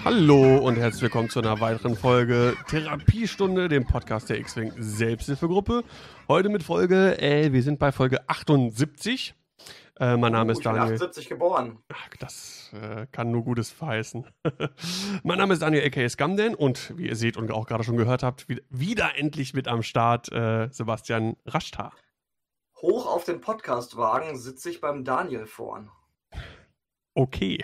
Hallo und herzlich willkommen zu einer weiteren Folge Therapiestunde, dem Podcast der X-Wing Selbsthilfegruppe. Heute mit wir sind bei Folge 78. Mein Name ist Daniel. Ich bin 78 geboren. Ach, das kann nur Gutes verheißen. Mein Name ist Daniel aka Scamden und wie ihr seht und auch gerade schon gehört habt, wieder endlich mit am Start Sebastian Raschtar. Hoch auf den Podcastwagen sitze ich beim Daniel vorn. Okay.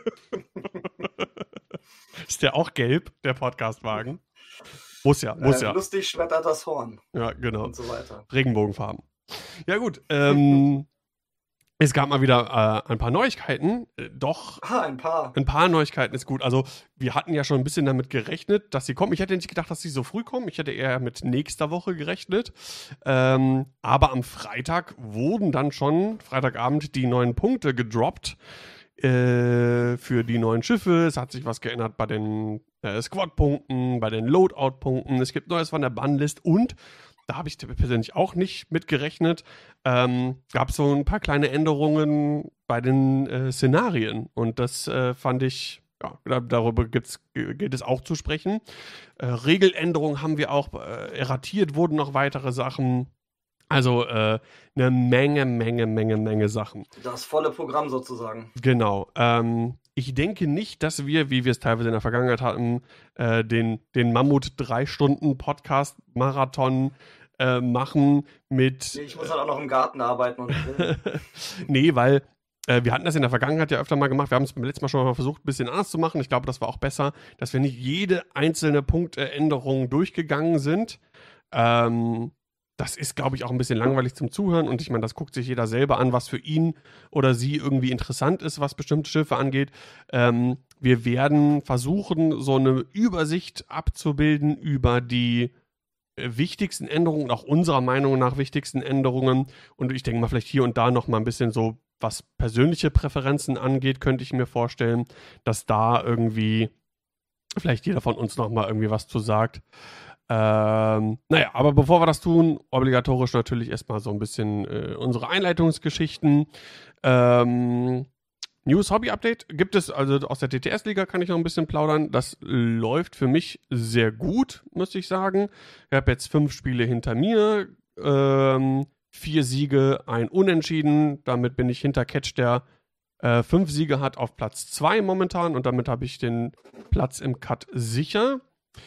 Ist der auch gelb, der Podcastwagen? Muss ja. Lustig schmettert das Horn. Ja, genau. Und so weiter. Regenbogenfarben. Ja gut, es gab mal wieder ein paar Neuigkeiten. Ein paar. Ein paar Neuigkeiten ist gut. Also wir hatten ja schon ein bisschen damit gerechnet, dass sie kommen. Ich hätte nicht gedacht, dass sie so früh kommen. Ich hätte eher mit nächster Woche gerechnet. Aber am Freitag wurden dann schon, Freitagabend, die neuen Punkte gedroppt. Für die neuen Schiffe. Es hat sich was geändert bei den Squad-Punkten, bei den Loadout-Punkten. Es gibt Neues von der Bannlist und da habe ich persönlich auch nicht mit gerechnet. Gab es so ein paar kleine Änderungen bei den Szenarien und das fand ich, ja, darüber gilt es auch zu sprechen. Regeländerungen haben wir auch erratiert, wurden noch weitere Sachen. Also eine Menge Sachen. Das volle Programm sozusagen. Genau. Ich denke nicht, dass wir, wie wir es teilweise in der Vergangenheit hatten, den Mammut 3-Stunden-Podcast-Marathon machen mit... Nee, ich muss halt auch noch im Garten arbeiten und Nee, weil wir hatten das in der Vergangenheit ja öfter mal gemacht. Wir haben es beim letzten Mal schon mal versucht, ein bisschen anders zu machen. Ich glaube, das war auch besser, dass wir nicht jede einzelne Punktänderung durchgegangen sind. Das ist, glaube ich, auch ein bisschen langweilig zum Zuhören und ich meine, das guckt sich jeder selber an, was für ihn oder sie irgendwie interessant ist, was bestimmte Schiffe angeht. Wir werden versuchen, so eine Übersicht abzubilden über die wichtigsten Änderungen, auch unserer Meinung nach wichtigsten Änderungen und ich denke mal vielleicht hier und da noch mal ein bisschen so, was persönliche Präferenzen angeht, könnte ich mir vorstellen, dass da irgendwie vielleicht jeder von uns noch mal irgendwie was zu sagt. Naja, aber bevor wir das tun, obligatorisch natürlich erstmal so ein bisschen unsere Einleitungsgeschichten. News Hobby Update gibt es, also aus der TTS-Liga kann ich noch ein bisschen plaudern. Das läuft für mich sehr gut, muss ich sagen. Ich habe jetzt 5 Spiele hinter mir, 4 Siege, 1 Unentschieden. Damit bin ich hinter Catch, der 5 Siege hat, auf Platz 2 momentan und damit habe ich den Platz im Cut sicher.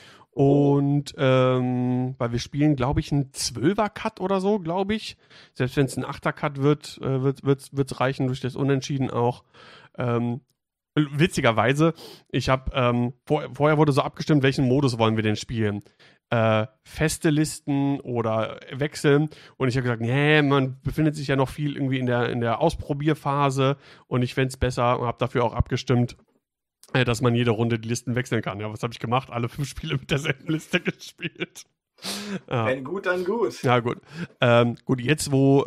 Und weil wir spielen, glaube ich, einen 12er-Cut oder so, glaube ich. Selbst wenn es ein 8er-Cut wird, wird's reichen durch das Unentschieden auch. Witzigerweise, ich habe vorher wurde so abgestimmt, welchen Modus wollen wir denn spielen. Feste Listen oder wechseln. Und ich habe gesagt, nee, man befindet sich ja noch viel irgendwie in der Ausprobierphase und ich fände es besser und habe dafür auch abgestimmt, dass man jede Runde die Listen wechseln kann. Ja, was habe ich gemacht? Alle 5 Spiele mit derselben Liste gespielt. Wenn gut, dann gut. Ja, gut. Gut, jetzt wo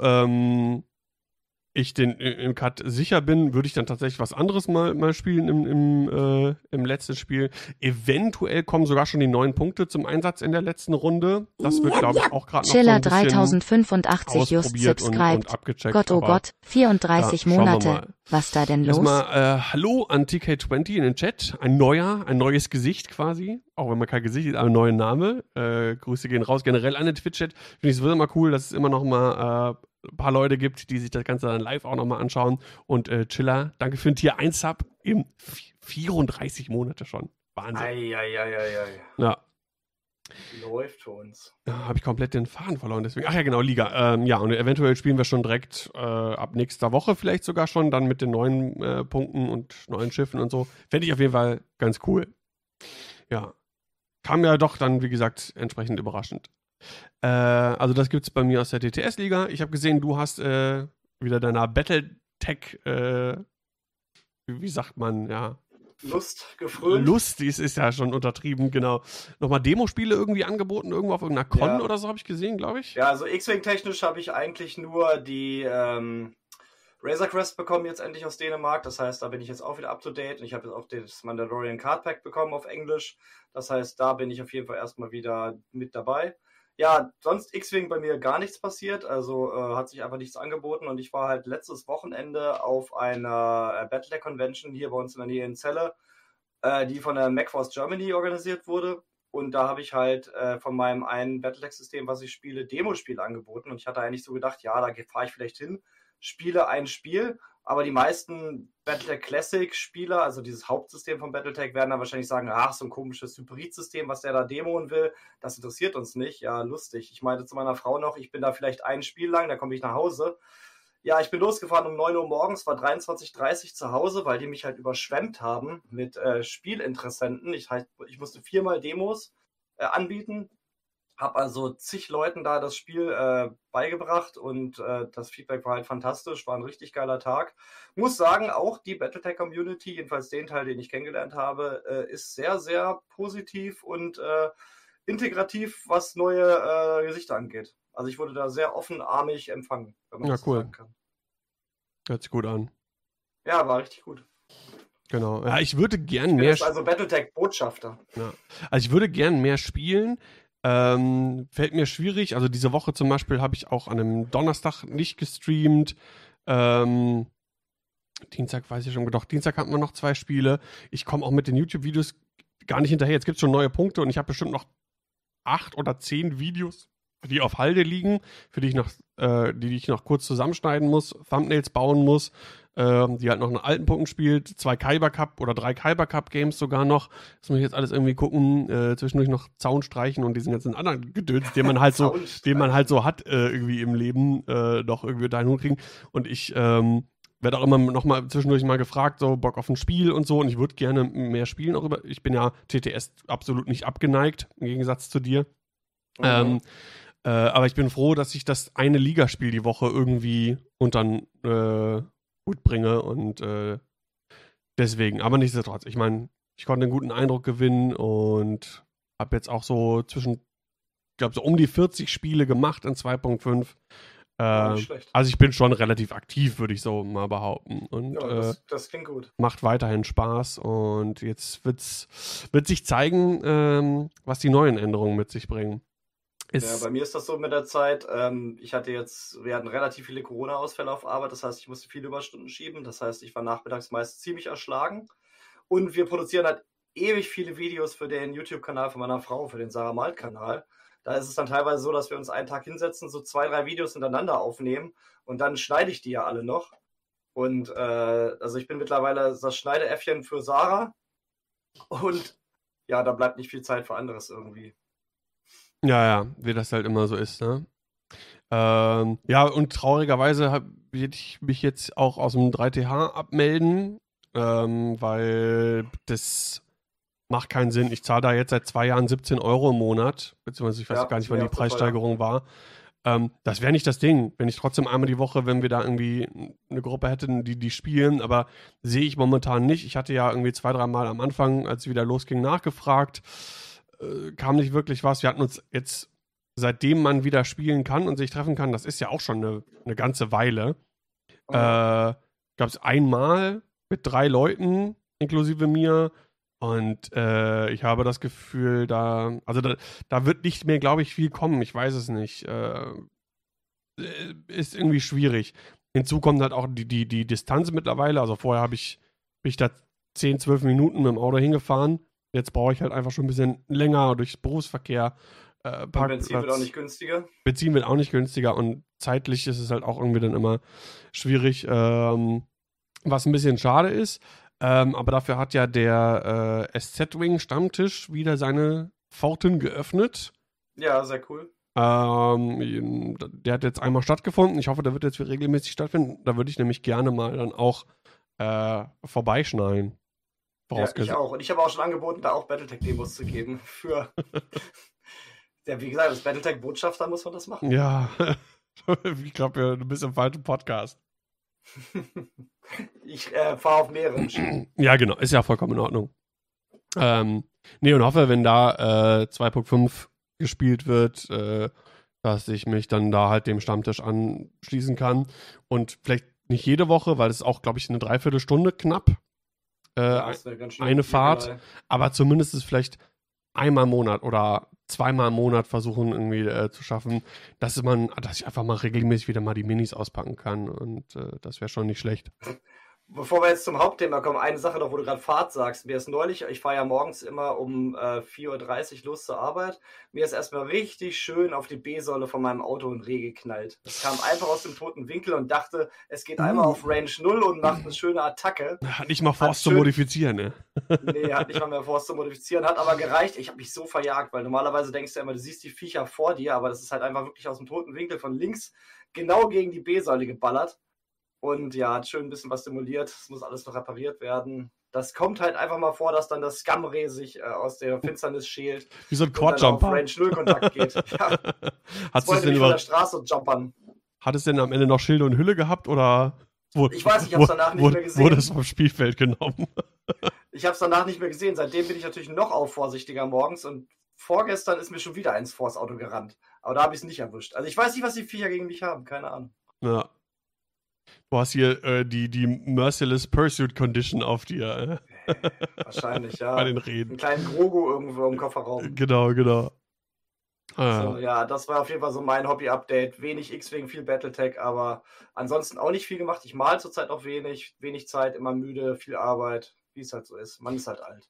ich im Cut sicher bin, würde ich dann tatsächlich was anderes mal spielen im letzten Spiel. Eventuell kommen sogar schon die 9 Punkte zum Einsatz in der letzten Runde. Das wird, glaube ich, auch gerade noch so ein bisschen 3085 just subscribed. Und abgecheckt. Gott, oh Gott, 34 Monate. Was da denn los? Erstmal Hallo an TK20 in den Chat. Ein neues Gesicht quasi. Auch wenn man kein Gesicht ist, aber ein neuer Name. Grüße gehen raus. Generell an den Twitch-Chat. Finde ich es immer cool, dass es immer noch mal ein paar Leute gibt, die sich das Ganze dann live auch nochmal anschauen. Und Chiller, danke für den Tier 1 Sub. Eben 34 Monate schon. Wahnsinn. Ja. Läuft für uns. Ja, habe ich komplett den Faden verloren, deswegen. Ach ja, genau, Liga. Ja, und eventuell spielen wir schon direkt ab nächster Woche vielleicht sogar schon, dann mit den neuen Punkten und neuen Schiffen und so. Fände ich auf jeden Fall ganz cool. Ja. Kam ja doch dann, wie gesagt, entsprechend überraschend. Also das gibt's bei mir aus der TTS-Liga. Ich habe gesehen, du hast wieder deiner Battletech, wie sagt man, ja. Lust gefrönt. Lust, die ist ja schon untertrieben, genau. Nochmal Demospiele irgendwie angeboten, irgendwo auf irgendeiner Con oder so, habe ich gesehen, glaube ich. Ja, also X-Wing-technisch habe ich eigentlich nur die Razor Crest bekommen jetzt endlich aus Dänemark. Das heißt, da bin ich jetzt auch wieder up to date. Und ich habe jetzt auch das Mandalorian Card Pack bekommen auf Englisch. Das heißt, da bin ich auf jeden Fall erstmal wieder mit dabei. Ja, sonst X-Wing bei mir gar nichts passiert, also hat sich einfach nichts angeboten und ich war halt letztes Wochenende auf einer Battletech Convention hier bei uns in der Nähe in Celle die von der MacForce Germany organisiert wurde. Und da habe ich halt von meinem einen Battletech-System, was ich spiele, Demospiele angeboten. Und ich hatte eigentlich so gedacht, ja, da fahre ich vielleicht hin, spiele ein Spiel. Aber die meisten Battletech Classic-Spieler, also dieses Hauptsystem von Battletech, werden dann wahrscheinlich sagen, ach, so ein komisches Hybrid-System, was der da demoen will, das interessiert uns nicht. Ja, lustig. Ich meinte zu meiner Frau noch, ich bin da vielleicht ein Spiel lang, dann komme ich nach Hause. Ja, ich bin losgefahren um 9 Uhr morgens, war 23:30 zu Hause, weil die mich halt überschwemmt haben mit Spielinteressenten. Ich musste 4-mal Demos anbieten, habe also zig Leuten da das Spiel beigebracht und das Feedback war halt fantastisch, war ein richtig geiler Tag. Muss sagen, auch die Battletech-Community, jedenfalls den Teil, den ich kennengelernt habe, ist sehr, sehr positiv und integrativ, was neue Gesichter angeht. Also ich wurde da sehr offenarmig empfangen, wenn man das so sagen kann. Hört sich gut an. Ja, war richtig gut. Genau. Ja, ich würde gern mehr... Also Battletech-Botschafter. Ja. Also ich würde gern mehr spielen. Fällt mir schwierig. Also diese Woche zum Beispiel habe ich auch an einem Donnerstag nicht gestreamt. Dienstag weiß ich schon, doch Dienstag hatten wir noch 2 Spiele. Ich komme auch mit den YouTube-Videos gar nicht hinterher. Jetzt gibt es schon neue Punkte und ich habe bestimmt noch 8 oder 10 Videos, die auf Halde liegen, für die ich noch kurz zusammenschneiden muss, Thumbnails bauen muss, die halt noch in alten Punkten spielt, 2 Kyber Cup oder 3 Kyber Cup Games sogar noch. Das muss ich jetzt alles irgendwie gucken, zwischendurch noch Zaun streichen und diesen ganzen anderen Gedöns, den man halt so hat irgendwie im Leben, doch irgendwie da hinkriegen. Und ich werde auch immer noch mal zwischendurch mal gefragt, so Bock auf ein Spiel und so, und ich würde gerne mehr spielen auch über. Ich bin ja TTS absolut nicht abgeneigt, im Gegensatz zu dir. Mhm. Aber ich bin froh, dass ich das eine Ligaspiel die Woche irgendwie unter Hut bringe und deswegen, aber nichtsdestotrotz, ich meine, ich konnte einen guten Eindruck gewinnen und habe jetzt auch so ich glaube so um die 40 Spiele gemacht in 2.5. Nicht schlecht. Also ich bin schon relativ aktiv, würde ich so mal behaupten. Und Ja, das klingt gut. macht weiterhin Spaß und jetzt wird sich zeigen, was die neuen Änderungen mit sich bringen. Ja, bei mir ist das so mit der Zeit. Wir hatten relativ viele Corona-Ausfälle auf Arbeit, das heißt, ich musste viele Überstunden schieben. Das heißt, ich war nachmittags meist ziemlich erschlagen. Und wir produzieren halt ewig viele Videos für den YouTube-Kanal von meiner Frau, für den Sarah Malt-Kanal. Da ist es dann teilweise so, dass wir uns einen Tag hinsetzen, so 2, 3 Videos hintereinander aufnehmen und dann schneide ich die ja alle noch. Und also ich bin mittlerweile das Schneideäffchen für Sarah und ja, da bleibt nicht viel Zeit für anderes irgendwie. Ja, wie das halt immer so ist, ne? Ja, und traurigerweise werde ich mich jetzt auch aus dem 3TH abmelden, weil das macht keinen Sinn. Ich zahle da jetzt seit 2 Jahren 17 € im Monat, beziehungsweise ich weiß gar nicht, wann die Preissteigerung war. Das wäre nicht das Ding, wenn ich trotzdem einmal die Woche, wenn wir da irgendwie eine Gruppe hätten, die spielen, aber sehe ich momentan nicht. Ich hatte ja irgendwie 2, 3 Mal am Anfang, als es wieder losging, nachgefragt. Kam nicht wirklich was. Wir hatten uns jetzt, seitdem man wieder spielen kann und sich treffen kann, das ist ja auch schon eine ganze Weile, gab es einmal mit 3 Leuten, inklusive mir, und ich habe das Gefühl, da wird nicht mehr, glaube ich, viel kommen. Ich weiß es nicht. Ist irgendwie schwierig. Hinzu kommt halt auch die Distanz mittlerweile. Also vorher bin ich da 10, 12 Minuten mit dem Auto hingefahren. Jetzt brauche ich halt einfach schon ein bisschen länger durch Berufsverkehr. Benzin wird auch nicht günstiger. Benzin wird auch nicht günstiger und zeitlich ist es halt auch irgendwie dann immer schwierig, was ein bisschen schade ist. Aber dafür hat ja der SZ-Wing-Stammtisch wieder seine Pforten geöffnet. Ja, sehr cool. Der hat jetzt einmal stattgefunden. Ich hoffe, der wird jetzt regelmäßig stattfinden. Da würde ich nämlich gerne mal dann auch vorbeischneiden. Ja, ich auch. Und ich habe auch schon angeboten, da auch Battletech-Demos zu geben. Ja, wie gesagt, als Battletech-Botschafter muss man das machen. Ja, ich glaube, du bist im falschen Podcast. Ich fahre auf mehreren Schienen. Ja, genau. Ist ja vollkommen in Ordnung. Nee, und hoffe, wenn da 2.5 gespielt wird, dass ich mich dann da halt dem Stammtisch anschließen kann. Und vielleicht nicht jede Woche, weil es auch, glaube ich, eine Dreiviertelstunde knapp. Eine Fahrt, aber zumindest ist vielleicht einmal im Monat oder 2-mal im Monat versuchen irgendwie zu schaffen, dass ich einfach mal regelmäßig wieder mal die Minis auspacken kann und das wäre schon nicht schlecht. Bevor wir jetzt zum Hauptthema kommen, eine Sache noch, wo du gerade Fahrt sagst. Mir ist neulich, ich fahre ja morgens immer um 4:30 Uhr los zur Arbeit. Mir ist erstmal richtig schön auf die B-Säule von meinem Auto ein Reh geknallt. Ich kam einfach aus dem toten Winkel und dachte, es geht einmal auf Range 0 und macht eine schöne Attacke. Hat nicht mal Force zu modifizieren, ne? Nee, hat nicht mal mehr Force zu modifizieren, hat aber gereicht. Ich habe mich so verjagt, weil normalerweise denkst du ja immer, du siehst die Viecher vor dir, aber das ist halt einfach wirklich aus dem toten Winkel von links genau gegen die B-Säule geballert. Und ja, hat schön ein bisschen was simuliert. Es muss alles noch repariert werden. Das kommt halt einfach mal vor, dass dann das Scumray sich aus der Finsternis schält. Wie so ein Quad-Jumper. Auf Range 0 Kontakt geht. Ja. Hat es denn von der Straße jumpern. Hat es denn am Ende noch Schilde und Hülle gehabt oder? Ich weiß, ich habe es danach nicht mehr gesehen. Wurde es vom Spielfeld genommen? Ich habe es danach nicht mehr gesehen. Seitdem bin ich natürlich noch auch vorsichtiger morgens und vorgestern ist mir schon wieder eins vors Auto gerannt. Aber da habe ich es nicht erwischt. Also ich weiß nicht, was die Viecher gegen mich haben. Keine Ahnung. Ja. Du hast hier die Merciless Pursuit Condition auf dir. Wahrscheinlich, ja. Bei den Reden. Einen kleinen Grogu irgendwo im Kofferraum. Genau. So, ja, das war auf jeden Fall so mein Hobby-Update. Wenig X-Wing, viel Battletech, aber ansonsten auch nicht viel gemacht. Ich mal zurzeit auch wenig Zeit, immer müde, viel Arbeit, wie es halt so ist. Man ist halt alt.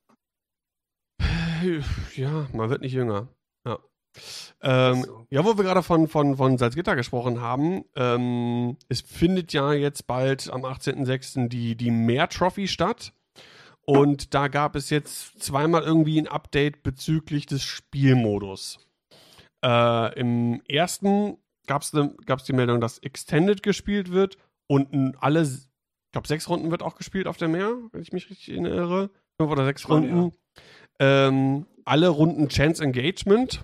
Ja, man wird nicht jünger. Ja. So. Ja, wo wir gerade von Salzgitter gesprochen haben, es findet ja jetzt bald am 18.06. die Mare Trophy statt. Und da gab es jetzt zweimal irgendwie ein Update bezüglich des Spielmodus. Im ersten gab's die Meldung, dass Extended gespielt wird und ich glaube 6 Runden wird auch gespielt auf der Mare, wenn ich mich richtig erinnere. 5 oder 6 Runden. Ja. Alle Runden Chance Engagement.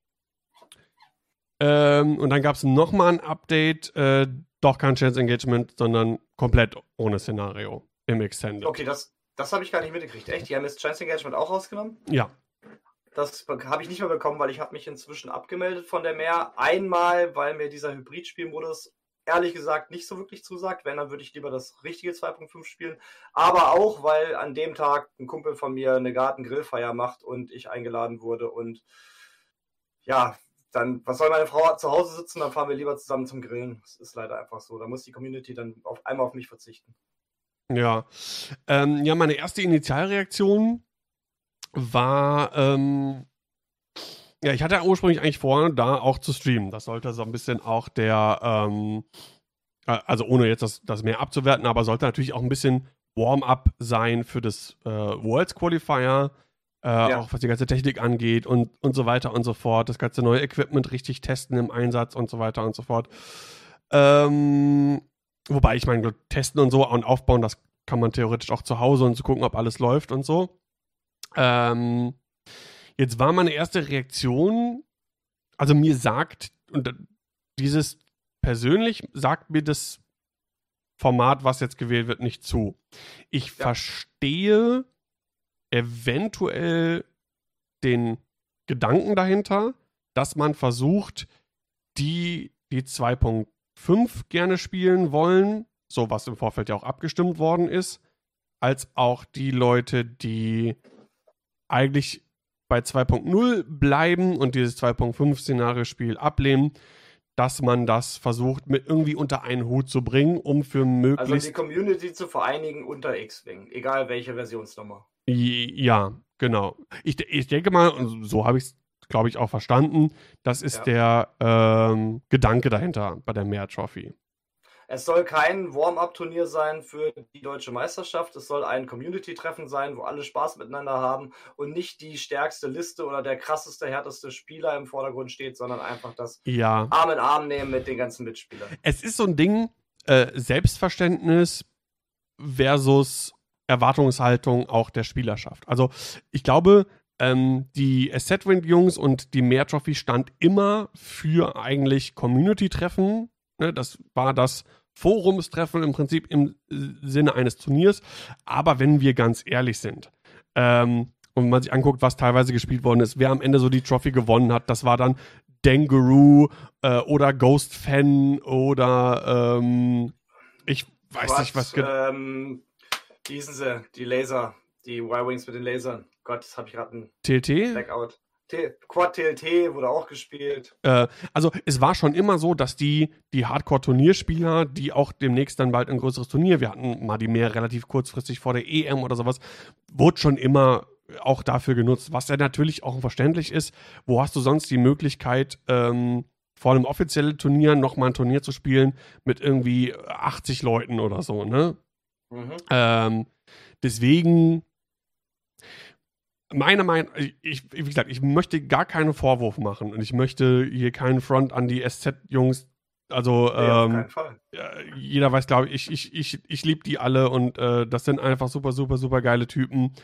Und dann gab es nochmal ein Update, doch kein Chance Engagement, sondern komplett ohne Szenario im Extended. Okay, das habe ich gar nicht mitgekriegt. Echt? Die haben jetzt Chance Engagement auch rausgenommen? Ja. Das habe ich nicht mehr bekommen, weil ich habe mich inzwischen abgemeldet von der Mare. Einmal, weil mir dieser Hybrid-Spielmodus ehrlich gesagt nicht so wirklich zusagt. Wenn, dann würde ich lieber das richtige 2.5 spielen. Aber auch, weil an dem Tag ein Kumpel von mir eine Garten-Grillfeier macht und ich eingeladen wurde. Und ja, dann, was soll meine Frau zu Hause sitzen? Dann fahren wir lieber zusammen zum Grillen. Das ist leider einfach so. Da muss die Community dann einmal auf mich verzichten. Ja. Ja, meine erste Initialreaktion war, ja, ich hatte ja ursprünglich eigentlich vor, da auch zu streamen. Das sollte so ein bisschen auch also ohne jetzt das mehr abzuwerten, aber sollte natürlich auch ein bisschen Warm-up sein für das Worlds Qualifier, auch was die ganze Technik angeht und so weiter und so fort. Das ganze neue Equipment richtig testen im Einsatz und so weiter und so fort. Wobei, ich meine, testen und so und aufbauen, das kann man theoretisch auch zu Hause und zu gucken, ob alles läuft und so. Jetzt war meine erste Reaktion, also mir sagt, und dieses persönlich sagt mir das Format, was jetzt gewählt wird, nicht zu. Ich verstehe eventuell den Gedanken dahinter, dass man versucht, die 2.5 gerne spielen wollen, so was im Vorfeld ja auch abgestimmt worden ist, als auch die Leute, die eigentlich bei 2.0 bleiben und dieses 2.5-Szenario-Spiel ablehnen, dass man das versucht, mit irgendwie unter einen Hut zu bringen, um für möglichst... Also die Community zu vereinigen unter X-Wing, egal welche Versionsnummer. Ja, genau. Ich denke mal, und so habe ich es, glaube ich, auch verstanden, das ist der Gedanke dahinter bei der Mare Trophy. Es soll kein Warm-up-Turnier sein für die deutsche Meisterschaft. Es soll ein Community-Treffen sein, wo alle Spaß miteinander haben und nicht die stärkste Liste oder der krasseste, härteste Spieler im Vordergrund steht, sondern einfach das Arm in Arm nehmen mit den ganzen Mitspielern. Es ist so ein Ding, Selbstverständnis versus Erwartungshaltung auch der Spielerschaft. Also ich glaube, die Assetwind-Jungs und die Mare Trophy stand immer für eigentlich Community-Treffen. Ne? Das war das Forumstreffen im Prinzip im Sinne eines Turniers. Aber wenn wir ganz ehrlich sind, und wenn man sich anguckt, was teilweise gespielt worden ist, wer am Ende so die Trophy gewonnen hat, das war dann Dangaroo oder Ghost Fan oder ich weiß nicht, was wie hießen sie? Die Laser, die Y-Wings mit den Lasern. Gott, das habe ich gerade einen TLT? Blackout. Quad TLT wurde auch gespielt. Also es war schon immer so, dass die Hardcore-Turnierspieler, die auch demnächst dann bald ein größeres Turnier, wir hatten mal die mehr relativ kurzfristig vor der EM oder sowas, wurde schon immer auch dafür genutzt, was ja natürlich auch verständlich ist. Wo hast du sonst die Möglichkeit, vor einem offiziellen Turnier nochmal ein Turnier zu spielen mit irgendwie 80 Leuten oder so, ne? Deswegen meine Meinung, wie gesagt, ich möchte gar keinen Vorwurf machen und ich möchte hier keinen Front an die SZ-Jungs, also auf keinen Fall. Jeder weiß, glaube ich, ich liebe die alle und das sind einfach super, super, super geile Typen.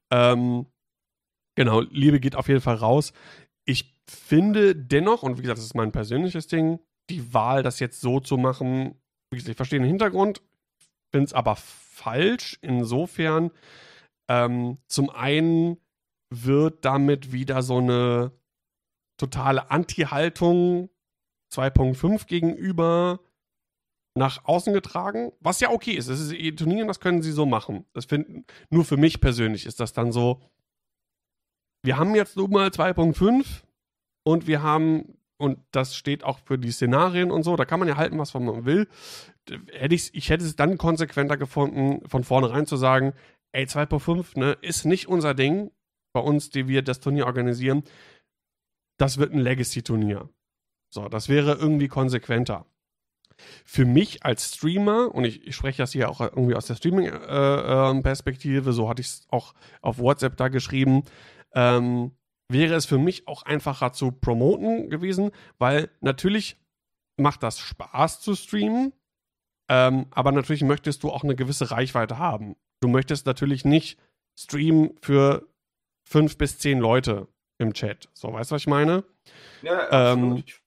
Genau, Liebe geht auf jeden Fall raus. Ich finde dennoch, und wie gesagt, das ist mein persönliches Ding, die Wahl, das jetzt so zu machen, wie gesagt, ich verstehe den Hintergrund, finde es aber falsch, insofern, zum einen wird damit wieder so eine totale Anti-Haltung 2.5 gegenüber nach außen getragen, was ja okay ist. Das ist ihr Turnier, das können sie so machen. Nur für mich persönlich ist das dann so, wir haben jetzt nun mal 2.5 und wir haben, und das steht auch für die Szenarien und so, da kann man ja halten, was man will. Ich hätte es dann konsequenter gefunden, von vornherein zu sagen, ey, 2.5, ne, ist nicht unser Ding, bei uns, die wir das Turnier organisieren, das wird ein Legacy-Turnier. So, das wäre irgendwie konsequenter. Für mich als Streamer, und ich spreche das hier auch irgendwie aus der Streaming-Perspektive, so hatte ich es auch auf WhatsApp da geschrieben, wäre es für mich auch einfacher zu promoten gewesen, weil natürlich macht das Spaß zu streamen, aber natürlich möchtest du auch eine gewisse Reichweite haben. Du möchtest natürlich nicht streamen für 5 bis 10 Leute im Chat. So, weißt du, was ich meine? Ja, absolut.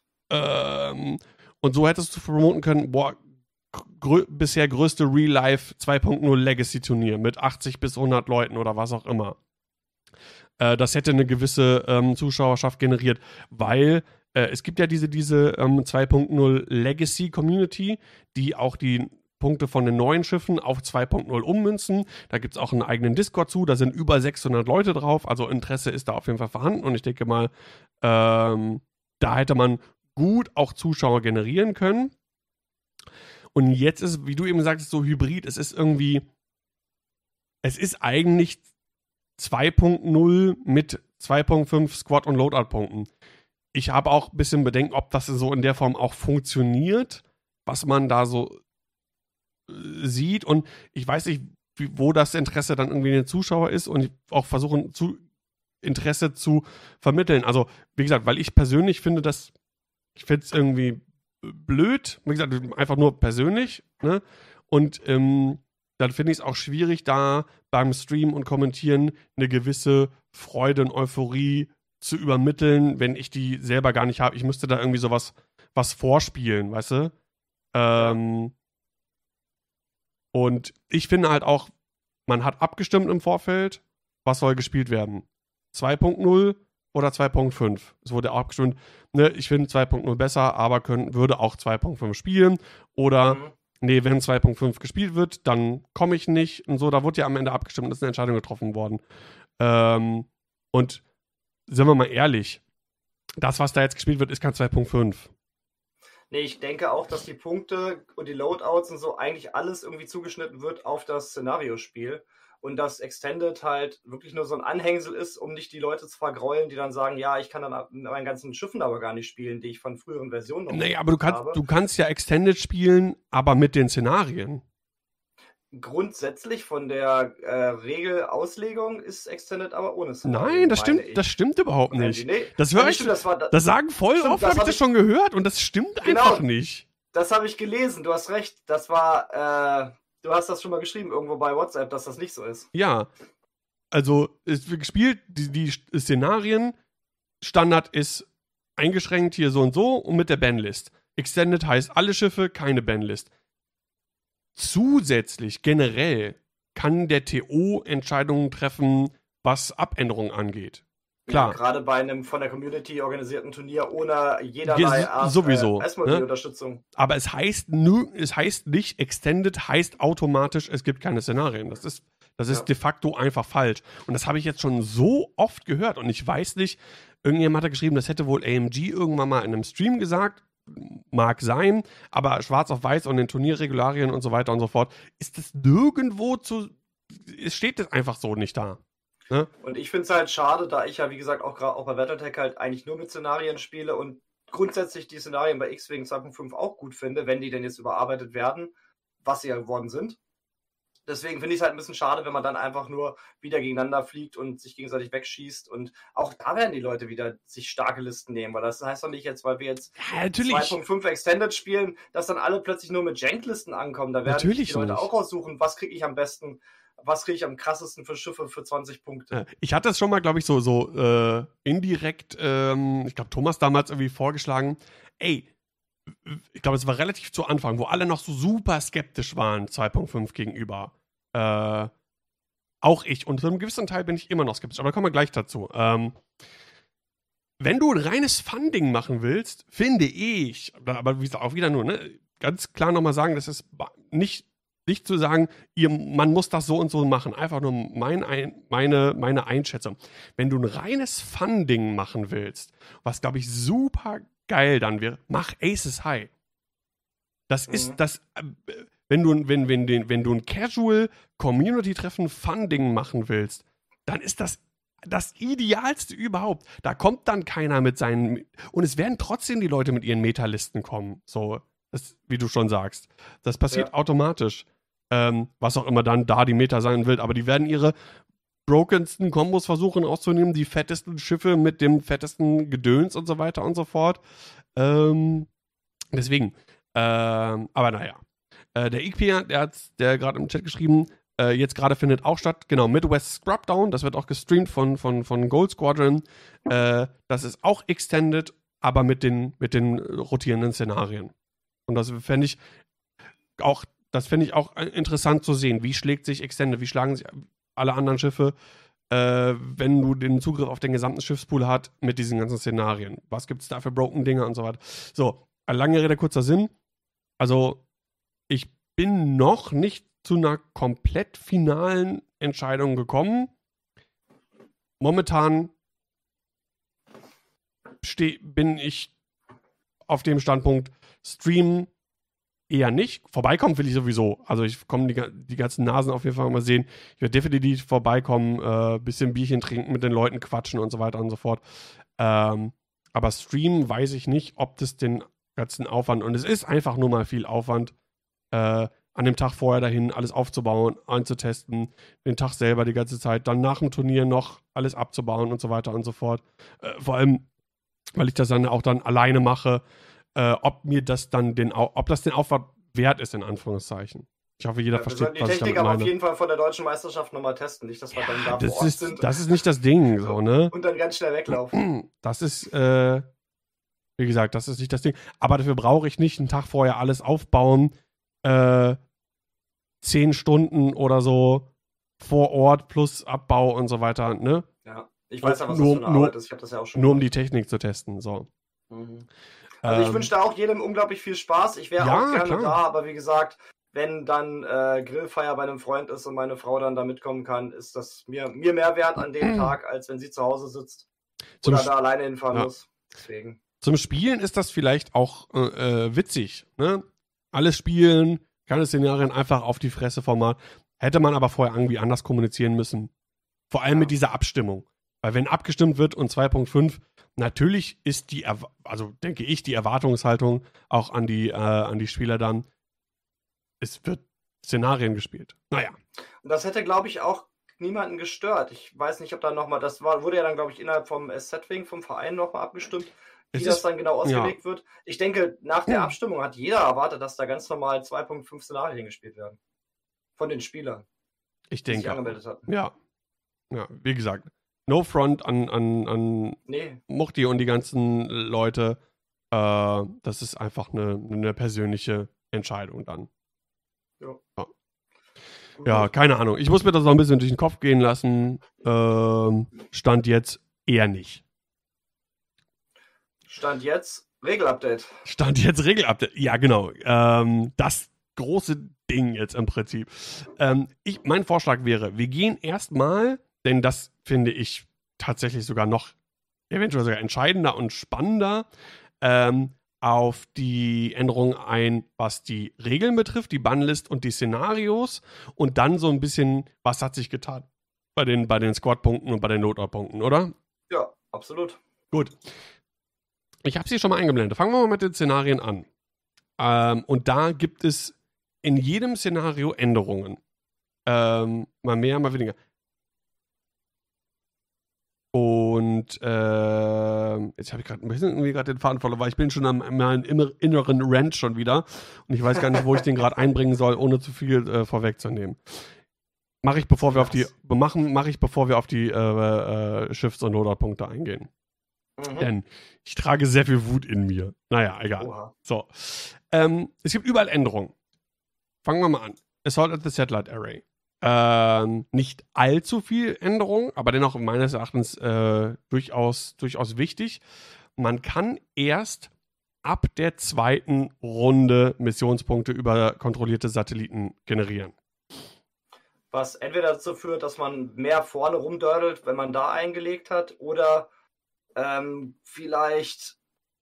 Und so hättest du promoten können, boah, bisher größte Real-Life 2.0 Legacy-Turnier mit 80 bis 100 Leuten oder was auch immer. Das hätte eine gewisse Zuschauerschaft generiert, weil es gibt ja diese 2.0 Legacy-Community, die auch die Punkte von den neuen Schiffen auf 2.0 ummünzen. Da gibt es auch einen eigenen Discord zu, da sind über 600 Leute drauf, also Interesse ist da auf jeden Fall vorhanden und ich denke mal, da hätte man gut auch Zuschauer generieren können. Und jetzt ist, wie du eben sagst, so hybrid, es ist eigentlich 2.0 mit 2.5 Squad- und Loadout-Punkten. Ich habe auch ein bisschen Bedenken, ob das so in der Form auch funktioniert, was man da so sieht. Und ich weiß nicht, wo das Interesse dann irgendwie in den Zuschauer ist und auch versuchen, Interesse zu vermitteln. Also, wie gesagt, weil ich persönlich finde, ich finde es irgendwie blöd, wie gesagt, einfach nur persönlich, ne? Und dann finde ich es auch schwierig, da beim Stream und Kommentieren eine gewisse Freude und Euphorie zu übermitteln, wenn ich die selber gar nicht habe. Ich müsste da irgendwie sowas vorspielen, weißt du? Und ich finde halt auch, man hat abgestimmt im Vorfeld, was soll gespielt werden. 2.0 oder 2.5. Es wurde auch abgestimmt, ne, ich finde 2.0 besser, aber würde auch 2.5 spielen. Oder, nee, wenn 2.5 gespielt wird, dann komme ich nicht. Und so, da wurde ja am Ende abgestimmt und ist eine Entscheidung getroffen worden. Und sind wir mal ehrlich, das, was da jetzt gespielt wird, ist kein 2.5. Nee, ich denke auch, dass die Punkte und die Loadouts und so eigentlich alles irgendwie zugeschnitten wird auf das Szenariospiel. Und dass Extended halt wirklich nur so ein Anhängsel ist, um nicht die Leute zu vergraulen, die dann sagen, ja, ich kann dann mit meinen ganzen Schiffen aber gar nicht spielen, die ich von früheren Versionen noch Nee, aber du kannst ja Extended spielen, aber mit den Szenarien. Grundsätzlich von der Regelauslegung ist Extended aber ohne Nein, Szenarien. das stimmt überhaupt nicht. Nee, das höre ich, das sagen voll oft, habe ich das schon gehört und das stimmt einfach nicht. Das habe ich gelesen, du hast recht, das war... Du hast das schon mal geschrieben irgendwo bei WhatsApp, dass das nicht so ist. Ja, also es wird gespielt, die Szenarien, Standard ist eingeschränkt hier so und mit der Banlist. Extended heißt alle Schiffe, keine Banlist. Zusätzlich, generell, kann der TO Entscheidungen treffen, was Abänderungen angeht. Klar. Ja, gerade bei einem von der Community organisierten Turnier ohne jederlei Art sowieso, Unterstützung. Aber es heißt nicht, Extended heißt automatisch, es gibt keine Szenarien. Das ist Das ist de facto einfach falsch. Und das habe ich jetzt schon so oft gehört. Und ich weiß nicht, irgendjemand hat geschrieben, das hätte wohl AMG irgendwann mal in einem Stream gesagt. Mag sein, aber schwarz auf weiß und in Turnierregularien und so weiter und so fort, ist das nirgendwo es steht das einfach so nicht da. Ne? Und ich finde es halt schade, da ich ja, wie gesagt, auch bei Battletech halt eigentlich nur mit Szenarien spiele und grundsätzlich die Szenarien bei X-Wing 2.5 auch gut finde, wenn die denn jetzt überarbeitet werden, was sie ja geworden sind. Deswegen finde ich es halt ein bisschen schade, wenn man dann einfach nur wieder gegeneinander fliegt und sich gegenseitig wegschießt. Und auch da werden die Leute wieder sich starke Listen nehmen, weil das heißt doch nicht jetzt, weil wir jetzt 2.5 Extended spielen, dass dann alle plötzlich nur mit Jank-Listen ankommen. Da werden die Leute auch aussuchen, was kriege ich am besten, was kriege ich am krassesten für Schiffe für 20 Punkte. Ich hatte es schon mal, glaube ich, so indirekt, ich glaube, Thomas damals irgendwie vorgeschlagen, ich glaube, es war relativ zu Anfang, wo alle noch so super skeptisch waren 2.5 gegenüber. Auch ich. Und zu einem gewissen Teil bin ich immer noch skeptisch. Aber da kommen wir gleich dazu. Wenn du ein reines Funding machen willst, finde ich, aber wie gesagt, auch wieder nur, ne, ganz klar nochmal sagen, das ist nicht zu sagen, man muss das so und so machen. Einfach nur meine Einschätzung. Wenn du ein reines Funding machen willst, was, glaube ich, super geil dann wäre, mach Aces High. Das ist das, wenn du ein Casual Community-Treffen Funding machen willst, dann ist das Idealste überhaupt. Da kommt dann keiner mit seinen, und es werden trotzdem die Leute mit ihren Metalisten kommen. So, das, wie du schon sagst. Das passiert automatisch. Was auch immer dann da die Meta sein will, aber die werden ihre brokensten Kombos versuchen auszunehmen, die fettesten Schiffe mit dem fettesten Gedöns und so weiter und so fort. Deswegen. Aber naja. Der Ikpia, der gerade im Chat geschrieben, jetzt gerade findet auch statt, genau, Midwest Scrubdown, das wird auch gestreamt von Gold Squadron. Das ist auch extended, aber mit den rotierenden Szenarien. Und das fände ich auch interessant zu sehen. Wie schlägt sich Extended, wie schlagen sich alle anderen Schiffe, wenn du den Zugriff auf den gesamten Schiffspool hast mit diesen ganzen Szenarien. Was gibt es da für Broken-Dinger und so weiter. So, lange Rede, kurzer Sinn. Also, ich bin noch nicht zu einer komplett finalen Entscheidung gekommen. Momentan bin ich auf dem Standpunkt, streamen eher nicht. Vorbeikommen will ich sowieso. Also ich komme die ganzen Nasen auf jeden Fall mal sehen. Ich werde definitiv vorbeikommen, bisschen Bierchen trinken, mit den Leuten quatschen und so weiter und so fort. Aber streamen weiß ich nicht, ob das den ganzen Aufwand, und es ist einfach nur mal viel Aufwand, an dem Tag vorher dahin alles aufzubauen, anzutesten, den Tag selber die ganze Zeit, dann nach dem Turnier noch alles abzubauen und so weiter und so fort. Vor allem, weil ich das dann auch dann alleine mache, ob das den Aufwand wert ist, in Anführungszeichen. Ich hoffe, jeder versteht, was ich damit meine. Die Technik aber auf jeden Fall von der deutschen Meisterschaft nochmal testen, nicht, dass wir dann da vor Ort sind. Das ist nicht das Ding, so, ne? Und dann ganz schnell weglaufen. Das ist, wie gesagt, das ist nicht das Ding. Aber dafür brauche ich nicht einen Tag vorher alles aufbauen, 10 Stunden oder so vor Ort plus Abbau und so weiter, ne? Ja, ich weiß ja, was das für eine Arbeit ist. Ich habe das ja auch schon nur um die Technik zu testen, so. Also ich wünsche da auch jedem unglaublich viel Spaß. Ich wäre auch gerne da, aber wie gesagt, wenn dann Grillfeier bei einem Freund ist und meine Frau dann da mitkommen kann, ist das mir mehr wert an dem Tag, als wenn sie zu Hause sitzt oder da alleine hinfahren muss. Deswegen. Zum Spielen ist das vielleicht auch witzig, ne? Alles spielen, keine Szenarien, einfach auf die Fresse Format. Hätte man aber vorher irgendwie anders kommunizieren müssen. Vor allem mit dieser Abstimmung. Weil wenn abgestimmt wird und 2.5, natürlich ist denke ich, die Erwartungshaltung auch an die Spieler dann, es wird Szenarien gespielt. Naja. Und das hätte, glaube ich, auch niemanden gestört. Ich weiß nicht, ob da nochmal, wurde ja dann, glaube ich, innerhalb vom Setting vom Verein nochmal abgestimmt, wie das dann genau ausgelegt wird. Ich denke, nach der Abstimmung hat jeder erwartet, dass da ganz normal 2.5 Szenarien gespielt werden. Von den Spielern. Ich denke. Die sich angemeldet hatten. Ja, wie gesagt, no front an Muchti und die ganzen Leute. Das ist einfach eine persönliche Entscheidung dann. Ja, keine Ahnung. Ich muss mir das noch ein bisschen durch den Kopf gehen lassen. Stand jetzt eher nicht. Stand jetzt Regelupdate. Ja, genau. Das große Ding jetzt im Prinzip. Mein Vorschlag wäre, wir gehen erstmal, denn das finde ich tatsächlich sogar noch eventuell sogar entscheidender und spannender, auf die Änderungen ein, was die Regeln betrifft, die Banlist und die Szenarios und dann so ein bisschen, was hat sich getan bei den Squad-Punkten und bei den Loadout-Punkten, oder? Ja, absolut. Gut. Ich habe sie schon mal eingeblendet. Fangen wir mal mit den Szenarien an. Und da gibt es in jedem Szenario Änderungen. Mal mehr, mal weniger. Und jetzt habe ich gerade ein bisschen den Faden verloren, weil ich bin schon am meinem inneren Rant schon wieder und ich weiß gar nicht, wo ich den gerade einbringen soll, ohne zu viel vorwegzunehmen. Mache ich, bevor wir auf die Schiffs- und Loadout-Punkte eingehen. Denn ich trage sehr viel Wut in mir. Naja, egal. Oha. So. Es gibt überall Änderungen. Fangen wir mal an. Assault at the Satellite Array. Nicht allzu viel Änderung, aber dennoch meines Erachtens durchaus wichtig. Man kann erst ab der zweiten Runde Missionspunkte über kontrollierte Satelliten generieren. Was entweder dazu führt, dass man mehr vorne rumdördelt, wenn man da eingelegt hat, oder vielleicht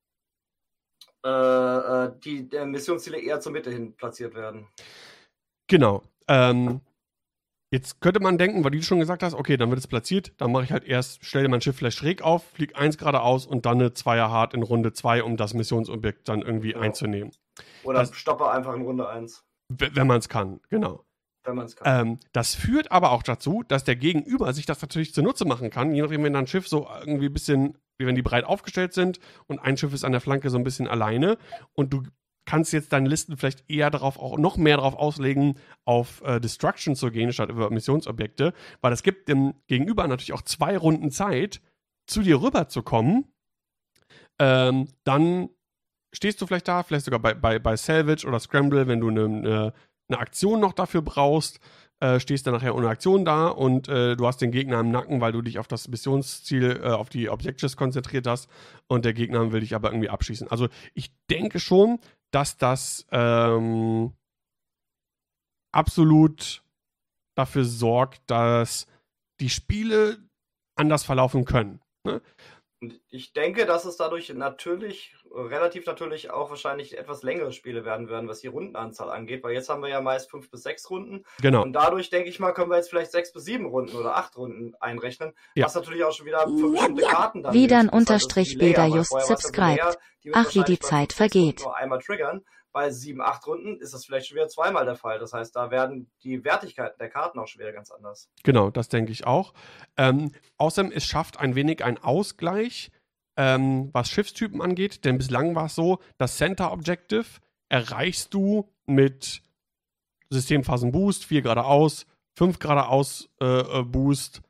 die Missionsziele eher zur Mitte hin platziert werden. Genau. Jetzt könnte man denken, weil du schon gesagt hast, okay, dann wird es platziert, dann mache ich halt erst, stelle mein Schiff vielleicht schräg auf, fliege 1 geradeaus und dann eine 2er hart in Runde 2, um das Missionsobjekt dann irgendwie einzunehmen. Oder stoppe einfach in Runde 1. Wenn man es kann, genau. Wenn man es kann. Das führt aber auch dazu, dass der Gegenüber sich das natürlich zunutze machen kann, je nachdem, wenn dein Schiff so irgendwie ein bisschen, wie wenn die breit aufgestellt sind und ein Schiff ist an der Flanke so ein bisschen alleine und du kannst jetzt deine Listen vielleicht eher darauf auch noch mehr darauf auslegen, auf Destruction zu gehen, statt über Missionsobjekte, weil das gibt dem Gegenüber natürlich auch 2 Runden Zeit, zu dir rüber zu kommen. Dann stehst du vielleicht da, vielleicht sogar bei Salvage oder Scramble, wenn du eine Aktion noch dafür brauchst, stehst dann nachher ohne Aktion da und du hast den Gegner im Nacken, weil du dich auf das Missionsziel, auf die Objectives konzentriert hast und der Gegner will dich aber irgendwie abschießen. Also ich denke schon, dass das absolut dafür sorgt, dass die Spiele anders verlaufen können. Ne? Und ich denke, dass es dadurch relativ natürlich auch wahrscheinlich etwas längere Spiele werden, was die Rundenanzahl angeht, weil jetzt haben wir ja meist 5 bis 6 Runden. Genau. Und dadurch, denke ich mal, können wir jetzt vielleicht 6 bis 7 Runden oder 8 Runden einrechnen, was natürlich auch schon wieder für bestimmte Karten dann Wieder ein ist. Das heißt, Unterstrich Bilder just subscribed. Ach, wie die Zeit vergeht. Nur einmal triggern. Bei 7, 8 Runden ist das vielleicht schon wieder zweimal der Fall. Das heißt, da werden die Wertigkeiten der Karten auch schon wieder ganz anders. Genau, das denke ich auch. Außerdem, es schafft ein wenig einen Ausgleich, was Schiffstypen angeht, denn bislang war es so, das Center Objective erreichst du mit Systemphasen Boost, 4 geradeaus, 5 geradeaus Boost,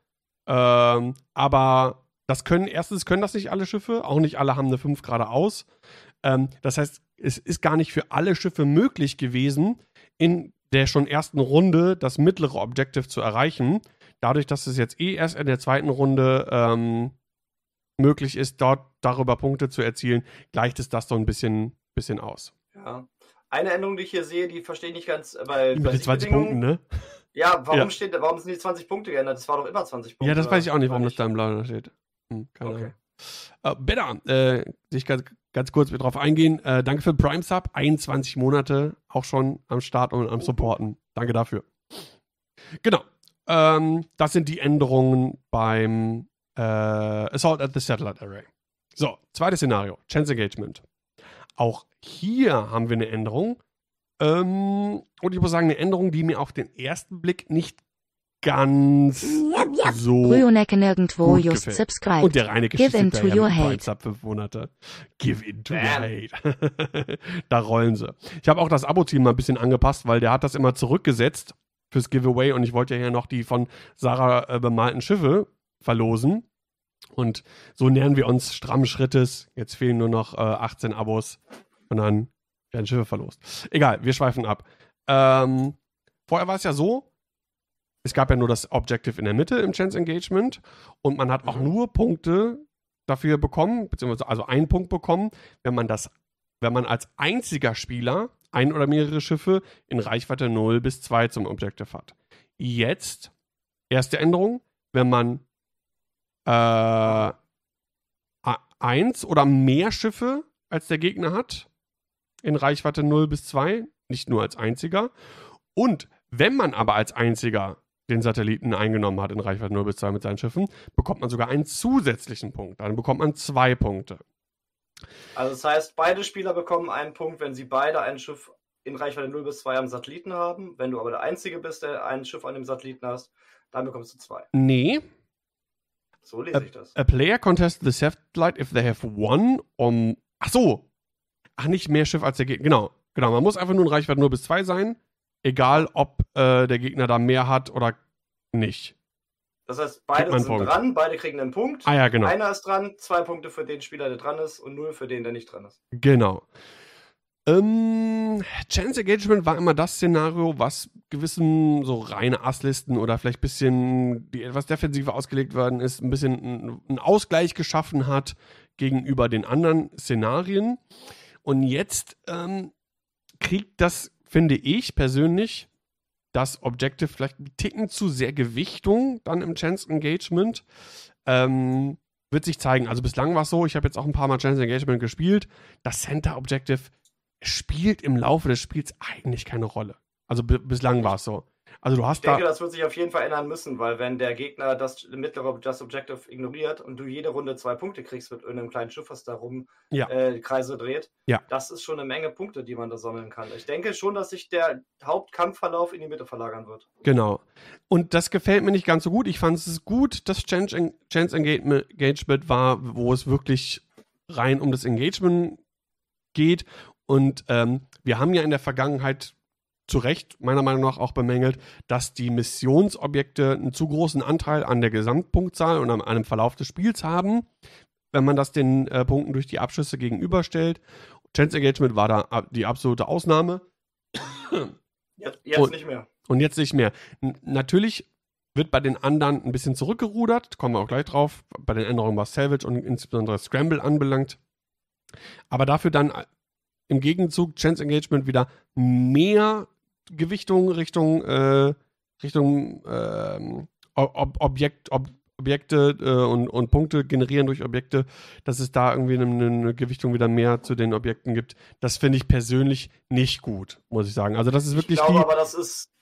aber erstens können das nicht alle Schiffe, auch nicht alle haben eine 5 geradeaus. Das heißt, es ist gar nicht für alle Schiffe möglich gewesen, in der schon ersten Runde das mittlere Objective zu erreichen. Dadurch, dass es jetzt erst in der zweiten Runde möglich ist, dort darüber Punkte zu erzielen, gleicht es das so ein bisschen aus. Ja. Eine Änderung, die ich hier sehe, die verstehe ich nicht ganz bei Mit den 20 Punkten, ne? Ja, warum sind die 20 Punkte geändert? Das war doch immer 20 Punkte. Ja, das weiß ich auch nicht, warum das da im Blauen steht. Keine Ahnung. Better, ich ganz kurz drauf eingehen. Danke für Prime Sub. 21 Monate auch schon am Start und am Supporten. Danke dafür. Genau. Das sind die Änderungen beim Assault at the Satellite Array. So, zweites Szenario. Chance Engagement. Auch hier haben wir eine Änderung. Und ich muss sagen, eine Änderung, die mir auf den ersten Blick nicht ganz so Rüonecke nirgendwo gut just gefällt. subscribed. Und der reine Give in to your hate. Sub 5 Monate. Give in to your hate. Da rollen sie. Ich habe auch das Abo-Team mal ein bisschen angepasst, weil der hat das immer zurückgesetzt fürs Giveaway und ich wollte ja hier noch die von Sarah bemalten Schiffe verlosen. Und so nähern wir uns strammen Schrittes. Jetzt fehlen nur noch 18 Abos und dann werden Schiffe verlost. Egal, wir schweifen ab. Vorher war es ja so, es gab ja nur das Objective in der Mitte im Chance Engagement und man hat auch nur Punkte dafür bekommen, beziehungsweise also einen Punkt bekommen, wenn man als einziger Spieler ein oder mehrere Schiffe in Reichweite 0 bis 2 zum Objective hat. Jetzt, erste Änderung, wenn man 1 oder mehr Schiffe als der Gegner hat, in Reichweite 0 bis 2, nicht nur als einziger. Und wenn man aber als einziger den Satelliten eingenommen hat in Reichweite 0 bis 2 mit seinen Schiffen, bekommt man sogar einen zusätzlichen Punkt. Dann bekommt man 2 Punkte. Also das heißt, beide Spieler bekommen einen Punkt, wenn sie beide ein Schiff in Reichweite 0 bis 2 am Satelliten haben. Wenn du aber der Einzige bist, der ein Schiff an dem Satelliten hast, dann bekommst du 2. Nee. So lese ich das. A player contests the satellite if they have one or... Ach so. Ach, nicht mehr Schiff als der Gegner. Genau. Man muss einfach nur in Reichweite 0 bis 2 sein. Egal, ob der Gegner da mehr hat oder nicht. Das heißt, beide sind dran, beide kriegen einen Punkt. Ah ja, genau. Einer ist dran, 2 Punkte für den Spieler, der dran ist und 0 für den, der nicht dran ist. Genau. Chance Engagement war immer das Szenario, was gewissen so reine Asslisten oder vielleicht ein bisschen, die etwas defensiver ausgelegt worden ist, ein bisschen einen Ausgleich geschaffen hat gegenüber den anderen Szenarien. Und jetzt kriegt das, finde ich persönlich, das Objective vielleicht ein Ticken zu sehr Gewichtung dann im Chance Engagement. Wird sich zeigen. Also bislang war es so, ich habe jetzt auch ein paar Mal Chance Engagement gespielt. Das Center Objective spielt im Laufe des Spiels eigentlich keine Rolle. Also bislang war es so. Also du hast ich denke, das wird sich auf jeden Fall ändern müssen, weil wenn der Gegner das mittlere Just Objective ignoriert und du jede Runde 2 Punkte kriegst mit irgendeinem kleinen Schiff, was da rum Kreise dreht, das ist schon eine Menge Punkte, die man da sammeln kann. Ich denke schon, dass sich der Hauptkampfverlauf in die Mitte verlagern wird. Genau. Und das gefällt mir nicht ganz so gut. Ich fand es gut, dass Chance Engagement war, wo es wirklich rein um das Engagement geht. Und wir haben ja in der Vergangenheit zu Recht, meiner Meinung nach, auch bemängelt, dass die Missionsobjekte einen zu großen Anteil an der Gesamtpunktzahl und an einem Verlauf des Spiels haben, wenn man das den Punkten durch die Abschüsse gegenüberstellt. Chance Engagement war da die absolute Ausnahme. Jetzt nicht mehr. Und jetzt nicht mehr. Natürlich wird bei den anderen ein bisschen zurückgerudert, kommen wir auch gleich drauf, bei den Änderungen, was Salvage und insbesondere Scramble anbelangt. Aber dafür dann im Gegenzug Chance Engagement wieder mehr Gewichtung Richtung Objekte und Punkte generieren durch Objekte, dass es da irgendwie eine Gewichtung wieder mehr zu den Objekten gibt. Das finde ich persönlich nicht gut, muss ich sagen. Also das ist wirklich Ich glaube aber, das ist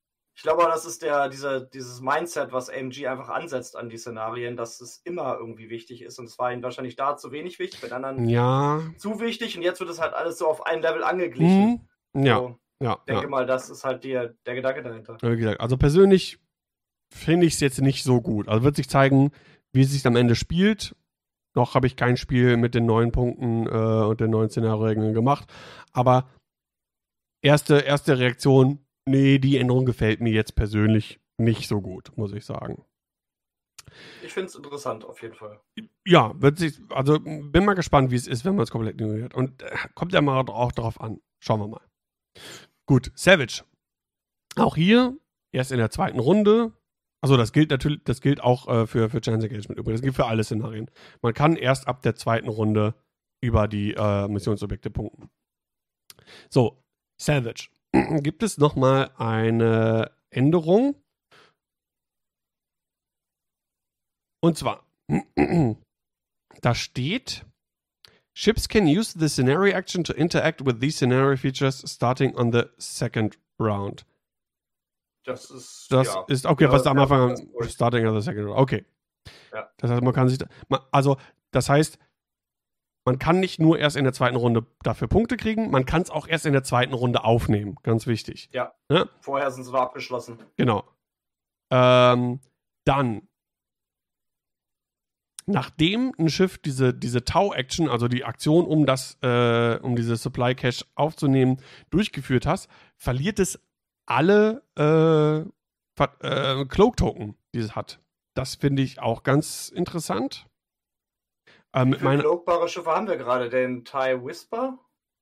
dieses Mindset, was AMG einfach ansetzt an die Szenarien, dass es immer irgendwie wichtig ist. Und es war ihnen wahrscheinlich da zu wenig wichtig, bei den anderen zu wichtig. Und jetzt wird es halt alles so auf ein Level angeglichen. Ich denke mal, das ist halt der Gedanke dahinter. Wie gesagt, also persönlich finde ich es jetzt nicht so gut. Also wird sich zeigen, wie es sich am Ende spielt. Noch habe ich kein Spiel mit den neuen Punkten und den neuen Szenarioregeln gemacht. Aber erste Reaktion, nee, die Änderung gefällt mir jetzt persönlich nicht so gut, muss ich sagen. Ich finde es interessant, auf jeden Fall. Ja, bin mal gespannt, wie es ist, wenn man es komplett ignoriert. Und kommt ja mal auch darauf an. Schauen wir mal. Gut, Savage. Auch hier, erst in der zweiten Runde. Also das gilt auch für Chance Engagement übrigens. Das gilt für alle Szenarien. Man kann erst ab der zweiten Runde über die Missionsobjekte punkten. So, Salvage. Gibt es nochmal eine Änderung? Und zwar, da steht, Ships can use the scenario action to interact with these scenario features starting on the second round. Das ist okay, was da am Anfang starting on the second round. Okay. Ja. Das heißt, man kann sich man kann nicht nur erst in der zweiten Runde dafür Punkte kriegen, man kann es auch erst in der zweiten Runde aufnehmen. Ganz wichtig. Ja. Vorher sind sie noch abgeschlossen. Genau. Dann, nachdem ein Schiff diese Tau-Action, also die Aktion, um diese Supply Cache aufzunehmen, durchgeführt hast, verliert es alle Cloak-Token, die es hat. Das finde ich auch ganz interessant. Wie viele cloakbare Schiffe haben wir gerade? Den TIE Whisper?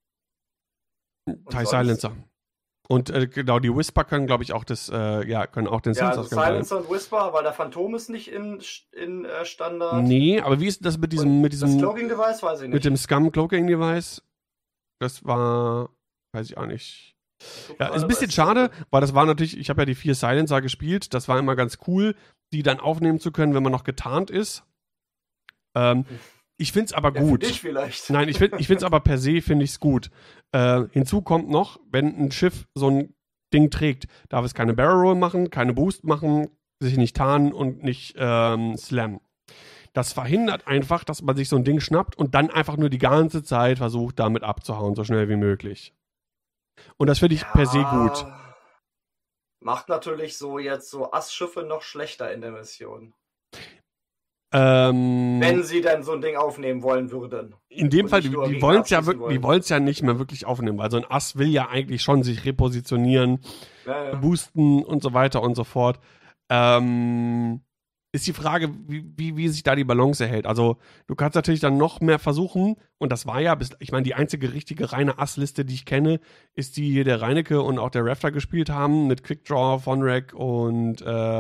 TIE Silencer. Und genau, die Whisper können, glaube ich, auch können auch den Silencer. Ja, Silencer und Whisper, weil der Phantom ist nicht in Standard. Nee, aber wie ist das mit diesem das Cloaking-Device, weiß ich nicht. Mit dem Scum-Cloaking-Device? Das war weiß ich auch nicht. Ja, ist ein bisschen schade, weil das war natürlich, ich habe ja die 4 Silencer gespielt, das war immer ganz cool, die dann aufnehmen zu können, wenn man noch getarnt ist. Ich finde es aber gut. Für dich vielleicht. Nein, ich finde es aber per se, finde ich es gut. Hinzu kommt noch, wenn ein Schiff so ein Ding trägt, darf es keine Barrel Roll machen, keine Boost machen, sich nicht tarnen und nicht slammen. Das verhindert einfach, dass man sich so ein Ding schnappt und dann einfach nur die ganze Zeit versucht, damit abzuhauen, so schnell wie möglich. Und das finde ich per se gut. Macht natürlich so jetzt so Assschiffe noch schlechter in der Mission. Wenn sie dann so ein Ding aufnehmen wollen würden. In dem Fall, die wollen es ja nicht mehr wirklich aufnehmen, weil so ein Ass will ja eigentlich schon sich repositionieren, boosten und so weiter und so fort. Ist die Frage, wie sich da die Balance erhält. Also du kannst natürlich dann noch mehr versuchen, und das war ja, ich meine, die einzige richtige reine Ass-Liste, die ich kenne, ist die, der Reinecke und auch der Rafter gespielt haben, mit Quickdraw, Vonrek und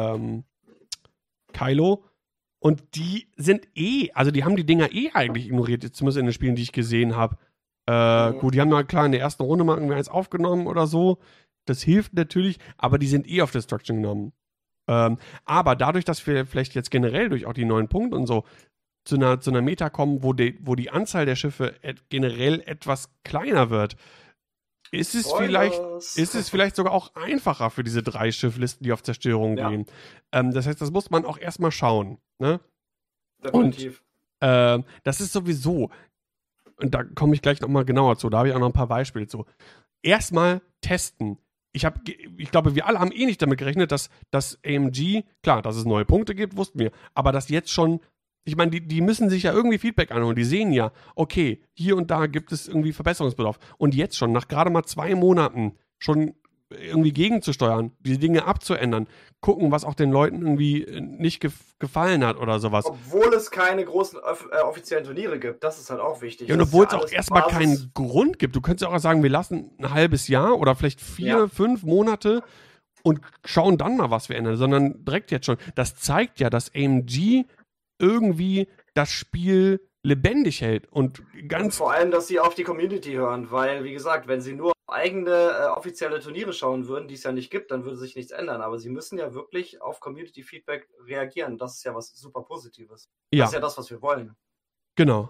Kylo. Und die sind also die haben die Dinger eigentlich ignoriert, zumindest in den Spielen, die ich gesehen habe. Gut, die haben ja klar in der ersten Runde mal irgendwie eins aufgenommen oder so. Das hilft natürlich, aber die sind auf Destruction genommen. Aber dadurch, dass wir vielleicht jetzt generell durch auch die 9 Punkte und so zu einer Meta kommen, wo die Anzahl der Schiffe generell etwas kleiner wird, ist es vielleicht sogar auch einfacher für diese 3 Schifflisten, die auf Zerstörung gehen. Das heißt, das muss man auch erstmal schauen. Ne? Definitiv. Und das ist sowieso, und da komme ich gleich nochmal genauer zu, da habe ich auch noch ein paar Beispiele zu. Erstmal testen. Ich glaube, wir alle haben nicht damit gerechnet, dass das AMG, klar, dass es neue Punkte gibt, wussten wir, aber dass jetzt schon, ich meine, die müssen sich ja irgendwie Feedback anholen, die sehen ja, okay, hier und da gibt es irgendwie Verbesserungsbedarf und jetzt schon, nach gerade mal 2 Monaten, schon irgendwie gegenzusteuern, die Dinge abzuändern, gucken, was auch den Leuten irgendwie nicht gefallen hat oder sowas. Obwohl es keine großen offiziellen Turniere gibt, das ist halt auch wichtig. Ja, und obwohl es auch erstmal keinen Grund gibt. Du könntest ja auch sagen, wir lassen ein halbes Jahr oder vielleicht 4, 5 Monate und schauen dann mal, was wir ändern, sondern direkt jetzt schon. Das zeigt ja, dass AMG irgendwie das Spiel lebendig hält und vor allem, dass sie auf die Community hören, weil, wie gesagt, wenn sie nur auf eigene offizielle Turniere schauen würden, die es ja nicht gibt, dann würde sich nichts ändern. Aber sie müssen ja wirklich auf Community-Feedback reagieren. Das ist ja was super Positives. Ja. Das ist ja das, was wir wollen. Genau.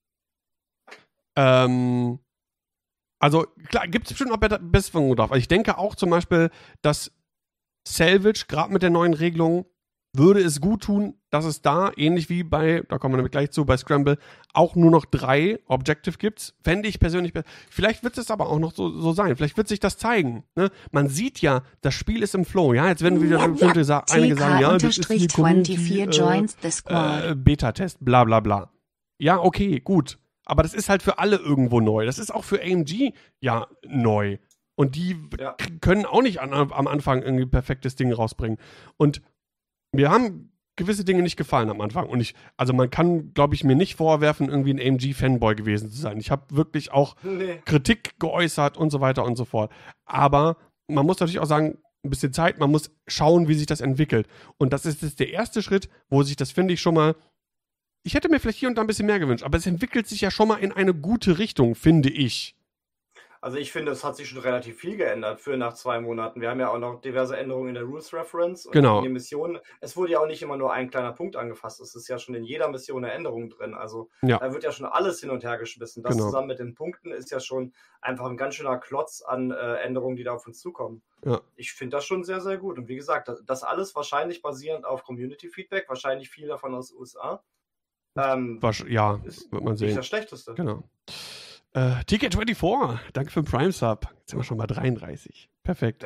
Also, klar, gibt es bestimmt noch Besserungen drauf. Also ich denke auch zum Beispiel, dass Salvage, gerade mit der neuen Regelung, würde es gut tun, dass es da, ähnlich wie da kommen wir nämlich gleich zu, bei Scramble, auch nur noch 3 Objective gibt. Fände ich persönlich besser. Vielleicht wird es aber auch noch so sein. Vielleicht wird sich das zeigen. Ne? Man sieht ja, das Spiel ist im Flow. Ja, jetzt werden wieder einige sagen, ja, das ist die Community, Beta-Test, bla bla bla. Ja, okay, gut. Aber das ist halt für alle irgendwo neu. Das ist auch für AMG ja neu. Und die können auch nicht am Anfang irgendwie ein perfektes Ding rausbringen. Und mir haben gewisse Dinge nicht gefallen am Anfang. Und also man kann, glaube ich, mir nicht vorwerfen, irgendwie ein AMG-Fanboy gewesen zu sein. Ich habe wirklich auch Kritik geäußert und so weiter und so fort. Aber man muss natürlich auch sagen, ein bisschen Zeit, man muss schauen, wie sich das entwickelt. Und das ist jetzt der erste Schritt, wo sich das, finde ich, schon mal, ich hätte mir vielleicht hier und da ein bisschen mehr gewünscht, aber es entwickelt sich ja schon mal in eine gute Richtung, finde ich. Also ich finde, es hat sich schon relativ viel geändert für nach 2 Monaten. Wir haben ja auch noch diverse Änderungen in der Rules Reference und in den Missionen. Es wurde ja auch nicht immer nur ein kleiner Punkt angefasst. Es ist ja schon in jeder Mission eine Änderung drin. Also da wird ja schon alles hin und her geschmissen. Das zusammen mit den Punkten ist ja schon einfach ein ganz schöner Klotz an Änderungen, die da auf uns zukommen. Ja. Ich finde das schon sehr, sehr gut. Und wie gesagt, das alles wahrscheinlich basierend auf Community-Feedback, wahrscheinlich viel davon aus den USA. Wird man sehen. Nicht das Schlechteste. Genau. TK24, danke für den Prime-Sub. Jetzt sind wir schon bei 33. Perfekt.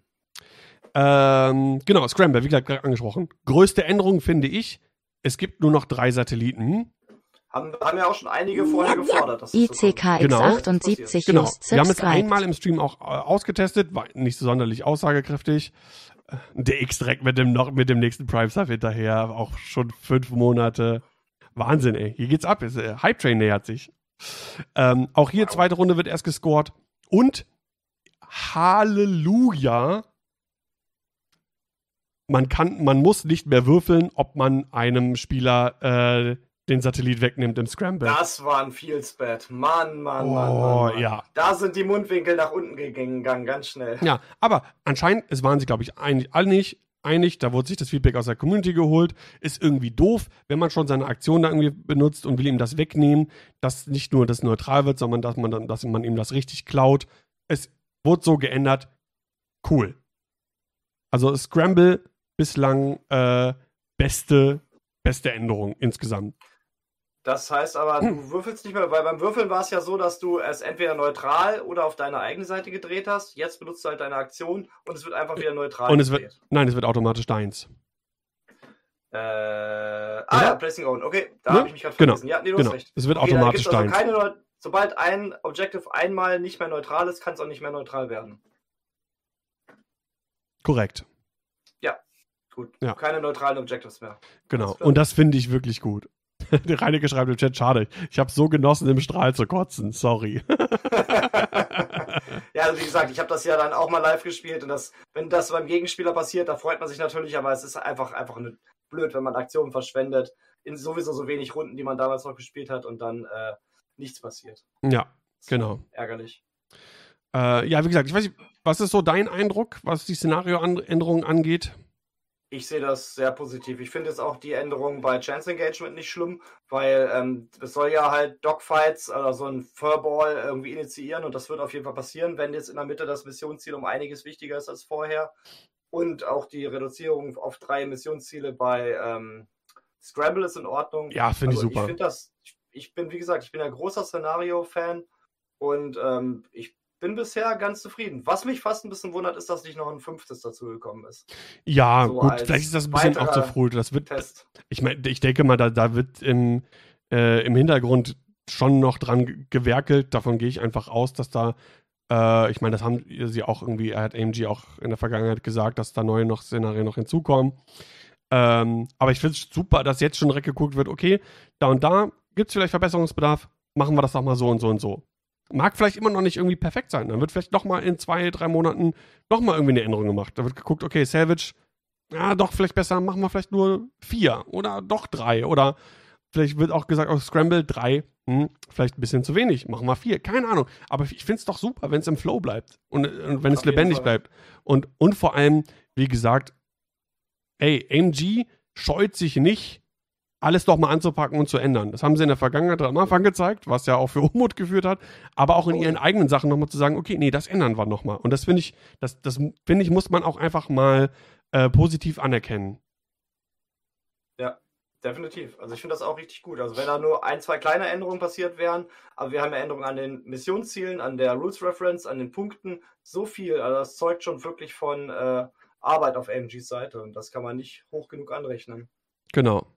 Bam. Genau, Scramble, wie gerade angesprochen. Größte Änderung finde ich, es gibt nur noch 3 Satelliten. Haben ja auch schon einige vorher gefordert. Dass ICKX78 genau. Wir haben es einmal im Stream auch ausgetestet, war nicht so sonderlich aussagekräftig. Der X-Direct mit dem nächsten Prime-Sub hinterher, auch schon 5 Monate. Wahnsinn, ey. Hier geht's ab. Hype-Train nähert sich. Auch hier, zweite Runde wird erst gescored. Und Halleluja, man muss nicht mehr würfeln, ob man einem Spieler den Satellit wegnimmt im Scramble. Das war ein Feels-Bad. Mann. Ja. Da sind die Mundwinkel nach unten gegangen, ganz schnell. Ja, aber anscheinend, es waren sie, glaube ich, eigentlich alle nicht einig, da wurde sich das Feedback aus der Community geholt, ist irgendwie doof, wenn man schon seine Aktion da irgendwie benutzt und will ihm das wegnehmen, dass nicht nur das neutral wird, sondern dass man ihm das richtig klaut. Es wurde so geändert. Cool. Also Scramble bislang beste Änderung insgesamt. Das heißt aber, du würfelst nicht mehr, weil beim Würfeln war es ja so, dass du es entweder neutral oder auf deine eigene Seite gedreht hast. Jetzt benutzt du halt deine Aktion und es wird einfach wieder neutral und gedreht. Es wird automatisch deins. Ja, Placing Own. Okay, da habe ich mich gerade vergessen. Ja, nee, du hast recht. Es wird automatisch deins. Also sobald ein Objective einmal nicht mehr neutral ist, kann es auch nicht mehr neutral werden. Korrekt. Ja, gut. Ja. Keine neutralen Objectives mehr. Genau. Und das finde ich wirklich gut. Der Reinecke schreibt im Chat, schade. Ich habe so genossen, im Strahl zu kotzen. Sorry. Ja, also wie gesagt, ich habe das ja dann auch mal live gespielt und wenn das beim Gegenspieler passiert, da freut man sich natürlich, aber es ist einfach blöd, wenn man Aktionen verschwendet, in sowieso so wenig Runden, die man damals noch gespielt hat und dann nichts passiert. Ja, genau. Ärgerlich. Ja, wie gesagt, ich weiß nicht, was ist so dein Eindruck, was die Szenarioänderungen angeht? Ich sehe das sehr positiv. Ich finde jetzt auch die Änderungen bei Chance Engagement nicht schlimm, weil es soll ja halt Dogfights oder so ein Furball irgendwie initiieren und das wird auf jeden Fall passieren, wenn jetzt in der Mitte das Missionsziel um einiges wichtiger ist als vorher. Und auch die Reduzierung auf 3 Missionsziele bei Scramble ist in Ordnung. Ja, finde ich super. Ich finde das, ich bin ja großer Szenario-Fan und ich bin bisher ganz zufrieden. Was mich fast ein bisschen wundert, ist, dass nicht noch ein 5. dazu gekommen ist. Ja, so gut, vielleicht ist das ein bisschen auch zu früh. Das wird, ich denke mal, da wird im Hintergrund schon noch dran gewerkelt. Davon gehe ich einfach aus, dass da, ich meine, das haben sie auch irgendwie, hat AMG auch in der Vergangenheit gesagt, dass da neue Szenarien noch hinzukommen. Aber ich finde es super, dass jetzt schon direkt geguckt wird, okay, da und da gibt es vielleicht Verbesserungsbedarf, machen wir das doch mal so und so und so. Mag vielleicht immer noch nicht irgendwie perfekt sein. Dann wird vielleicht noch mal in 2-3 Monaten noch mal irgendwie eine Änderung gemacht. Da wird geguckt, okay, Salvage, ja, doch, vielleicht besser, machen wir vielleicht nur 4 oder doch 3. Oder vielleicht wird auch gesagt, Scramble 3, vielleicht ein bisschen zu wenig, machen wir 4. Keine Ahnung. Aber ich finde es doch super, wenn es im Flow bleibt und wenn es lebendig bleibt. Und vor allem, wie gesagt, AMG scheut sich nicht, alles doch mal anzupacken und zu ändern. Das haben sie in der Vergangenheit am Anfang gezeigt, was ja auch für Unmut geführt hat, aber auch in ihren eigenen Sachen nochmal zu sagen, okay, nee, das ändern wir nochmal. Und das finde ich, muss man auch einfach mal positiv anerkennen. Ja, definitiv. Also ich finde das auch richtig gut. Also wenn da nur 1-2 kleine Änderungen passiert wären, aber wir haben ja Änderungen an den Missionszielen, an der Rules Reference, an den Punkten, so viel. Also das zeugt schon wirklich von Arbeit auf AMGs Seite und das kann man nicht hoch genug anrechnen. Genau.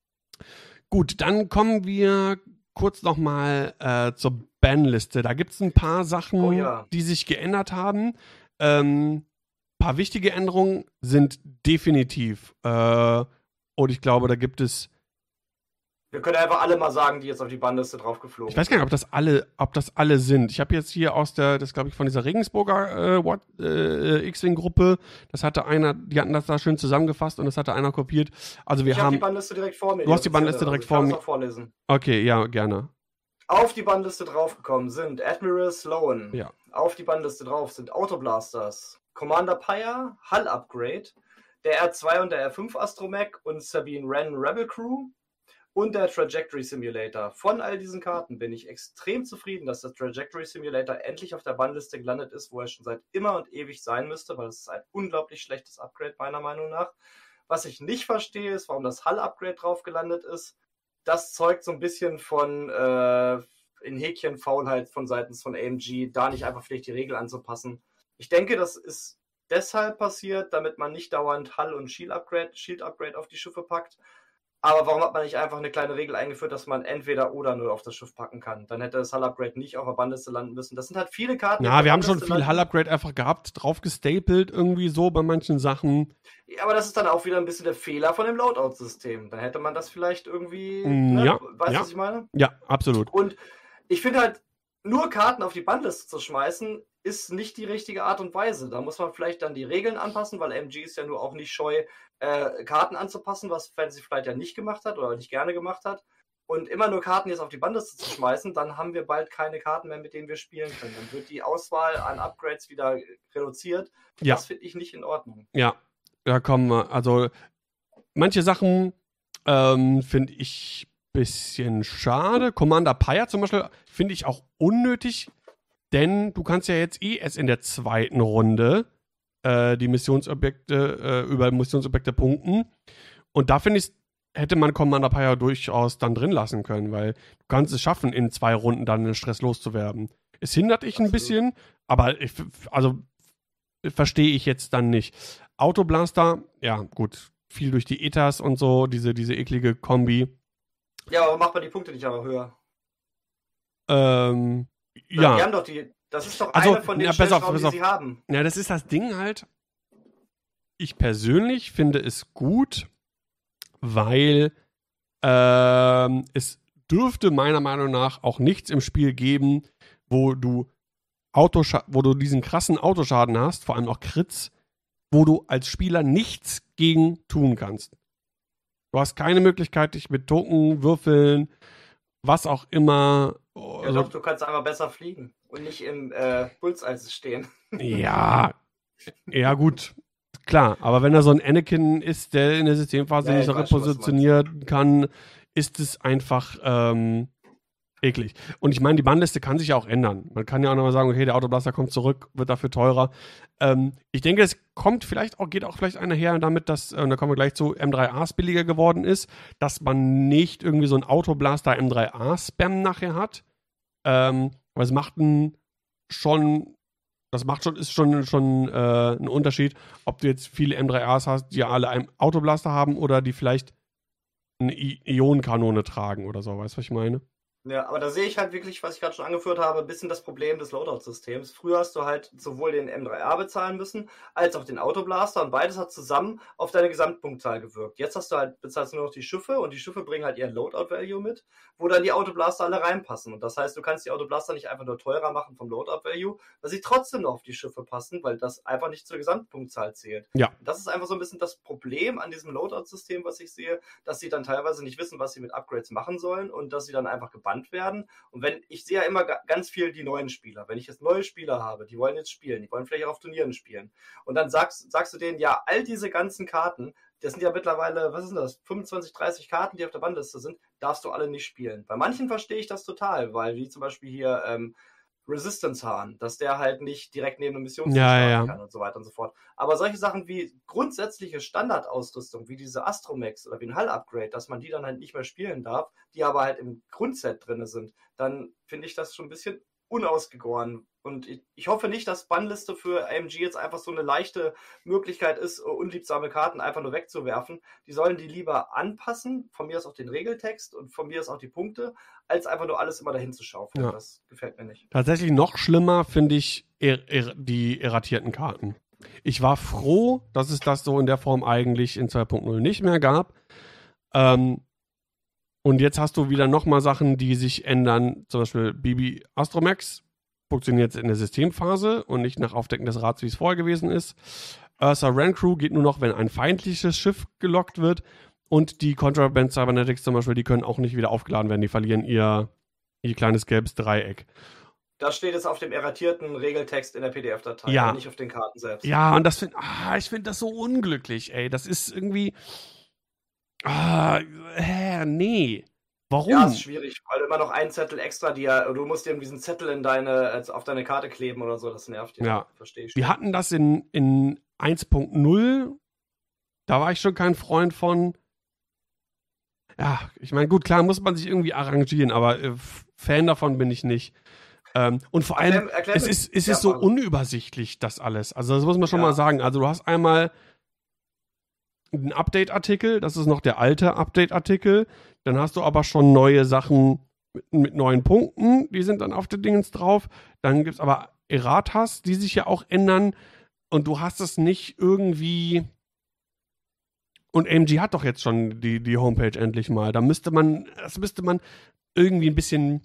Gut, dann kommen wir kurz nochmal zur Banliste. Da gibt es ein paar Sachen, die sich geändert haben. Ein paar wichtige Änderungen sind definitiv. Und ich glaube, da gibt es. Wir können einfach alle mal sagen, die jetzt auf die Bannliste draufgeflogen sind. Ich weiß gar nicht, ob das alle sind. Ich habe jetzt hier das glaube ich, von dieser Regensburger X-Wing-Gruppe, die hatten das da schön zusammengefasst und das hatte einer kopiert. Also ich habe die Bannliste direkt vor mir. Du hast die Bannliste direkt vor mir. Ich kann das auch vorlesen. Okay, ja, gerne. Auf die Bannliste draufgekommen sind Admiral Sloan. Ja. Auf die Bannliste drauf sind Autoblasters, Commander Pyre, Hull Upgrade, der R2 und der R5 Astromech und Sabine Wren Rebel Crew. Und der Trajectory Simulator. Von all diesen Karten bin ich extrem zufrieden, dass der Trajectory Simulator endlich auf der Bannliste gelandet ist, wo er schon seit immer und ewig sein müsste, weil es ist ein unglaublich schlechtes Upgrade meiner Meinung nach. Was ich nicht verstehe, ist, warum das Hull-Upgrade drauf gelandet ist. Das zeugt so ein bisschen von in Häkchen Faulheit von seitens von AMG, da nicht einfach vielleicht die Regel anzupassen. Ich denke, das ist deshalb passiert, damit man nicht dauernd Hull- und Shield-Upgrade auf die Schiffe packt. Aber warum hat man nicht einfach eine kleine Regel eingeführt, dass man entweder oder nur auf das Schiff packen kann? Dann hätte das Hull-Upgrade nicht auf der Bannliste landen müssen. Das sind halt viele Karten. Ja, wir haben schon viel Hull-Upgrade einfach gehabt, drauf gestapelt irgendwie so bei manchen Sachen. Ja, aber das ist dann auch wieder ein bisschen der Fehler von dem Loadout-System. Dann hätte man das vielleicht irgendwie, ja, weißt du, was ich meine? Ja, absolut. Und ich finde halt, nur Karten auf die Bannliste zu schmeißen, ist nicht die richtige Art und Weise. Da muss man vielleicht dann die Regeln anpassen, weil MG ist ja nur auch nicht scheu, Karten anzupassen, was Fantasy Flight ja nicht gemacht hat oder nicht gerne gemacht hat. und immer nur Karten jetzt auf die Bandliste zu schmeißen, dann haben wir bald keine Karten mehr, mit denen wir spielen können. Dann wird die Auswahl an Upgrades wieder reduziert. Ja. Das finde ich nicht in Ordnung. Ja, komm, also manche Sachen finde ich ein bisschen schade. Commander Pyre zum Beispiel finde ich auch unnötig, denn du kannst ja jetzt erst in der zweiten Runde die Missionsobjekte über Missionsobjekte punkten. Und da finde ich, hätte man Commander Pyre durchaus dann drin lassen können, weil du kannst es schaffen, in 2 Runden dann den Stress loszuwerden. Es hindert dich ein bisschen, aber verstehe ich jetzt dann nicht. Autoblaster, ja gut, viel durch die Ethers und so, diese eklige Kombi. Ja, aber macht man die Punkte nicht aber höher? Ja. Die haben doch das ist doch eine von den Stellschrauben, die sie haben. Ja, das ist das Ding halt. Ich persönlich finde es gut, weil es dürfte meiner Meinung nach auch nichts im Spiel geben, wo du diesen krassen Autoschaden hast, vor allem auch Crits, wo du als Spieler nichts gegen tun kannst. Du hast keine Möglichkeit, dich mit Token, Würfeln, was auch immer. Ja doch, du kannst einfach besser fliegen und nicht im Bullseye stehen. Ja, gut. Klar, aber wenn da so ein Anakin ist, der in der Systemphase nicht repositionieren kann, ist es einfach eklig. Und ich meine, die Bannliste kann sich ja auch ändern. Man kann ja auch nochmal sagen, okay, der Autoblaster kommt zurück, wird dafür teurer. Ich denke, es geht auch vielleicht einher damit, dass, und da kommen wir gleich zu, M3As billiger geworden ist, dass man nicht irgendwie so ein Autoblaster M3A-Spam nachher hat. Weil es ist schon ein Unterschied, ob du jetzt viele M3As hast, die alle einen Autoblaster haben oder die vielleicht eine Ionenkanone tragen oder so, weißt du, was ich meine? Ja, aber da sehe ich halt wirklich, was ich gerade schon angeführt habe, ein bisschen das Problem des Loadout-Systems. Früher hast du halt sowohl den M3A bezahlen müssen, als auch den Autoblaster und beides hat zusammen auf deine Gesamtpunktzahl gewirkt. Jetzt bezahlst du nur noch die Schiffe und die Schiffe bringen halt ihren Loadout-Value mit, wo dann die Autoblaster alle reinpassen. Und das heißt, du kannst die Autoblaster nicht einfach nur teurer machen vom Loadout-Value, weil sie trotzdem noch auf die Schiffe passen, weil das einfach nicht zur Gesamtpunktzahl zählt. Ja. Und das ist einfach so ein bisschen das Problem an diesem Loadout-System, was ich sehe, dass sie dann teilweise nicht wissen, was sie mit Upgrades machen sollen und dass sie dann einfach gebannt werden. Und ich sehe ja immer ganz viel die neuen Spieler. Wenn ich jetzt neue Spieler habe, die wollen jetzt spielen, die wollen vielleicht auch auf Turnieren spielen. Und dann sagst du denen, ja, all diese ganzen Karten, das sind ja mittlerweile, 25, 30 Karten, die auf der Bannliste sind, darfst du alle nicht spielen. Bei manchen verstehe ich das total, weil wie zum Beispiel hier Resistance-Hahn, dass der halt nicht direkt neben einer Mission starten kann und so weiter und so fort. Aber solche Sachen wie grundsätzliche Standardausrüstung, wie diese Astromex oder wie ein Hull-Upgrade, dass man die dann halt nicht mehr spielen darf, die aber halt im Grundset drin sind, dann finde ich das schon ein bisschen unausgegoren. Und ich hoffe nicht, dass Bannliste für AMG jetzt einfach so eine leichte Möglichkeit ist, unliebsame Karten einfach nur wegzuwerfen. Die sollen die lieber anpassen, von mir aus auch den Regeltext und von mir aus auch die Punkte, als einfach nur alles immer dahin zu schaufeln. Ja. Das gefällt mir nicht. Tatsächlich noch schlimmer finde ich die erratierten Karten. Ich war froh, dass es das so in der Form eigentlich in 2.0 nicht mehr gab. Und jetzt hast du wieder nochmal Sachen, die sich ändern. Zum Beispiel BB Astromex funktioniert jetzt in der Systemphase und nicht nach Aufdecken des Rats, wie es vorher gewesen ist. Ursa Rencrew geht nur noch, wenn ein feindliches Schiff gelockt wird. Und die Contraband Cybernetics zum Beispiel, die können auch nicht wieder aufgeladen werden. Die verlieren ihr kleines gelbes Dreieck. Das steht jetzt auf dem erratierten Regeltext in der PDF-Datei, ja. Nicht auf den Karten selbst. Ja, und ich finde das so unglücklich, ey. Das ist irgendwie... nee. Warum? Ja, ist schwierig, weil du immer noch einen Zettel extra du musst dir diesen Zettel auf deine Karte kleben oder so, das nervt dich. Ja. Verstehe ich. Wir hatten das in 1.0, da war ich schon kein Freund von. Ja, ich meine, gut, klar muss man sich irgendwie arrangieren, aber Fan davon bin ich nicht. Und vor allem, es ist so unübersichtlich, das alles. Also das muss man schon mal sagen. Also du hast einmal einen Update-Artikel, das ist noch der alte Update-Artikel. Dann hast du aber schon neue Sachen mit neuen Punkten, die sind dann auf den Dingens drauf. Dann gibt es aber Erratas, die sich ja auch ändern. Und du hast es nicht irgendwie... Und AMG hat doch jetzt schon die Homepage endlich mal. Das müsste man irgendwie ein bisschen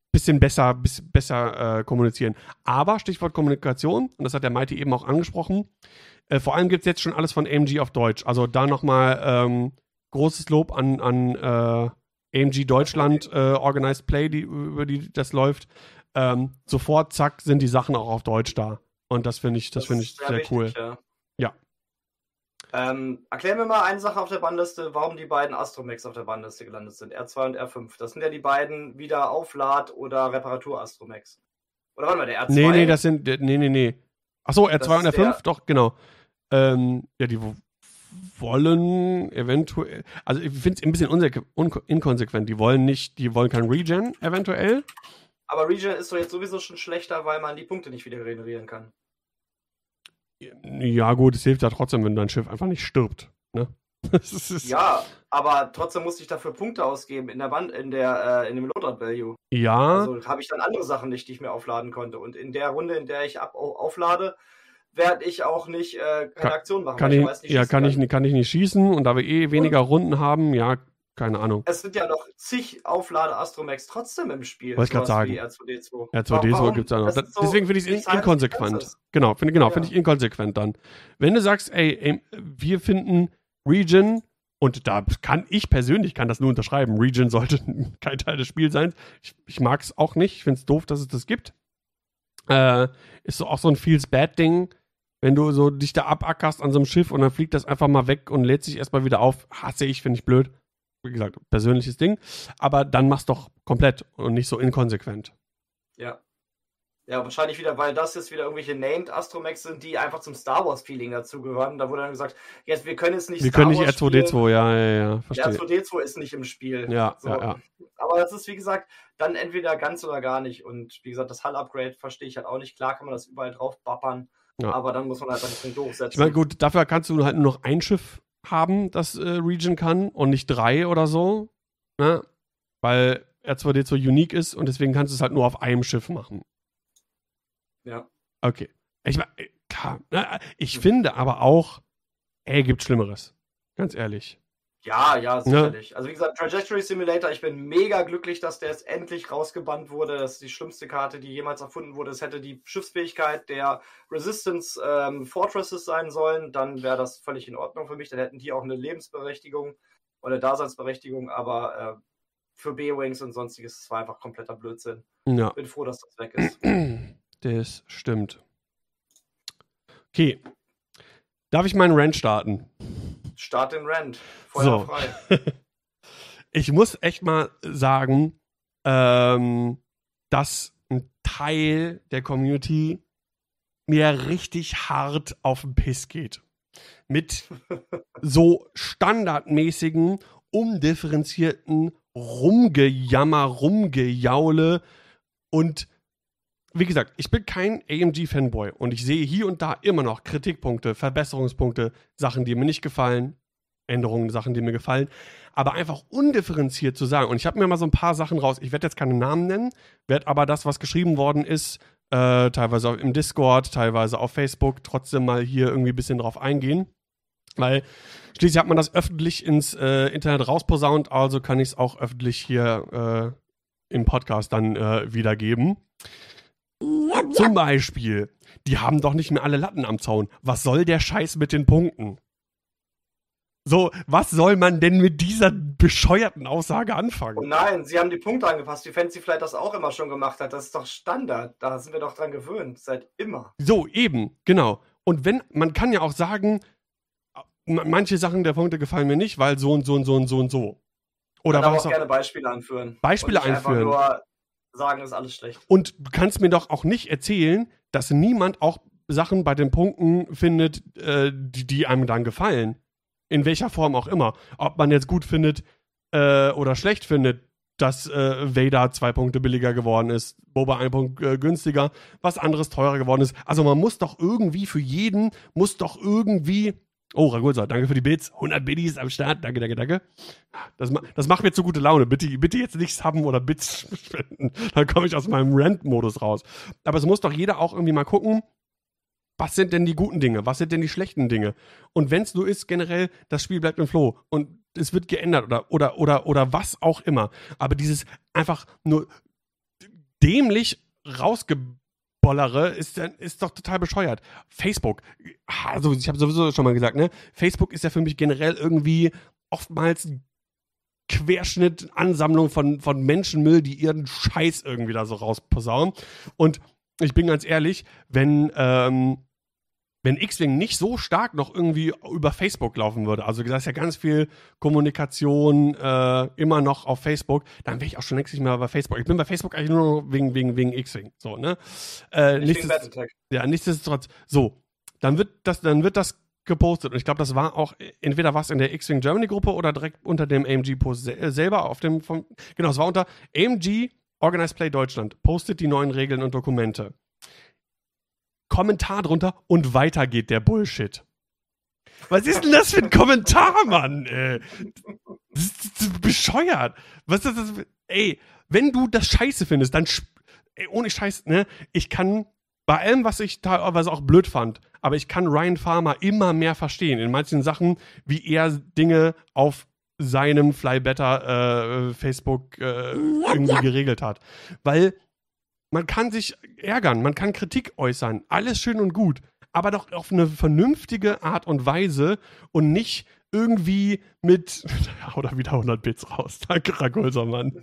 besser kommunizieren. Aber Stichwort Kommunikation, und das hat der Mighty eben auch angesprochen, vor allem gibt es jetzt schon alles von AMG auf Deutsch. Also da nochmal großes Lob an AMG Deutschland Organized Play, über die das läuft, sofort, zack, sind die Sachen auch auf Deutsch da. Und das finde ich sehr wichtig, cool. Ja. Erklär mir mal eine Sache auf der Bannliste, warum die beiden Astromechs auf der Bannliste gelandet sind, R2 und R5. Das sind ja die beiden wieder Auflad- oder Reparatur-Astromechs. Oder warte mal, der R2? Nee, das sind, nee. Achso, R2 und R5, doch, genau. Ja, die wollen eventuell, also ich finde es ein bisschen inkonsequent, die wollen kein Regen eventuell. Aber Regen ist doch jetzt sowieso schon schlechter, weil man die Punkte nicht wieder generieren kann. Ja gut, es hilft ja trotzdem, wenn dein Schiff einfach nicht stirbt, ne? Ja, aber trotzdem musste ich dafür Punkte ausgeben in dem Loadout Value. Ja. Also habe ich dann andere Sachen nicht, die ich mir aufladen konnte. Und in der Runde, in der ich auflade, werde ich auch nicht keine Aktion machen. Kann ich nicht schießen und da wir weniger Runden haben, ja, keine Ahnung. Es sind ja noch zig Auflade-Astromechs trotzdem im Spiel. Wollte ich gerade sagen. R2D2. R2D2 gibt es ja noch. Deswegen finde ich es inkonsequent. Finde ich inkonsequent dann. Wenn du sagst, ey, wir finden Regen, und da kann das nur unterschreiben, Regen sollte kein Teil des Spiels sein. Ich mag es auch nicht. Ich finde es doof, dass es das gibt. Ist so auch so ein Feels-Bad-Ding. Wenn du so dich da abackerst an so einem Schiff und dann fliegt das einfach mal weg und lädt sich erstmal wieder auf, finde ich blöd. Wie gesagt, persönliches Ding. Aber dann mach's doch komplett und nicht so inkonsequent. Ja. Ja, wahrscheinlich wieder, weil das jetzt wieder irgendwelche Named Astromechs sind, die einfach zum Star Wars-Feeling dazugehören. Da wurde dann gesagt, jetzt, wir können jetzt nicht Star Wars R2D2, ja, verstehe. R2D2 ist nicht im Spiel. Ja, so. ja. Aber das ist, wie gesagt, dann entweder ganz oder gar nicht. Und wie gesagt, das Hull-Upgrade verstehe ich halt auch nicht. Klar kann man das überall drauf bappern, aber dann muss man halt ein bisschen durchsetzen. Ich meine, gut, dafür kannst du halt nur noch ein Schiff haben, das Regen kann und nicht 3 oder so, ne? Weil R2D2 unique ist und deswegen kannst du es halt nur auf einem Schiff machen. Ja. Okay. Ich meine, klar, ne? Ich finde aber auch, gibt Schlimmeres. Ganz ehrlich. Ja, sicherlich. Also wie gesagt, Trajectory Simulator, ich bin mega glücklich, dass der jetzt endlich rausgebannt wurde. Das ist die schlimmste Karte, die jemals erfunden wurde. Es hätte die Schiffsfähigkeit der Resistance Fortresses sein sollen. Dann wäre das völlig in Ordnung für mich. Dann hätten die auch eine Lebensberechtigung oder Daseinsberechtigung. Aber für B-Wings und sonstiges, das war einfach kompletter Blödsinn. Ja. Bin froh, dass das weg ist. Das stimmt. Okay. Darf ich meinen Rant starten? Start den Rant. Feuer frei. Ich muss echt mal sagen, dass ein Teil der Community mir richtig hart auf den Piss geht. Mit so standardmäßigen, undifferenzierten Rumgejaule und wie gesagt, ich bin kein AMG-Fanboy und ich sehe hier und da immer noch Kritikpunkte, Verbesserungspunkte, Sachen, die mir nicht gefallen, Änderungen, Sachen, die mir gefallen, aber einfach undifferenziert zu sagen. Und ich habe mir mal so ein paar Sachen raus, ich werde jetzt keine Namen nennen, werde aber das, was geschrieben worden ist, teilweise im Discord, teilweise auf Facebook, trotzdem mal hier irgendwie ein bisschen drauf eingehen. Weil schließlich hat man das öffentlich ins Internet rausposaunt, also kann ich es auch öffentlich hier im Podcast dann wiedergeben. Zum Beispiel, die haben doch nicht mehr alle Latten am Zaun. Was soll der Scheiß mit den Punkten? So, was soll man denn mit dieser bescheuerten Aussage anfangen? Oh nein, sie haben die Punkte angepasst, wie Fancy Flight das auch immer schon gemacht hat. Das ist doch Standard, da sind wir doch dran gewöhnt, seit immer. So, eben, genau. Und man kann ja auch sagen, manche Sachen der Punkte gefallen mir nicht, weil so und so und so und so und so. Oder was auch gerne Beispiele anführen. Beispiele einführen. Einfach nur sagen, ist alles schlecht. Und du kannst mir doch auch nicht erzählen, dass niemand auch Sachen bei den Punkten findet, die einem dann gefallen. In welcher Form auch immer. Ob man jetzt gut findet oder schlecht findet, dass Vader 2 Punkte billiger geworden ist, Boba 1 Punkt günstiger, was anderes teurer geworden ist. Also man muss doch irgendwie für jeden, Oh, Ragulsa, danke für die Bits. 100 Biddies am Start. Danke. Das macht mir zu gute Laune. Bitte jetzt nicht subben oder Bits spenden. Dann komme ich aus meinem Rant-Modus raus. Aber es muss doch jeder auch irgendwie mal gucken, was sind denn die guten Dinge? Was sind denn die schlechten Dinge? Und wenn es nur ist, generell, das Spiel bleibt im Flow und es wird geändert oder was auch immer. Aber dieses einfach nur dämlich rausgebollere ist doch total bescheuert. Facebook, also ich habe sowieso schon mal gesagt, ne? Facebook ist ja für mich generell irgendwie oftmals Querschnitt, Ansammlung von Menschenmüll, die ihren Scheiß irgendwie da so rausposaunen. Und ich bin ganz ehrlich, wenn X-Wing nicht so stark noch irgendwie über Facebook laufen würde, also da ist ja ganz viel Kommunikation immer noch auf Facebook, dann wäre ich auch schon längst nicht mehr bei Facebook. Ich bin bei Facebook eigentlich nur noch wegen X-Wing. So, ne? Nichtsdestotrotz. So, dann wird das gepostet. Und ich glaube, das war auch, entweder was in der X-Wing Germany Gruppe oder direkt unter dem AMG-Post selber genau, es war unter AMG Organized Play Deutschland, postet die neuen Regeln und Dokumente. Kommentar drunter und weiter geht der Bullshit. Was ist denn das für ein Kommentar, Mann? Das ist bescheuert. Was ist das? Ey, wenn du das scheiße findest, dann ohne Scheiß, ne? Ich kann bei allem, was ich teilweise auch blöd fand, aber ich kann Ryan Farmer immer mehr verstehen in manchen Sachen, wie er Dinge auf seinem Fly Better Facebook irgendwie geregelt hat. Weil man kann sich ärgern, man kann Kritik äußern, alles schön und gut, aber doch auf eine vernünftige Art und Weise und nicht irgendwie mit, oder wieder 100 Bits raus, danke Rakulsermann.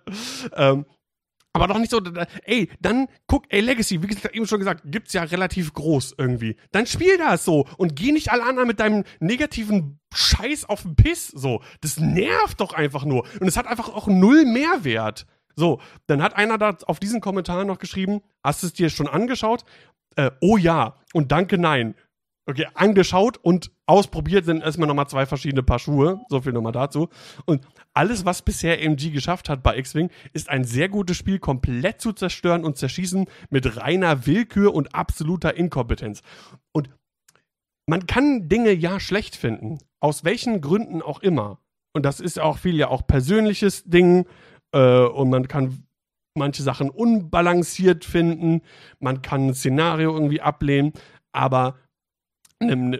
Aber doch nicht so, dann guck, Legacy, wie gesagt, eben schon gesagt, gibt's ja relativ groß irgendwie. Dann spiel das so und geh nicht alle anderen mit deinem negativen Scheiß auf den Piss, so. Das nervt doch einfach nur. Und es hat einfach auch null Mehrwert. So, dann hat einer da auf diesen Kommentar noch geschrieben, hast du es dir schon angeschaut? Oh ja und danke nein. Okay, angeschaut und ausprobiert sind erstmal nochmal 2 verschiedene Paar Schuhe. So viel nochmal dazu. Und alles, was bisher AMG geschafft hat bei X-Wing, ist ein sehr gutes Spiel komplett zu zerstören und zerschießen mit reiner Willkür und absoluter Inkompetenz. Und man kann Dinge ja schlecht finden. Aus welchen Gründen auch immer. Und das ist auch viel ja auch persönliches Ding. Und man kann manche Sachen unbalanciert finden, man kann ein Szenario irgendwie ablehnen, aber einem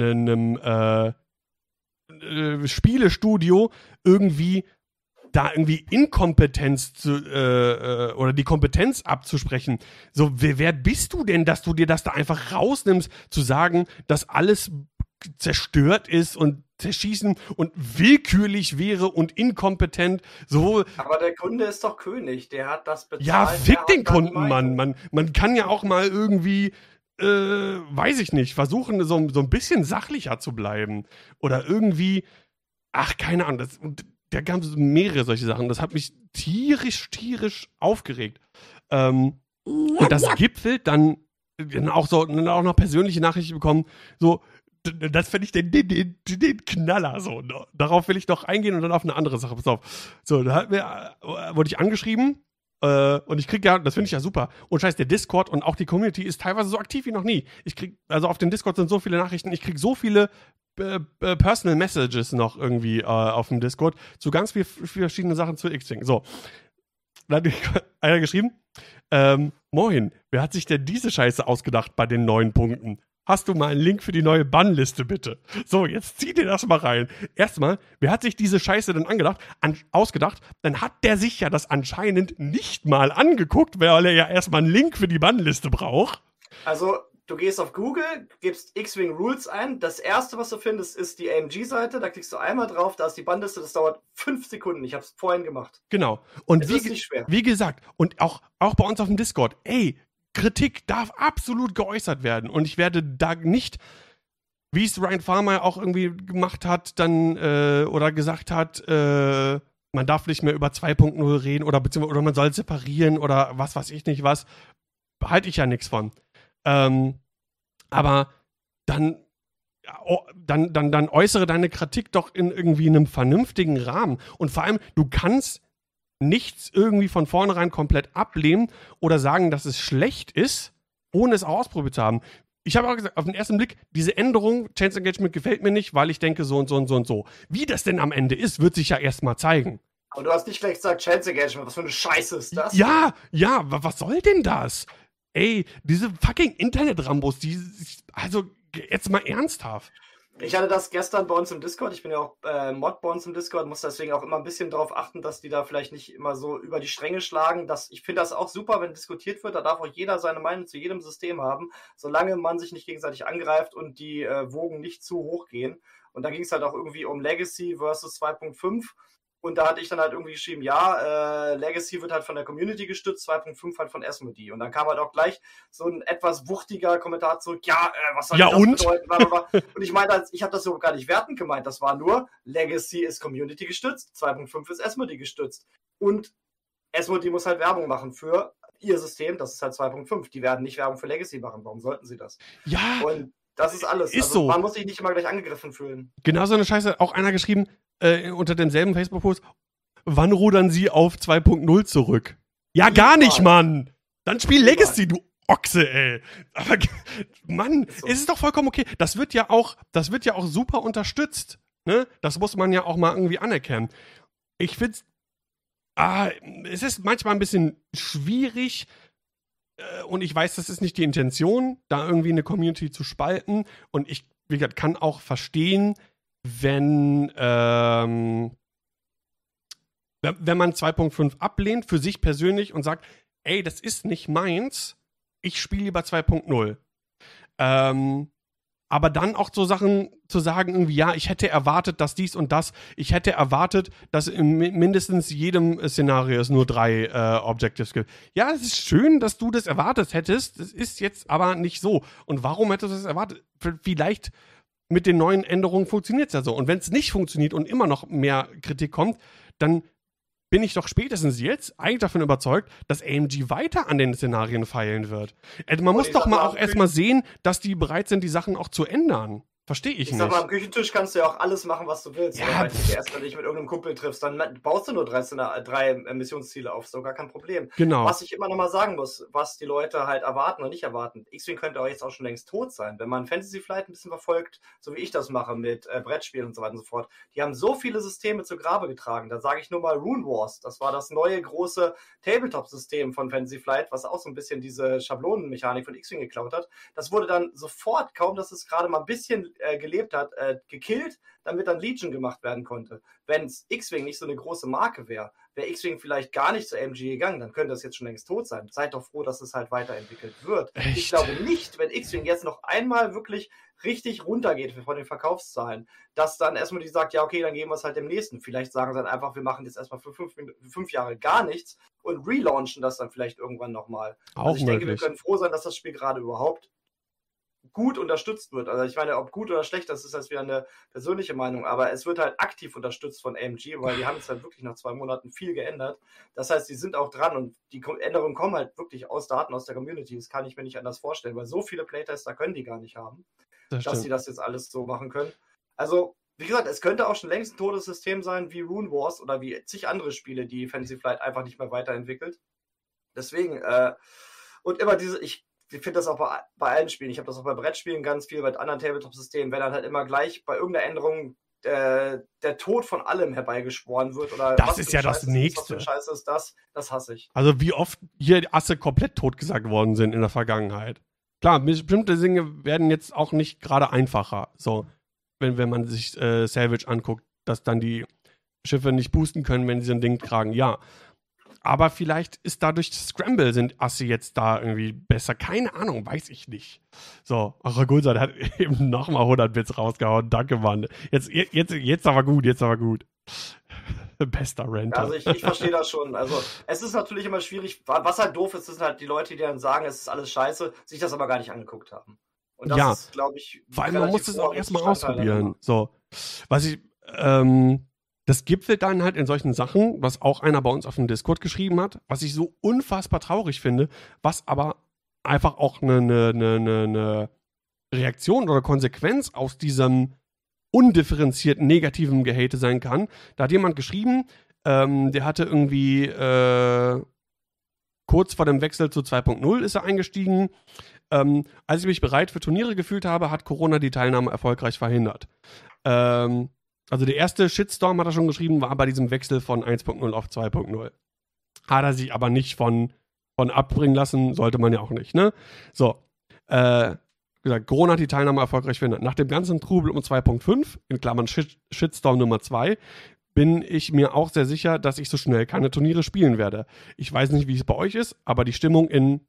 Spielestudio irgendwie Inkompetenz oder die Kompetenz abzusprechen. So, wer bist du denn, dass du dir das da einfach rausnimmst, zu sagen, dass alles zerstört ist und zerschießen und willkürlich wäre und inkompetent. So. Aber der Kunde ist doch König, der hat das bezahlt. Ja, fick den Kunden, Mann. Man kann ja auch mal irgendwie, weiß ich nicht, versuchen, so ein bisschen sachlicher zu bleiben. Oder irgendwie, keine Ahnung, da gab es mehrere solche Sachen. Das hat mich tierisch aufgeregt. Und das gipfelt dann auch noch persönliche Nachrichten bekommen, so, das finde ich den Knaller so. Darauf will ich noch eingehen und dann auf eine andere Sache. Pass auf. So, da wurde ich angeschrieben und ich krieg ja, das finde ich ja super. Und scheiß, der Discord und auch die Community ist teilweise so aktiv wie noch nie. Also auf dem Discord sind so viele Nachrichten, ich krieg so viele Personal Messages noch irgendwie auf dem Discord zu ganz viel verschiedenen Sachen zu X-Wing. So. Dann hat einer geschrieben, moin, wer hat sich denn diese Scheiße ausgedacht bei den 9 Punkten? Hast du mal einen Link für die neue Bannliste, bitte? So, jetzt zieh dir das mal rein. Erstmal, wer hat sich diese Scheiße denn ausgedacht? Dann hat der sich ja das anscheinend nicht mal angeguckt, weil er ja erstmal einen Link für die Bannliste braucht. Also, du gehst auf Google, gibst X-Wing Rules ein. Das erste, was du findest, ist die AMG-Seite. Da klickst du einmal drauf, da ist die Bannliste. Das dauert 5 Sekunden. Ich habe es vorhin gemacht. Genau. Und es ist nicht schwer. Wie gesagt, und auch bei uns auf dem Discord, Kritik darf absolut geäußert werden. Und ich werde da nicht, wie es Ryan Farmer auch irgendwie gemacht hat, dann oder gesagt hat, man darf nicht mehr über 2.0 reden oder man soll separieren oder was weiß ich nicht was, halte ich ja nichts von. Aber dann äußere deine Kritik doch in irgendwie einem vernünftigen Rahmen. Und vor allem, du kannst nichts irgendwie von vornherein komplett ablehnen oder sagen, dass es schlecht ist, ohne es auch ausprobiert zu haben. Ich habe auch gesagt, auf den ersten Blick, diese Änderung, Chance Engagement gefällt mir nicht, weil ich denke so und so und so und so. Wie das denn am Ende ist, wird sich ja erstmal zeigen. Aber du hast nicht gleich gesagt, Chance Engagement, was für eine Scheiße ist das? Ja, was soll denn das? Diese fucking Internet-Rambos, also jetzt mal ernsthaft. Ich hatte das gestern bei uns im Discord, ich bin ja auch Mod bei uns im Discord, muss deswegen auch immer ein bisschen darauf achten, dass die da vielleicht nicht immer so über die Stränge schlagen. Ich finde das auch super, wenn diskutiert wird, da darf auch jeder seine Meinung zu jedem System haben, solange man sich nicht gegenseitig angreift und die Wogen nicht zu hoch gehen. Und da ging es halt auch irgendwie um Legacy versus 2.5 Und da hatte ich dann halt irgendwie geschrieben, ja, Legacy wird halt von der Community gestützt, 2.5 halt von Asmodee. Und dann kam halt auch gleich so ein etwas wuchtiger Kommentar zurück, ja, was soll das bedeuten? Blablabla. Und ich meinte, ich habe das so gar nicht wertend gemeint, das war nur, Legacy ist Community gestützt, 2.5 ist Asmodee gestützt. Und Asmodee muss halt Werbung machen für ihr System, das ist halt 2.5. Die werden nicht Werbung für Legacy machen, warum sollten sie das? Ja, und das ist alles. Ist also, so. Man muss sich nicht immer gleich angegriffen fühlen. Genau so eine Scheiße, auch einer geschrieben, unter demselben Facebook-Post, wann rudern sie auf 2.0 zurück? Ja, gar nicht, Mann! Dann spiel Legacy, du Ochse, ey. Aber, Mann, so. Es ist doch vollkommen okay. Das wird ja auch super unterstützt. Ne? Das muss man ja auch mal irgendwie anerkennen. Ich find's, es ist manchmal ein bisschen schwierig, und ich weiß, das ist nicht die Intention, da irgendwie eine Community zu spalten. Und ich, wie gesagt, kann auch verstehen, wenn man 2.5 ablehnt für sich persönlich und sagt, ey, das ist nicht meins, ich spiele lieber 2.0. Aber dann auch so Sachen zu sagen, irgendwie, ja, ich hätte erwartet, dass dies und das, ich hätte erwartet, dass in mindestens jedem Szenario es nur 3 Objectives gibt. Ja, es ist schön, dass du das erwartet hättest, das ist jetzt aber nicht so. Und warum hättest du das erwartet? Vielleicht mit den neuen Änderungen funktioniert es ja so. Und wenn es nicht funktioniert und immer noch mehr Kritik kommt, dann bin ich doch spätestens jetzt eigentlich davon überzeugt, dass AMG weiter an den Szenarien feilen wird. Man muss doch mal auch erstmal sehen, dass die bereit sind, die Sachen auch zu ändern. Verstehe ich nicht. Ich sag mal, am Küchentisch kannst du ja auch alles machen, was du willst. Ja, wenn du erstmal dich mit irgendeinem Kumpel triffst, dann baust du nur 3 Missionsziele auf, so gar kein Problem. Genau. Was ich immer noch mal sagen muss, was die Leute halt erwarten und nicht erwarten. X-Wing könnte auch jetzt auch schon längst tot sein. Wenn man Fantasy Flight ein bisschen verfolgt, so wie ich das mache mit Brettspielen und so weiter und so fort, die haben so viele Systeme zu Grabe getragen. Da sage ich nur mal Rune Wars. Das war das neue große Tabletop-System von Fantasy Flight, was auch so ein bisschen diese Schablonenmechanik von X-Wing geklaut hat. Das wurde dann sofort, kaum dass es gerade mal ein bisschen gelebt hat, gekillt, damit dann Legion gemacht werden konnte. Wenn X-Wing nicht so eine große Marke wäre X-Wing vielleicht gar nicht zu AMG gegangen, dann könnte das jetzt schon längst tot sein. Seid doch froh, dass es halt weiterentwickelt wird. Echt? Ich glaube nicht, wenn X-Wing jetzt noch einmal wirklich richtig runtergeht von den Verkaufszahlen, dass dann erstmal die sagt, ja okay, dann gehen wir es halt dem nächsten. Vielleicht sagen sie dann einfach, wir machen jetzt erstmal für 5 Jahre gar nichts und relaunchen das dann vielleicht irgendwann nochmal. Also ich denke, wir können froh sein, dass das Spiel gerade überhaupt gut unterstützt wird. Also ich meine, ob gut oder schlecht, das ist jetzt wieder eine persönliche Meinung, aber es wird halt aktiv unterstützt von AMG, weil die haben jetzt halt wirklich nach 2 Monaten viel geändert. Das heißt, die sind auch dran und die Änderungen kommen halt wirklich aus Daten aus der Community. Das kann ich mir nicht anders vorstellen, weil so viele Playtester können die gar nicht haben, dass sie das jetzt alles so machen können. Also, wie gesagt, es könnte auch schon längst ein totes System sein wie Rune Wars oder wie zig andere Spiele, die Fantasy Flight einfach nicht mehr weiterentwickelt. Deswegen, und immer ich finde das auch bei allen Spielen. Ich habe das auch bei Brettspielen ganz viel, bei anderen Tabletop-Systemen, wenn dann halt immer gleich bei irgendeiner Änderung der Tod von allem herbeigeschworen wird. Oder das was ist ja das Nächste. Was für Scheiße ist das hasse ich. Also wie oft hier Asse komplett totgesagt worden sind in der Vergangenheit. Klar, bestimmte Dinge werden jetzt auch nicht gerade einfacher. So, wenn man sich Salvage anguckt, dass dann die Schiffe nicht boosten können, wenn sie ein Ding tragen. Ja, aber vielleicht ist dadurch Scramble, sind Asse jetzt da irgendwie besser. Keine Ahnung, weiß ich nicht. So, Ragulsa, der hat eben nochmal 100 Bits rausgehauen. Danke, Mann. Jetzt aber gut, Bester Renter. Also ich verstehe das schon. Also es ist natürlich immer schwierig. Was halt doof ist, sind halt die Leute, die dann sagen, es ist alles scheiße, sich das aber gar nicht angeguckt haben. Und das ist, glaube ich, vor allem, man muss es auch erstmal ausprobieren. So, was ich, das gipfelt dann halt in solchen Sachen, was auch einer bei uns auf dem Discord geschrieben hat, was ich so unfassbar traurig finde, was aber einfach auch eine Reaktion oder Konsequenz aus diesem undifferenzierten negativen Gehate sein kann. Da hat jemand geschrieben, der hatte irgendwie kurz vor dem Wechsel zu 2.0 ist er eingestiegen. Als ich mich bereit für Turniere gefühlt habe, hat Corona die Teilnahme erfolgreich verhindert. Also der erste Shitstorm, hat er schon geschrieben, war bei diesem Wechsel von 1.0 auf 2.0. Hat er sich aber nicht von abbringen lassen, sollte man ja auch nicht, ne? So, gesagt, Corona hat die Teilnahme erfolgreich verhindert. Nach dem ganzen Trubel um 2.5, in Klammern Shitstorm Nummer 2, bin ich mir auch sehr sicher, dass ich so schnell keine Turniere spielen werde. Ich weiß nicht, wie es bei euch ist, aber die Stimmung in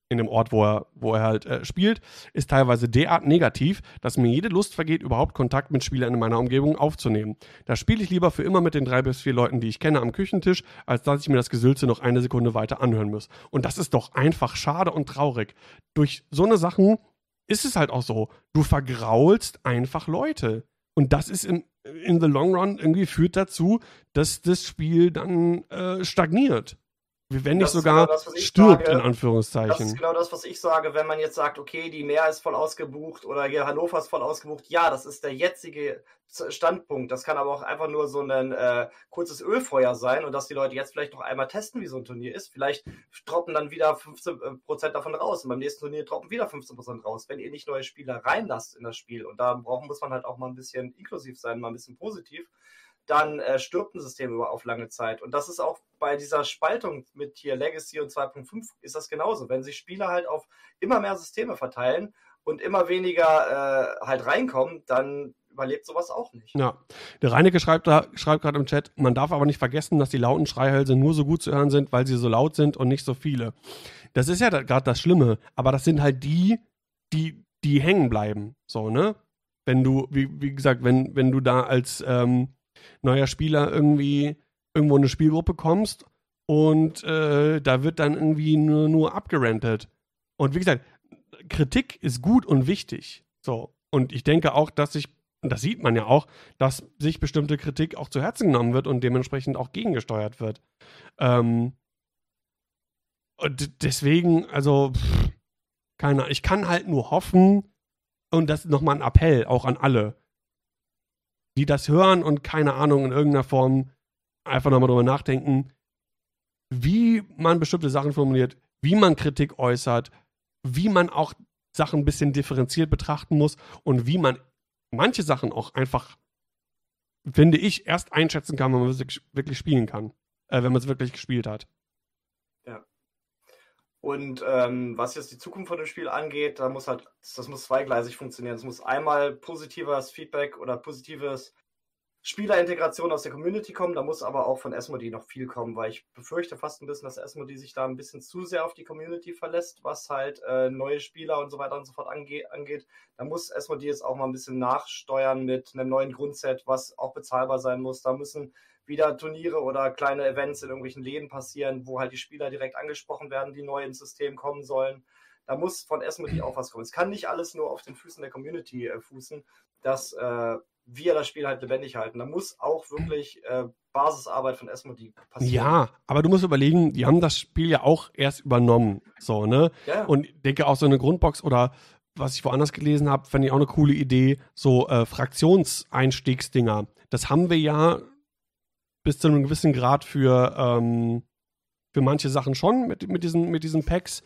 in dem Ort, wo er halt spielt, ist teilweise derart negativ, dass mir jede Lust vergeht, überhaupt Kontakt mit Spielern in meiner Umgebung aufzunehmen. Da spiele ich lieber für immer mit den 3 bis 4 Leuten, die ich kenne, am Küchentisch, als dass ich mir das Gesülze noch eine Sekunde weiter anhören muss. Und das ist doch einfach schade und traurig. Durch so eine Sachen ist es halt auch so. Du vergraulst einfach Leute. Und das ist in the long run irgendwie führt dazu, dass das Spiel dann stagniert. Wenn nicht sogar genau das, stirbt, sage, in Anführungszeichen. Das ist genau das, was ich sage, wenn man jetzt sagt, okay, die Meer ist voll ausgebucht oder hier Hannover ist voll ausgebucht. Ja, das ist der jetzige Standpunkt. Das kann aber auch einfach nur so ein kurzes Ölfeuer sein und dass die Leute jetzt vielleicht noch einmal testen, wie so ein Turnier ist. Vielleicht droppen dann wieder 15% davon raus und beim nächsten Turnier droppen wieder 15% raus, wenn ihr nicht neue Spieler reinlasst in das Spiel. Und da muss man halt auch mal ein bisschen inklusiv sein, mal ein bisschen positiv. Dann stirbt ein System auf lange Zeit. Und das ist auch bei dieser Spaltung mit hier Legacy und 2.5 ist das genauso. Wenn sich Spieler halt auf immer mehr Systeme verteilen und immer weniger halt reinkommen, dann überlebt sowas auch nicht. Ja, der Reinecke schreibt gerade im Chat, man darf aber nicht vergessen, dass die lauten Schreihälse nur so gut zu hören sind, weil sie so laut sind und nicht so viele. Das ist ja gerade das Schlimme, aber das sind halt die hängen bleiben. So, ne? Wenn du, wie gesagt, wenn du da als neuer Spieler irgendwo eine Spielgruppe kommst und da wird dann irgendwie nur abgerantet. Und wie gesagt, Kritik ist gut und wichtig. So. Und ich denke auch, und das sieht man ja auch, dass sich bestimmte Kritik auch zu Herzen genommen wird und dementsprechend auch gegengesteuert wird. Und deswegen, also, ich kann halt nur hoffen, und das ist nochmal ein Appell auch an alle, die das hören und keine Ahnung in irgendeiner Form einfach nochmal drüber nachdenken, wie man bestimmte Sachen formuliert, wie man Kritik äußert, wie man auch Sachen ein bisschen differenziert betrachten muss und wie man manche Sachen auch einfach, finde ich, erst einschätzen kann, wenn man es wirklich spielen kann, wenn man es wirklich gespielt hat. Ja. Und was jetzt die Zukunft von dem Spiel angeht, das muss zweigleisig funktionieren. Es muss einmal positives Feedback oder positives Spielerintegration aus der Community kommen, da muss aber auch von Asmodee noch viel kommen, weil ich befürchte fast ein bisschen, dass Asmodee sich da ein bisschen zu sehr auf die Community verlässt, was halt neue Spieler und so weiter und so fort angeht. Da muss Asmodee jetzt auch mal ein bisschen nachsteuern mit einem neuen Grundset, was auch bezahlbar sein muss. Da müssen wieder Turniere oder kleine Events in irgendwelchen Läden passieren, wo halt die Spieler direkt angesprochen werden, die neu ins System kommen sollen. Da muss von Asmodee auch was kommen. Es kann nicht alles nur auf den Füßen der Community fußen, dass wir das Spiel halt lebendig halten. Da muss auch wirklich Basisarbeit von Asmodee passieren. Ja, aber du musst überlegen, die haben das Spiel ja auch erst übernommen. So, ne? Ja. Und ich denke auch so eine Grundbox oder was ich woanders gelesen habe, fand ich auch eine coole Idee, so Fraktionseinstiegsdinger. Das haben wir ja bis zu einem gewissen Grad für manche Sachen schon mit diesen Packs.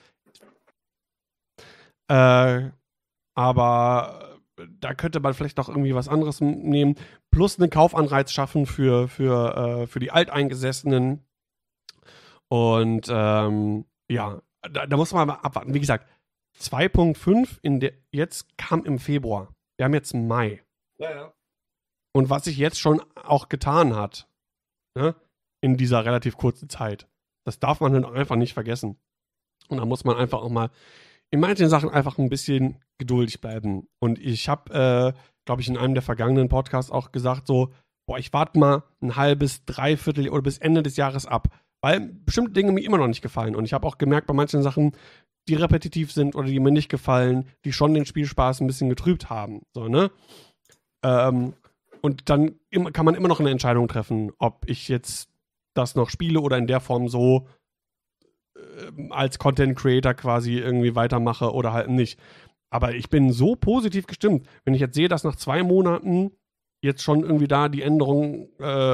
Aber da könnte man vielleicht noch irgendwie was anderes nehmen. Plus einen Kaufanreiz schaffen für die Alteingesessenen. Und da muss man mal abwarten. Wie gesagt, 2.5 jetzt kam im Februar. Wir haben jetzt Mai. Ja. Und was sich jetzt schon auch getan hat, ne, in dieser relativ kurzen Zeit, das darf man dann einfach nicht vergessen. Und da muss man einfach auch mal in manchen Sachen einfach ein bisschen geduldig bleiben. Und ich habe, glaube ich, in einem der vergangenen Podcasts auch gesagt, so, ich warte mal ein halbes, dreiviertel oder bis Ende des Jahres ab. Weil bestimmte Dinge mir immer noch nicht gefallen. Und ich habe auch gemerkt, bei manchen Sachen, die repetitiv sind oder die mir nicht gefallen, die schon den Spielspaß ein bisschen getrübt haben. So, ne? Und dann kann man immer noch eine Entscheidung treffen, ob ich jetzt das noch spiele oder in der Form so als Content Creator quasi irgendwie weitermache oder halt nicht. Aber ich bin so positiv gestimmt, wenn ich jetzt sehe, dass nach 2 Monaten jetzt schon irgendwie da die Änderung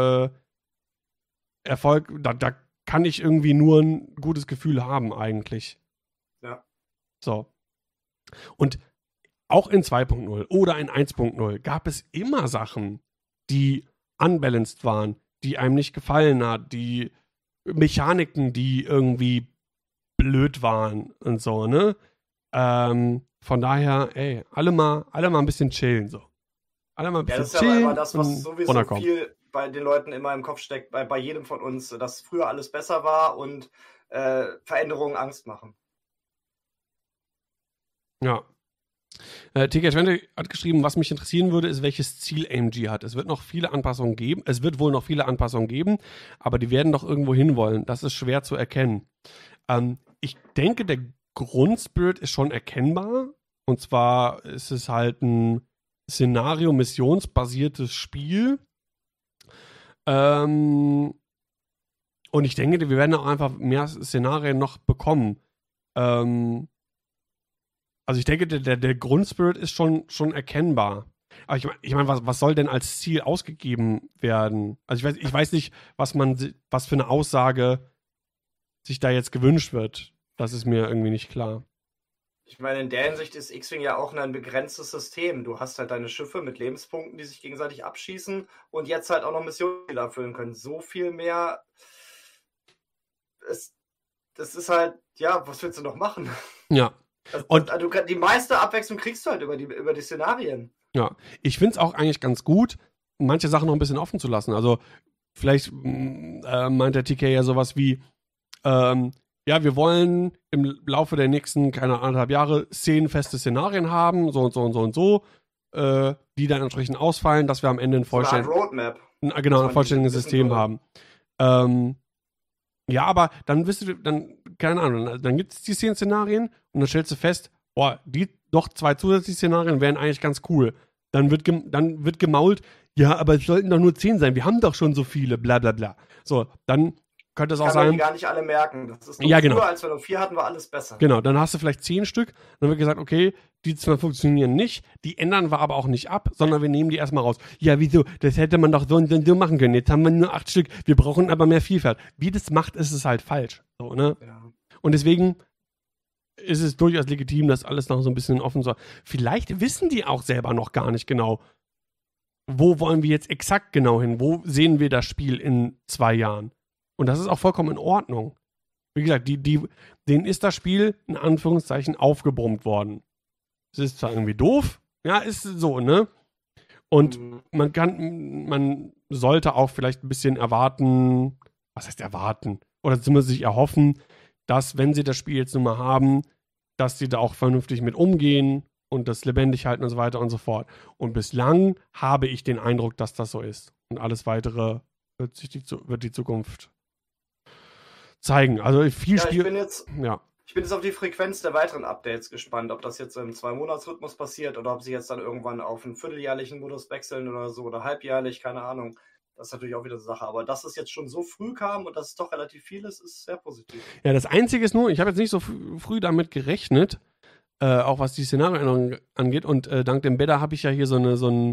erfolgt, da kann ich irgendwie nur ein gutes Gefühl haben eigentlich. Ja. So. Und auch in 2.0 oder in 1.0 gab es immer Sachen, die unbalanced waren, die einem nicht gefallen hat, die Mechaniken, die irgendwie blöd waren und so, ne? Von daher, alle mal ein bisschen chillen, so. Alle mal ein bisschen chillen. Ja, das ist ja immer das, was sowieso viel bei den Leuten immer im Kopf steckt, bei jedem von uns, dass früher alles besser war und Veränderungen Angst machen. Ja. TK20 hat geschrieben, was mich interessieren würde, ist, welches Ziel AMG hat. Es wird wohl noch viele Anpassungen geben, aber die werden doch irgendwo hinwollen. Das ist schwer zu erkennen. Ich denke, der Grundspirit ist schon erkennbar. Und zwar ist es halt ein Szenario-missionsbasiertes Spiel. Und ich denke, wir werden auch einfach mehr Szenarien noch bekommen. Also ich denke, der Grundspirit ist schon erkennbar. Aber ich meine, was soll denn als Ziel ausgegeben werden? Also ich weiß nicht, was für eine Aussage sich da jetzt gewünscht wird. Das ist mir irgendwie nicht klar. Ich meine, in der Hinsicht ist X-Wing ja auch ein begrenztes System. Du hast halt deine Schiffe mit Lebenspunkten, die sich gegenseitig abschießen und jetzt halt auch noch Missionen erfüllen können. So viel mehr. Das ist halt, ja, was willst du noch machen? Ja. Und die meiste Abwechslung kriegst du halt über die Szenarien. Ja, ich finde es auch eigentlich ganz gut, manche Sachen noch ein bisschen offen zu lassen. Also vielleicht meint der TK ja sowas wie, ja, wir wollen im Laufe der nächsten, keine 1,5 Jahre 10 feste Szenarien haben, so und so und so und so, die dann entsprechend ausfallen, dass wir am Ende ein vollständiges System haben. Ja, aber dann keine Ahnung, dann gibt es die 10 Szenarien und dann stellst du fest, boah, die doch 2 zusätzliche Szenarien wären eigentlich ganz cool. Dann wird gemault, ja, aber es sollten doch nur 10 sein, wir haben doch schon so viele, bla bla bla. So, dann könnte es auch sein. Die gar nicht alle merken. Das ist ja, genau. Früher, als wir nur 4 hatten, war alles besser. Genau, dann hast du vielleicht 10 Stück. Dann wird gesagt, okay, die 2 funktionieren nicht, die ändern wir aber auch nicht ab, sondern wir nehmen die erstmal raus. Ja, wieso? Das hätte man doch so und so machen können. Jetzt haben wir nur 8 Stück. Wir brauchen aber mehr Vielfalt. Wie das macht, ist es halt falsch. So, ne? Ja. Und deswegen ist es durchaus legitim, dass alles noch so ein bisschen offen soll. Vielleicht wissen die auch selber noch gar nicht genau, wo wollen wir jetzt exakt genau hin? Wo sehen wir das Spiel in 2 Jahren? Und das ist auch vollkommen in Ordnung. Wie gesagt, denen ist das Spiel in Anführungszeichen aufgebrummt worden. Es ist zwar irgendwie doof, ja, ist so, ne? Und man sollte auch vielleicht ein bisschen erwarten, was heißt erwarten? Oder zumindest sich erhoffen, dass, wenn sie das Spiel jetzt nun mal haben, dass sie da auch vernünftig mit umgehen und das lebendig halten und so weiter und so fort. Und bislang habe ich den Eindruck, dass das so ist. Und alles Weitere wird die Zukunft zeigen. Also viel Spiel. Ich bin jetzt auf die Frequenz der weiteren Updates gespannt, ob das jetzt im 2-Monats-Rhythmus passiert oder ob sie jetzt dann irgendwann auf einen vierteljährlichen Modus wechseln oder so oder halbjährlich, keine Ahnung. Das ist natürlich auch wieder eine Sache. Aber dass es jetzt schon so früh kam und dass es doch relativ viel ist sehr positiv. Ja, das Einzige ist nur, ich habe jetzt nicht so früh damit gerechnet, auch was die Szenarioänderung angeht. Und dank dem Beta habe ich ja hier so ein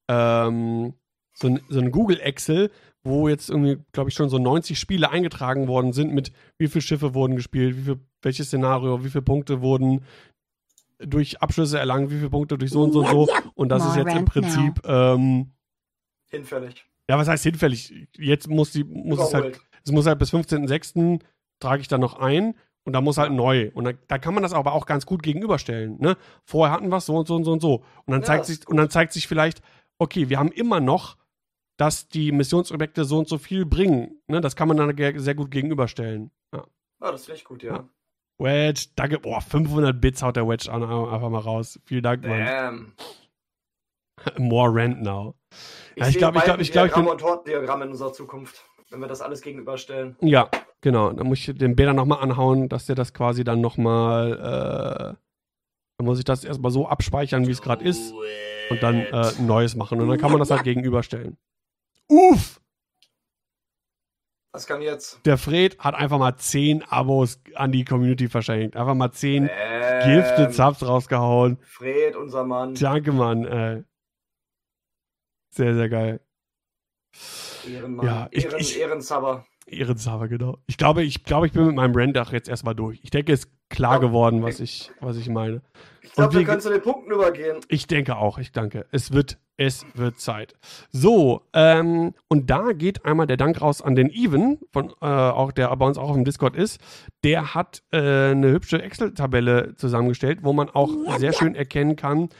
Google Excel, wo jetzt irgendwie, glaube ich, schon so 90 Spiele eingetragen worden sind mit wie viele Schiffe wurden gespielt, welches Szenario, wie viele Punkte wurden durch Abschlüsse erlangt, wie viele Punkte durch so und so und so. Und das ist jetzt im Prinzip hinfällig. Ja, was heißt hinfällig? Jetzt muss es halt bis 15.06. trage ich dann noch ein und da muss halt neu. Und da kann man das aber auch ganz gut gegenüberstellen. Ne? Vorher hatten wir es so und so und so und so. Und dann zeigt sich vielleicht, okay, wir haben immer noch, dass die Missionsobjekte so und so viel bringen. Ne? Das kann man dann sehr gut gegenüberstellen. Ja, das finde ich gut, ja. Wedge, danke. 500 Bits haut der Wedge einfach mal raus. Vielen Dank, Mann. More rent now. Ich glaube, Diagramme und Tortendiagramme in unserer Zukunft, wenn wir das alles gegenüberstellen. Ja, genau. Dann muss ich den Beta nochmal anhauen, dass der das quasi dann nochmal, dann muss ich das erstmal so abspeichern, wie es gerade ist und dann ein neues machen. Und dann kann man das halt gegenüberstellen. Uff! Was kann jetzt? Der Fred hat einfach mal 10 Abos an die Community verschenkt. Einfach mal 10 Gifted Subs rausgehauen. Fred, unser Mann. Danke, Mann. Sehr, sehr geil. Ehrenmann. Ja, Ehrensubber. Ehrensubber, genau. Ich glaube, ich bin mit meinem Rant jetzt erstmal durch. Ich denke, es ist klar geworden, was ich meine. Ich glaube, wir können zu den Punkten übergehen. Ich denke auch, Es wird Zeit. So, und da geht einmal der Dank raus an den Even, der bei uns auch auf dem Discord ist. Der hat eine hübsche Excel-Tabelle zusammengestellt, wo man auch sehr schön erkennen kann,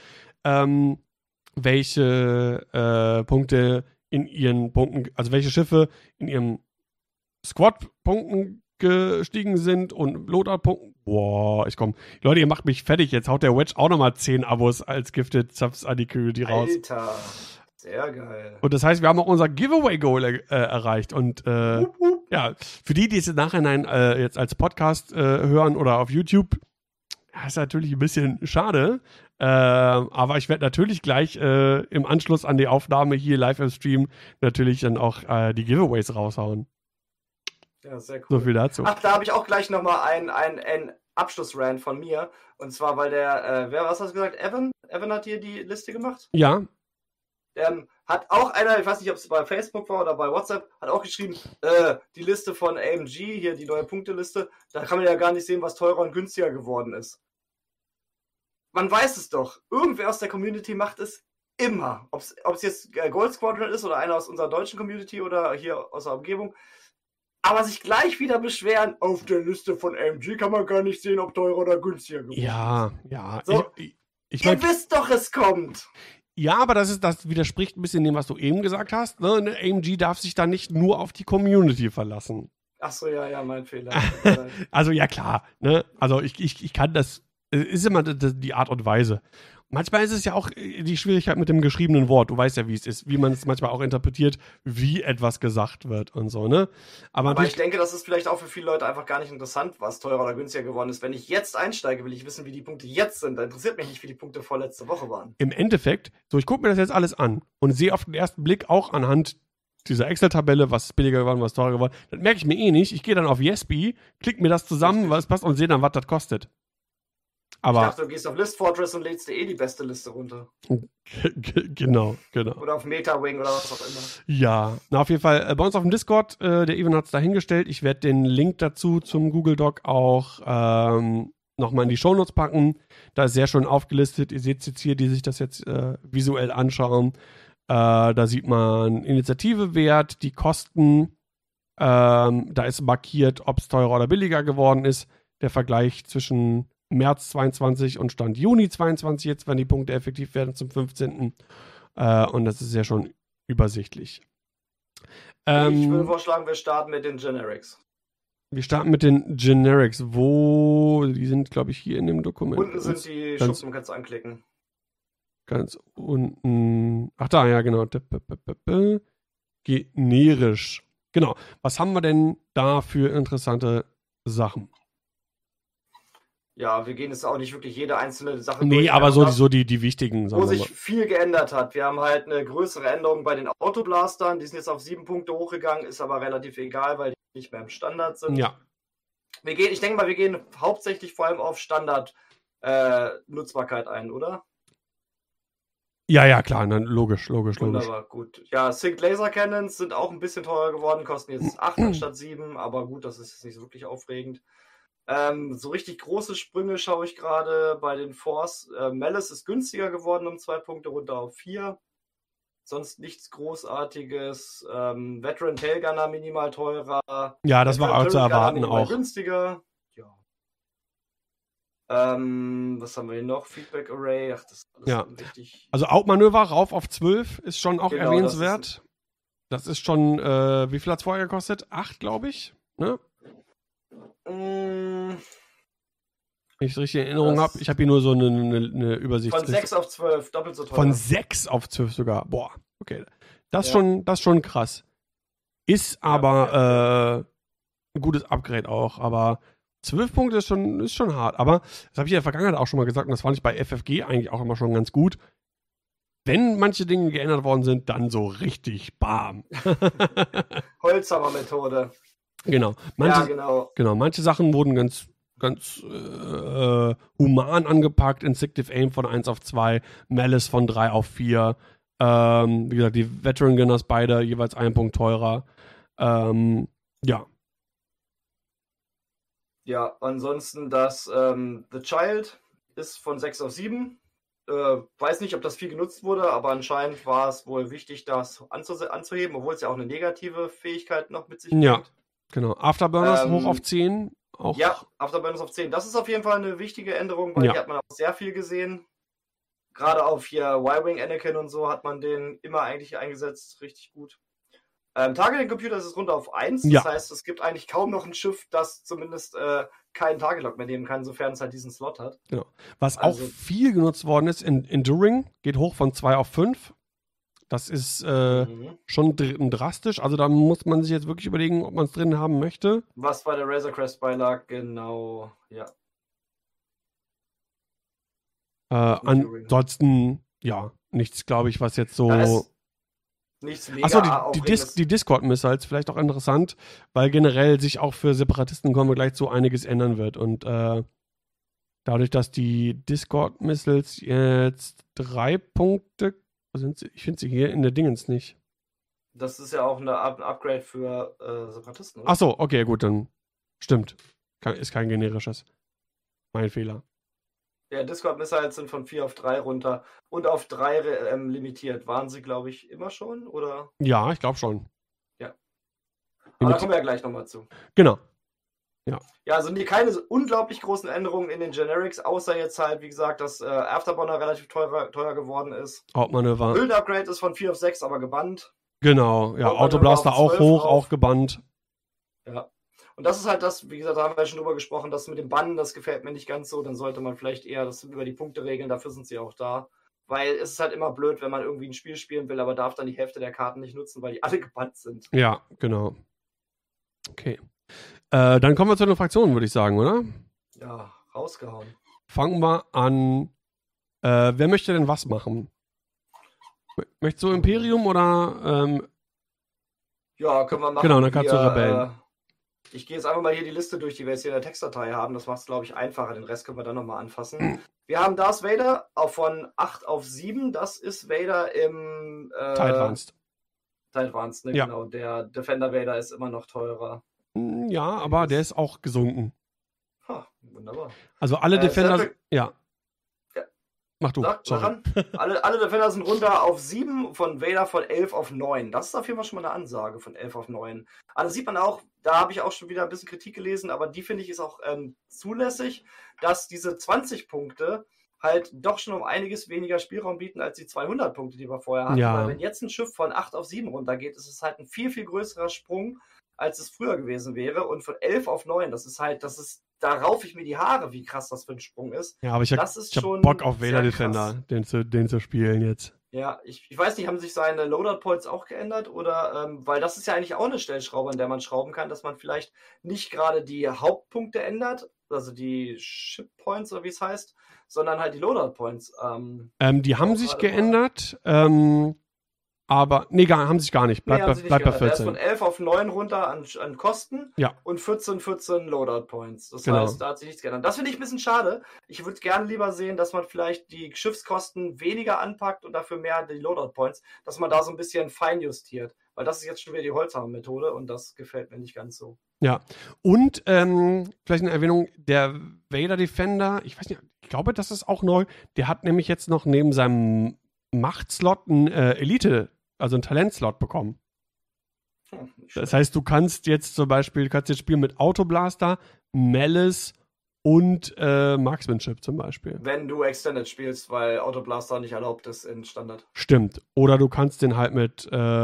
welche Punkte in ihren Punkten, also welche Schiffe in ihrem Squad-Punkten aufgestiegen sind und Loadout-Punkten. Boah, Leute, ihr macht mich fertig. Jetzt haut der Wedge auch nochmal 10 Abos als Gifted Subs an die Community raus. Alter, sehr geil. Und das heißt, wir haben auch unser Giveaway-Goal erreicht. Und ja, für die es im Nachhinein jetzt als Podcast hören oder auf YouTube, ist natürlich ein bisschen schade. Aber ich werde natürlich gleich im Anschluss an die Aufnahme hier live im Stream natürlich dann auch die Giveaways raushauen. Ja, sehr cool. So viel dazu. Ach, da habe ich auch gleich nochmal ein Abschlussrand von mir. Und zwar, weil was hast du gesagt? Evan? Evan hat hier die Liste gemacht? Ja. Hat auch einer, ich weiß nicht, ob es bei Facebook war oder bei WhatsApp, hat auch geschrieben, die Liste von AMG, hier die neue Punkteliste, da kann man ja gar nicht sehen, was teurer und günstiger geworden ist. Man weiß es doch. Irgendwer aus der Community macht es immer. Ob es jetzt Gold Squadron ist oder einer aus unserer deutschen Community oder hier aus der Umgebung. Aber sich gleich wieder beschweren, auf der Liste von AMG kann man gar nicht sehen, ob teurer oder günstiger geworden ist. Ja. So, ihr wisst doch, es kommt. Ja, aber das widerspricht ein bisschen dem, was du eben gesagt hast. Ne? AMG darf sich da nicht nur auf die Community verlassen. Ach so, ja, mein Fehler. Also ja, klar. Ne? Also ich kann das, ist immer die Art und Weise. Manchmal ist es ja auch die Schwierigkeit mit dem geschriebenen Wort. Du weißt ja, wie es ist, wie man es manchmal auch interpretiert, wie etwas gesagt wird und so, ne? Aber ich denke, das ist vielleicht auch für viele Leute einfach gar nicht interessant, was teurer oder günstiger geworden ist. Wenn ich jetzt einsteige, will ich wissen, wie die Punkte jetzt sind. Da interessiert mich nicht, wie die Punkte vorletzte Woche waren. Im Endeffekt, so ich gucke mir das jetzt alles an und sehe auf den ersten Blick auch anhand dieser Excel-Tabelle, was billiger geworden, was teurer geworden. Das merke ich mir eh nicht. Ich gehe dann auf Yesby, klicke mir das zusammen, was passt und sehe dann, was das kostet. Aber ich dachte, du gehst auf List Fortress und lädst dir die beste Liste runter. Genau. Oder auf MetaWing oder was auch immer. Ja, auf jeden Fall bei uns auf dem Discord, der Ivan hat es da hingestellt. Ich werde den Link dazu zum Google Doc auch nochmal in die Shownotes packen. Da ist sehr schön aufgelistet. Ihr seht jetzt hier, die sich das jetzt visuell anschauen. Da sieht man Initiativewert, die Kosten. Da ist markiert, ob es teurer oder billiger geworden ist. Der Vergleich zwischen März 22 und Stand Juni 22 jetzt, wenn die Punkte effektiv werden zum 15. Und das ist ja schon übersichtlich. Ich würde vorschlagen, wir starten mit den Generics. Wir starten mit den Generics. Die sind, glaube ich, hier in dem Dokument. Unten sind die Schuppen, kannst du anklicken. Ganz unten. Ach da, ja, genau. Generisch. Genau. Was haben wir denn da für interessante Sachen? Ja, wir gehen jetzt auch nicht wirklich jede einzelne Sache durch. Nee, aber so die wichtigen. Wo sich viel geändert hat. Wir haben halt eine größere Änderung bei den Autoblastern. Die sind jetzt auf 7 Punkte hochgegangen, ist aber relativ egal, weil die nicht mehr im Standard sind. Ja. Ich denke mal, wir gehen hauptsächlich vor allem auf Standard-Nutzbarkeit ein, oder? Ja, klar, logisch. Wunderbar, gut. Ja, Sync Laser Cannons sind auch ein bisschen teurer geworden, kosten jetzt 8 anstatt 7, aber gut, das ist nicht so wirklich aufregend. So richtig große Sprünge schaue ich gerade bei den Force. Malice ist günstiger geworden um 2 Punkte runter auf 4. Sonst nichts Großartiges. Veteran Tailgunner minimal teurer. Ja, das war auch zu erwarten auch. Günstiger. Ja. Was haben wir hier noch? Feedback Array. Ach, das ist alles wichtig. Also Outmanöver rauf auf 12 ist schon auch erwähnenswert. Das ist schon, wie viel hat es vorher gekostet? 8, glaube ich. Ne? Wenn ich es richtig in Erinnerung habe, ich habe hier nur so eine Übersicht. Von 6 auf 12, doppelt so teuer. Von 6 auf 12 sogar. Boah, okay. Das ist schon krass. Ist aber ein gutes Upgrade auch, aber 12 Punkte ist schon hart. Aber das habe ich in der Vergangenheit auch schon mal gesagt und das fand ich bei FFG eigentlich auch immer schon ganz gut. Wenn manche Dinge geändert worden sind, dann so richtig bam. Holzhammer-Methode. Genau. Manche Sachen wurden ganz human angepackt. Instinctive Aim von 1 auf 2, Malice von 3 auf 4. Wie gesagt, die Veteran Gunners beide jeweils 1 Punkt teurer. Ja. Ja, ansonsten das The Child ist von 6 auf 7. Weiß nicht, ob das viel genutzt wurde, aber anscheinend war es wohl wichtig, das anzuheben, obwohl es ja auch eine negative Fähigkeit noch mit sich bringt. Ja. Genau, Afterburners hoch auf 10. Auch. Ja, Afterburners auf 10. Das ist auf jeden Fall eine wichtige Änderung, weil die hat man auch sehr viel gesehen. Gerade auf hier Y-Wing Anakin und so hat man den immer eigentlich eingesetzt. Richtig gut. Targeting Computer ist es runter auf 1. Ja. Das heißt, es gibt eigentlich kaum noch ein Schiff, das zumindest keinen Target Lock mehr nehmen kann, sofern es halt diesen Slot hat. Genau. Was Also- auch viel genutzt worden ist, Enduring geht hoch von 2 auf 5. Das ist schon drastisch. Also da muss man sich jetzt wirklich überlegen, ob man es drin haben möchte. Was bei der Razor Crest beilag, genau, ja. Enduring. Ansonsten, ja, nichts, glaube ich, was jetzt so. Da ist nichts mega Achso, Aufregendes. die Discord-Missiles, vielleicht auch interessant, weil generell sich auch für Separatisten, kommen wir gleich zu, einiges ändern wird. Und dadurch, dass die Discord-Missiles jetzt 3 Punkte, wo sind sie? Ich finde sie hier in der Dingens nicht. Das ist ja auch ein Upgrade für Separatisten, oder? Achso, okay, gut, dann stimmt. Ist kein generisches. Mein Fehler. Ja, Discord-Missiles sind von 4 auf 3 runter und auf 3 limitiert. Waren sie, glaube ich, immer schon, oder? Ja, ich glaube schon. Aber da kommen wir ja gleich nochmal zu. Genau. Ja, also keine so unglaublich großen Änderungen in den Generics, außer jetzt halt, wie gesagt, dass Afterbonner relativ teuer geworden ist. Hauptmanöver. Build-Upgrade ist von 4 auf 6, aber gebannt. Genau, ja. Hauptmanöver Autoblaster auf auch 12 hoch, auf. auch gebannt. Ja. Und das ist halt das, wie gesagt, da haben wir ja schon drüber gesprochen, das mit dem Bannen, das gefällt mir nicht ganz so. Dann sollte man vielleicht eher das über die Punkte regeln, dafür sind sie auch da. Weil es ist halt immer blöd, wenn man irgendwie ein Spiel spielen will, aber darf dann die Hälfte der Karten nicht nutzen, weil die alle gebannt sind. Ja, genau. Okay. Dann kommen wir zu den Fraktionen, würde ich sagen, oder? Ja, rausgehauen. Fangen wir an. Wer möchte denn was machen? Möchtest du Imperium oder? Ja, können wir machen. Genau, dann kannst du Rebellen. Ich gehe jetzt einfach mal hier die Liste durch, die wir jetzt hier in der Textdatei haben. Das macht es, glaube ich, einfacher. Den Rest können wir dann nochmal anfassen. Wir haben Darth Vader auch von 8 auf 7. Das ist Vader im TIE Advanced. TIE Advanced, ne? Ja. Genau. Der Defender Vader ist immer noch teurer. Ja, aber der ist auch gesunken. Ha, wunderbar. Also alle Defender. Cedric- Ja. Ja. Mach du. Sag Sorry. ran. Alle Defender sind runter auf 7, von Vader von 11 auf 9. Das ist auf jeden Fall schon mal eine Ansage von 11 auf 9. Aber das sieht man auch, da habe ich auch schon wieder ein bisschen Kritik gelesen, aber die finde ich ist auch zulässig, dass diese 20 Punkte halt doch schon um einiges weniger Spielraum bieten als die 200 Punkte, die wir vorher hatten. Ja. Weil wenn jetzt ein Schiff von 8 auf 7 runtergeht, ist es halt ein viel, viel größerer Sprung, als es früher gewesen wäre. Und von 11 auf 9, da raufe ich mir die Haare, wie krass das für ein Sprung ist. Ja, aber ich hab schon Bock auf Vader sehr Defender, krass. den zu spielen jetzt. Ja, ich weiß nicht, haben sich seine Loadout Points auch geändert? Oder, weil das ist ja eigentlich auch eine Stellschraube, an der man schrauben kann, dass man vielleicht nicht gerade die Hauptpunkte ändert, also die Ship Points oder wie es heißt, sondern halt die Loadout Points. Die haben sich geändert, aber, haben sich gar nicht. Bleibt bei Der ist 14. von 11 auf 9 runter an Kosten Ja. und 14 Loadout Points. Das Genau. heißt, da hat sich nichts geändert. Das finde ich ein bisschen schade. Ich würde gerne lieber sehen, dass man vielleicht die Schiffskosten weniger anpackt und dafür mehr die Loadout Points, dass man da so ein bisschen feinjustiert. Weil das ist jetzt schon wieder die Holzhammer-Methode und das gefällt mir nicht ganz so. Ja. Und vielleicht eine Erwähnung, der Vader Defender, ich weiß nicht, ich glaube, das ist auch neu. Der hat nämlich jetzt noch neben seinem Machtslot einen Elite, also einen Talentslot bekommen. Das heißt, du kannst jetzt zum Beispiel, spielen mit Autoblaster, Malice und Marksmanship zum Beispiel. Wenn du Extended spielst, weil Autoblaster nicht erlaubt ist in Standard. Stimmt. Oder du kannst den halt mit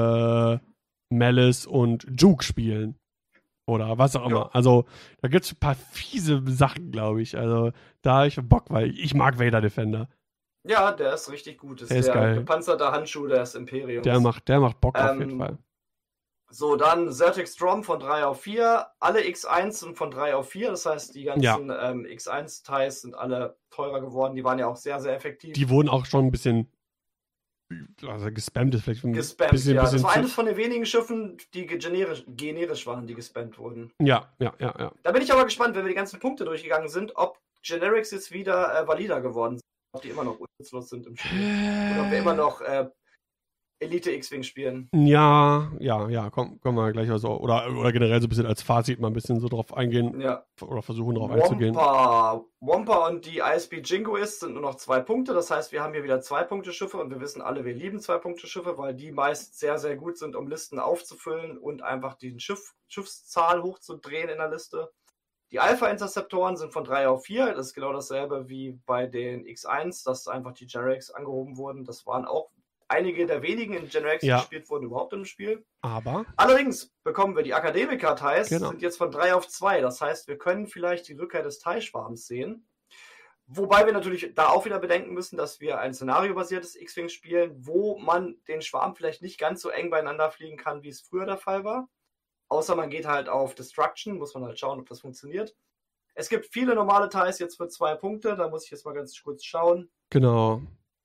Malice und Juke spielen. Oder was auch immer. Ja. Also, da gibt es ein paar fiese Sachen, glaube ich. Also, da habe ich Bock, weil ich mag Vader Defender. Ja, der ist richtig gut. Das Der ist ist der geil. gepanzerte Handschuh des Imperiums. Der macht Bock auf jeden Fall. So, dann Zertic Strom von 3 auf 4. Alle X1 sind von 3 auf 4. Das heißt, die ganzen X1-Ties sind alle teurer geworden. Die waren ja auch sehr, sehr effektiv. Die wurden auch schon ein bisschen gespammt ist vielleicht ein gespammt, bisschen, ja. bisschen Das war zu- eines von den wenigen Schiffen, die generisch waren, die gespammt wurden. Ja. Da bin ich aber gespannt, wenn wir die ganzen Punkte durchgegangen sind, ob Generics jetzt wieder valider geworden sind. Ob die immer noch nutzlos sind im Spiel. Oder ob wir immer noch Elite X-Wing spielen. Ja, kommen wir gleich mal so. Oder generell so ein bisschen als Fazit mal ein bisschen so drauf eingehen Ja. oder versuchen drauf einzugehen. Wampa und die ISB Jingoist sind nur noch 2 Punkte. Das heißt, wir haben hier wieder 2-Punkte-Schiffe und wir wissen alle, wir lieben 2-Punkte-Schiffe, weil die meist sehr, sehr gut sind, um Listen aufzufüllen und einfach die Schiffszahl hochzudrehen in der Liste. Die Alpha-Interceptoren sind von 3 auf 4. Das ist genau dasselbe wie bei den X1, dass einfach die Generics angehoben wurden. Das waren auch einige der wenigen in Gen X, die gespielt wurden, überhaupt im Spiel. Aber allerdings bekommen wir die Akademiker-TIEs, Genau. sind jetzt von 3 auf 2. Das heißt, wir können vielleicht die Rückkehr des TIE-Schwarms sehen. Wobei wir natürlich da auch wieder bedenken müssen, dass wir ein szenariobasiertes X-Wing spielen, wo man den Schwarm vielleicht nicht ganz so eng beieinander fliegen kann, wie es früher der Fall war. Außer man geht halt auf Destruction, muss man halt schauen, ob das funktioniert. Es gibt viele normale TIEs jetzt für 2 Punkte, da muss ich jetzt mal ganz kurz schauen. Genau.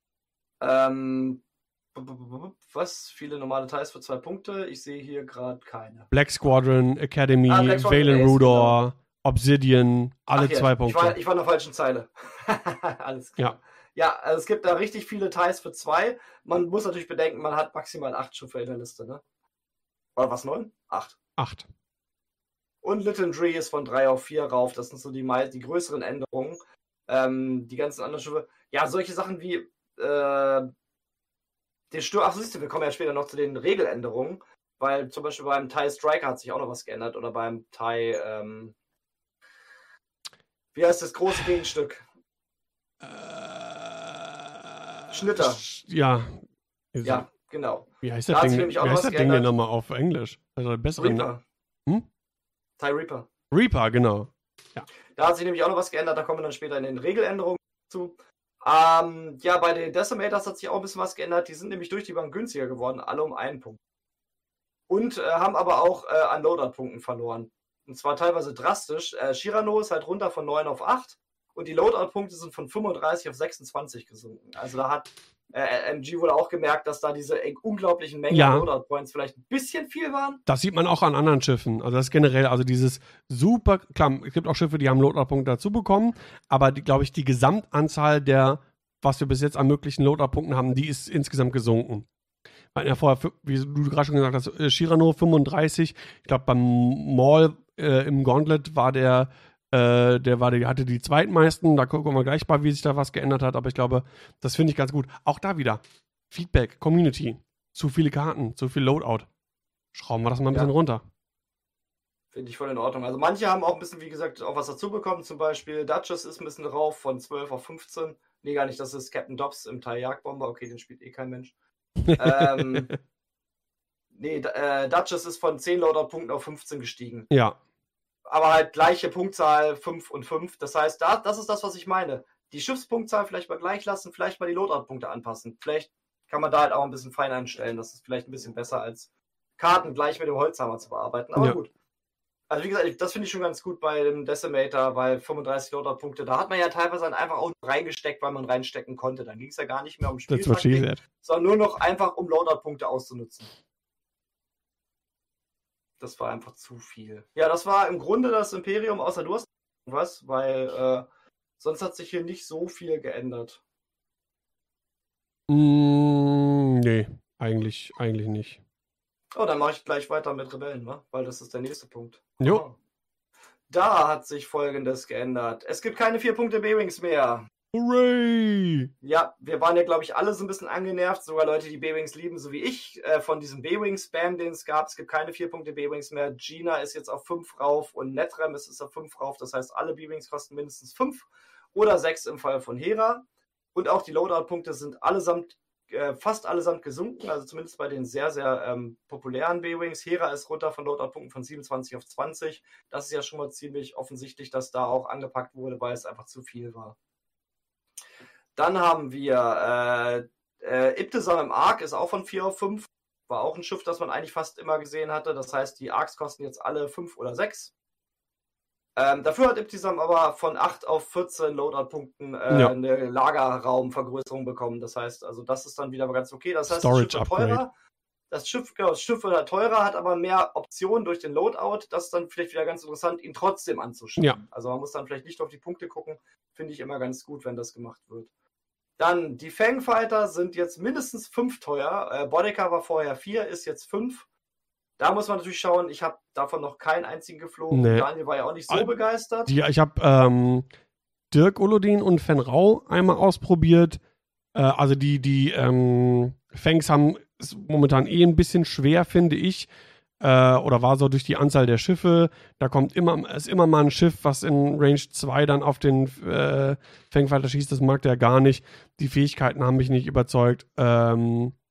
Was? Viele normale TIEs für 2 Punkte? Ich sehe hier gerade keine. Black Squadron, Academy, Black Squadron, Valen Rudor, genau. Obsidian, alle 2 Punkte. Ich war in der falschen Zeile. Alles klar. Ja, also es gibt da richtig viele TIEs für 2. Man muss natürlich bedenken, man hat maximal 8 Schiffe in der Liste, ne? Oder was, 9? 8. 8. Und Littendree ist von 3 auf 4 rauf. Das sind so die größeren Änderungen. Die ganzen anderen Schiffe. Ja, solche Sachen wie den Sturm. Ach, siehst du, wir kommen ja später noch zu den Regeländerungen. Weil zum Beispiel beim TIE Striker hat sich auch noch was geändert. Oder beim TIE. Wie heißt das große Gegenstück? Schnitter. Ja. Ja, genau. Wie heißt das Ding, denn nochmal auf Englisch? Also Reaper. TIE Reaper. Reaper, genau. Ja. Da hat sich nämlich auch noch was geändert, da kommen wir dann später in den Regeländerungen zu. Ja, bei den Decimators hat sich auch ein bisschen was geändert. Die sind nämlich durch die Bank günstiger geworden, alle um 1 Punkt. Und haben aber auch an Loadout-Punkten verloren. Und zwar teilweise drastisch. Shirano ist halt runter von 9 auf 8 und die Loadout-Punkte sind von 35 auf 26 gesunken. Also da hat MG wohl auch gemerkt, dass da diese unglaublichen Mengen an Loadout-Points vielleicht ein bisschen viel waren. Das sieht man auch an anderen Schiffen. Also das ist generell, also dieses super, klar, es gibt auch Schiffe, die haben Loadout-Punkte dazu bekommen, aber glaube ich, die Gesamtanzahl der, was wir bis jetzt an möglichen Loadout-Punkten haben, die ist insgesamt gesunken. Wir hatten ja vorher, wie du gerade schon gesagt hast, Shirano 35, ich glaube beim Maul im Gauntlet war hatte die zweitmeisten, da gucken wir gleich mal, wie sich da was geändert hat, aber ich glaube, das finde ich ganz gut. Auch da wieder, Feedback, Community, zu viele Karten, zu viel Loadout. Schrauben wir das mal ein bisschen runter. Finde ich voll in Ordnung. Also manche haben auch ein bisschen, wie gesagt, auch was dazu bekommen, zum Beispiel Duchess ist ein bisschen rauf, von 12 auf 15. Nee, gar nicht, das ist Captain Dobbs im TIE Jagdbomber, okay, den spielt kein Mensch. Duchess ist von 10 Loadout-Punkten auf 15 gestiegen. Ja. Aber halt gleiche Punktzahl, 5 und 5. Das heißt, das ist das, was ich meine. Die Schiffspunktzahl vielleicht mal gleich lassen, vielleicht mal die Loadout-Punkte anpassen. Vielleicht kann man da halt auch ein bisschen fein einstellen. Das ist vielleicht ein bisschen besser, als Karten gleich mit dem Holzhammer zu bearbeiten. Aber gut. Also wie gesagt, das finde ich schon ganz gut bei dem Decimator, weil 35 Loadout-Punkte, da hat man ja teilweise dann einfach auch reingesteckt, weil man reinstecken konnte. Dann ging es ja gar nicht mehr um Spieltaktik, sondern nur noch einfach um Loadout-Punkte auszunutzen. Das war einfach zu viel. Ja, das war im Grunde das Imperium, außer du hast was, weil sonst hat sich hier nicht so viel geändert. Nee, eigentlich nicht. Oh, dann mache ich gleich weiter mit Rebellen, wa? Weil das ist der nächste Punkt. Jo. Oh. Da hat sich Folgendes geändert. Es gibt keine 4 Punkte B-Wings mehr. Hooray! Ja, wir waren ja, glaube ich, alle so ein bisschen angenervt, sogar Leute, die B-Wings lieben, so wie ich, von diesem B-Wings-Spam, den es gab. Es gibt keine 4 Punkte B-Wings mehr. Gina ist jetzt auf 5 rauf und Netrem ist auf 5 rauf. Das heißt, alle B-Wings kosten mindestens 5 oder 6 im Fall von Hera. Und auch die Loadout-Punkte sind fast allesamt gesunken, also zumindest bei den sehr, sehr populären B-Wings. Hera ist runter von Loadout-Punkten von 27 auf 20. Das ist ja schon mal ziemlich offensichtlich, dass da auch angepackt wurde, weil es einfach zu viel war. Dann haben wir Ibtisam im Ark, ist auch von 4 auf 5. War auch ein Schiff, das man eigentlich fast immer gesehen hatte. Das heißt, die Arks kosten jetzt alle 5 oder 6. Dafür hat Ibtisam aber von 8 auf 14 Loadout-Punkten eine Lagerraumvergrößerung bekommen. Das heißt, also das ist dann wieder ganz okay. Das heißt, Storage Upgrade. Das Schiff wird halt teurer, hat aber mehr Optionen durch den Loadout. Das ist dann vielleicht wieder ganz interessant, ihn trotzdem anzuschauen. Ja. Also man muss dann vielleicht nicht auf die Punkte gucken. Finde ich immer ganz gut, wenn das gemacht wird. Dann, die Fangfighter sind jetzt mindestens 5 teuer. Boudica war vorher 4, ist jetzt 5. Da muss man natürlich schauen, ich habe davon noch keinen einzigen geflogen. Nee. Daniel war ja auch nicht so begeistert. Ich habe Dirk Olodin und Fen Rau einmal ausprobiert. Also die Fangs haben es momentan ein bisschen schwer, finde ich. Oder war so durch die Anzahl der Schiffe. Da ist immer mal ein Schiff, was in Range 2 dann auf den Fangfighter schießt. Das mag der gar nicht. Die Fähigkeiten haben mich nicht überzeugt.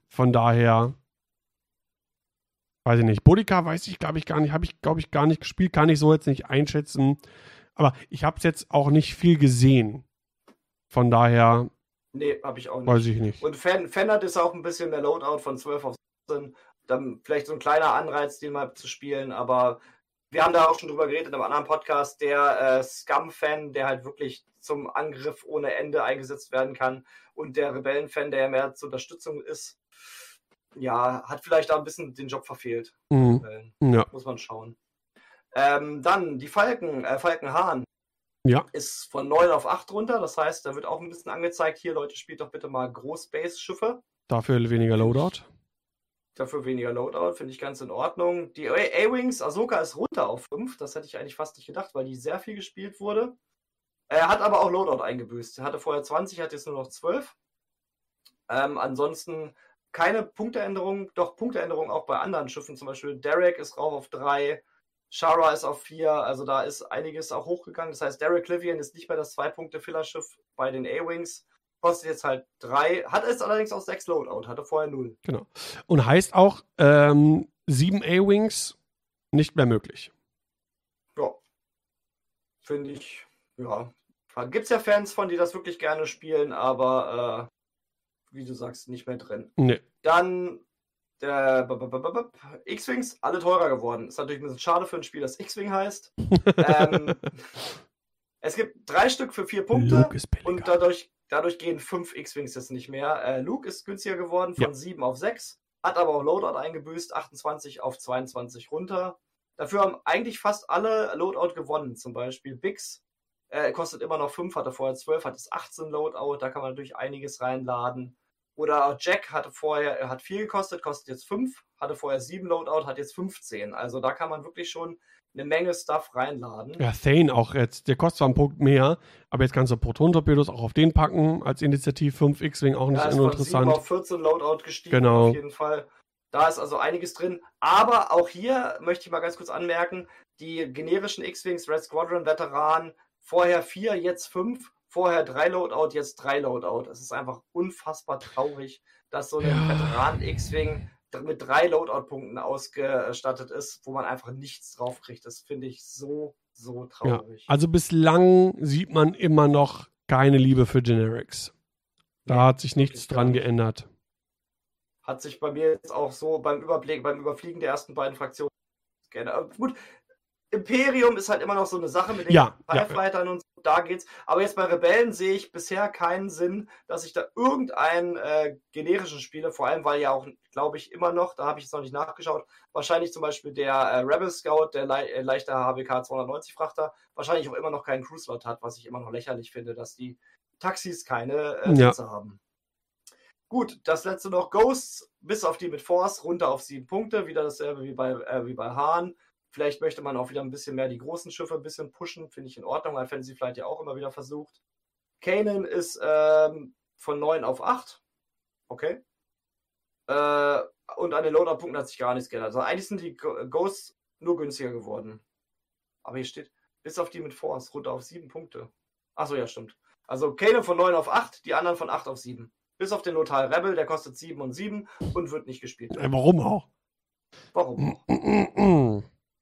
Von daher, weiß ich nicht. Boudica weiß ich, glaube ich, gar nicht. Habe ich, glaube ich, gar nicht gespielt. Kann ich so jetzt nicht einschätzen. Aber ich habe es jetzt auch nicht viel gesehen. Von daher. Nee, habe ich auch nicht. Weiß ich nicht. Und Fennert ist auch ein bisschen mehr Loadout von 12 auf 17. Dann vielleicht so ein kleiner Anreiz, den mal zu spielen. Aber wir haben da auch schon drüber geredet in einem anderen Podcast. Der Scum-Fan, der halt wirklich zum Angriff ohne Ende eingesetzt werden kann. Und der Rebellen-Fan, der ja mehr zur Unterstützung ist, ja, hat vielleicht da ein bisschen den Job verfehlt. Ja. Muss man schauen. Dann die Falkenhahn. Ja. Ist von 9 auf 8 runter. Das heißt, da wird auch ein bisschen angezeigt, hier Leute, spielt doch bitte mal Groß-Base-Schiffe. Dafür weniger Loadout. Dafür weniger Loadout, finde ich ganz in Ordnung. Die A-Wings, Ahsoka ist runter auf 5. Das hätte ich eigentlich fast nicht gedacht, weil die sehr viel gespielt wurde. Er hat aber auch Loadout eingebüßt. Er hatte vorher 20, hat jetzt nur noch 12. Ansonsten keine Punkteänderung, doch Punkteänderung auch bei anderen Schiffen. Zum Beispiel Derek ist rauf auf 3. Shara ist auf 4, also da ist einiges auch hochgegangen. Das heißt, Derek Livian ist nicht mehr das 2-Punkte-Fillerschiff bei den A-Wings. Kostet jetzt halt 3, hat es allerdings auch 6 Loadout, hatte vorher 0. Genau. Und heißt auch 7 A-Wings nicht mehr möglich. Ja. Finde ich, ja. Gibt es ja Fans von, die das wirklich gerne spielen, aber wie du sagst, nicht mehr drin. Nee. Dann X-Wings, alle teurer geworden. Ist natürlich ein bisschen schade für ein Spiel, das X-Wing heißt. Es gibt 3 Stück für 4 Punkte Luke ist billiger. und dadurch gehen 5 X-Wings jetzt nicht mehr. Luke ist günstiger geworden von 7 auf 6, hat aber auch Loadout eingebüßt, 28 auf 22 runter. Dafür haben eigentlich fast alle Loadout gewonnen. Zum Beispiel Bix kostet immer noch 5, hatte vorher 12, hat jetzt 18 Loadout, da kann man natürlich einiges reinladen. Oder Jack hat 4 gekostet, kostet jetzt 5, hatte vorher 7 Loadout, hat jetzt 15. Also da kann man wirklich schon eine Menge Stuff reinladen. Ja, Thane auch jetzt, der kostet zwar einen Punkt mehr, aber jetzt kannst du Proton-Torpedos auch auf den packen, als Initiativ 5 X-Wing auch nicht so interessant. Ist von 7 auf 14 Loadout gestiegen, genau. Auf jeden Fall. Da ist also einiges drin. Aber auch hier möchte ich mal ganz kurz anmerken, die generischen X-Wings, Red Squadron, Veteran, vorher 4, jetzt 5, vorher 3 Loadout, jetzt 3 Loadout. Es ist einfach unfassbar traurig, dass so ein Veteran-X-Wing mit 3 Loadout-Punkten ausgestattet ist, wo man einfach nichts drauf kriegt. Das finde ich so traurig. Ja, also bislang sieht man immer noch keine Liebe für Generics. Da hat sich nichts dran geändert. Hat sich bei mir jetzt auch so beim Überfliegen der ersten beiden Fraktionen geändert. Gut, Imperium ist halt immer noch so eine Sache mit den TIE-Fightern und so, da geht's. Aber jetzt bei Rebellen sehe ich bisher keinen Sinn, dass ich da irgendeinen generischen spiele, vor allem weil ja auch, glaube ich, immer noch, da habe ich jetzt noch nicht nachgeschaut, wahrscheinlich zum Beispiel der Rebel Scout, der leichte HWK 290 Frachter, wahrscheinlich auch immer noch keinen Cruise-Slot hat, was ich immer noch lächerlich finde, dass die Taxis keine Sitze haben. Gut, das letzte noch Ghosts, bis auf die mit Force, runter auf 7 Punkte, wieder dasselbe wie bei Hahn. Vielleicht möchte man auch wieder ein bisschen mehr die großen Schiffe ein bisschen pushen, finde ich in Ordnung, weil Fantasy Flight ja auch immer wieder versucht. Kanan ist von 9 auf 8. Okay. Und an den Loadout-Punkten hat sich gar nichts geändert. Also eigentlich sind die Ghosts nur günstiger geworden. Aber hier steht, bis auf die mit Force, runter auf 7 Punkte. Achso, ja, stimmt. Also Kanan von 9 auf 8, die anderen von 8 auf 7. Bis auf den Lothal Rebel, der kostet 7 und 7 und wird nicht gespielt. Warum auch? Warum auch?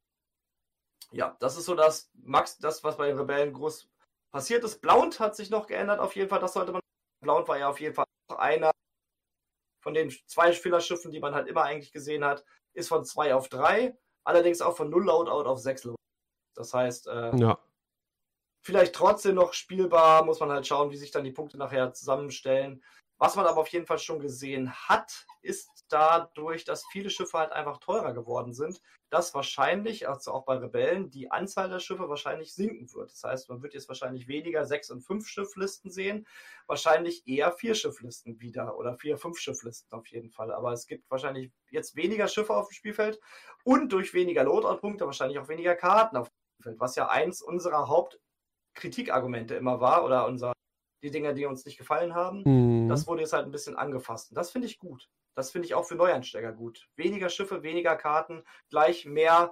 Ja, das ist so das, was bei den Rebellen groß passiert ist. Blount hat sich noch geändert, auf jeden Fall. Das sollte man. Blount war ja auf jeden Fall auch einer von den 2 Spielerschiffen, die man halt immer eigentlich gesehen hat. Ist von 2 auf 3, allerdings auch von 0 Loadout auf 6 Loadout. Das heißt, vielleicht trotzdem noch spielbar, muss man halt schauen, wie sich dann die Punkte nachher zusammenstellen. Was man aber auf jeden Fall schon gesehen hat, ist dadurch, dass viele Schiffe halt einfach teurer geworden sind, dass wahrscheinlich, also auch bei Rebellen, die Anzahl der Schiffe wahrscheinlich sinken wird. Das heißt, man wird jetzt wahrscheinlich weniger 6- und 5-Schifflisten sehen, wahrscheinlich eher 4-Schifflisten wieder oder 4-5-Schifflisten auf jeden Fall. Aber es gibt wahrscheinlich jetzt weniger Schiffe auf dem Spielfeld und durch weniger Loadout-Punkte wahrscheinlich auch weniger Karten auf dem Spielfeld, was ja eins unserer Hauptkritikargumente immer war oder die Dinge, die uns nicht gefallen haben. Das wurde jetzt halt ein bisschen angefasst. Und das finde ich gut. Das finde ich auch für Neueinsteiger gut. Weniger Schiffe, weniger Karten, gleich mehr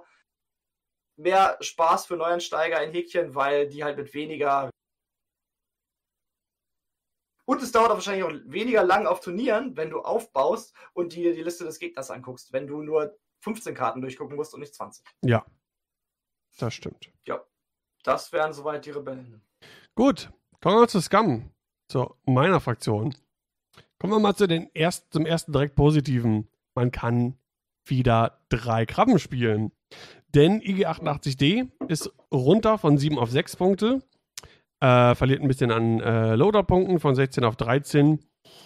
Spaß für Neueinsteiger in Häkchen, weil die halt mit weniger Und es dauert auch wahrscheinlich auch weniger lang auf Turnieren, wenn du aufbaust und dir die Liste des Gegners anguckst, wenn du nur 15 Karten durchgucken musst und nicht 20. Ja, das stimmt. Ja, das wären soweit die Rebellen. Gut, kommen wir zu Scum, zu meiner Fraktion. Kommen wir mal zum ersten direkt Positiven. Man kann wieder 3 Krabben spielen. Denn IG88D ist runter von 7 auf 6 Punkte. Verliert ein bisschen an Loader-Punkten von 16 auf 13.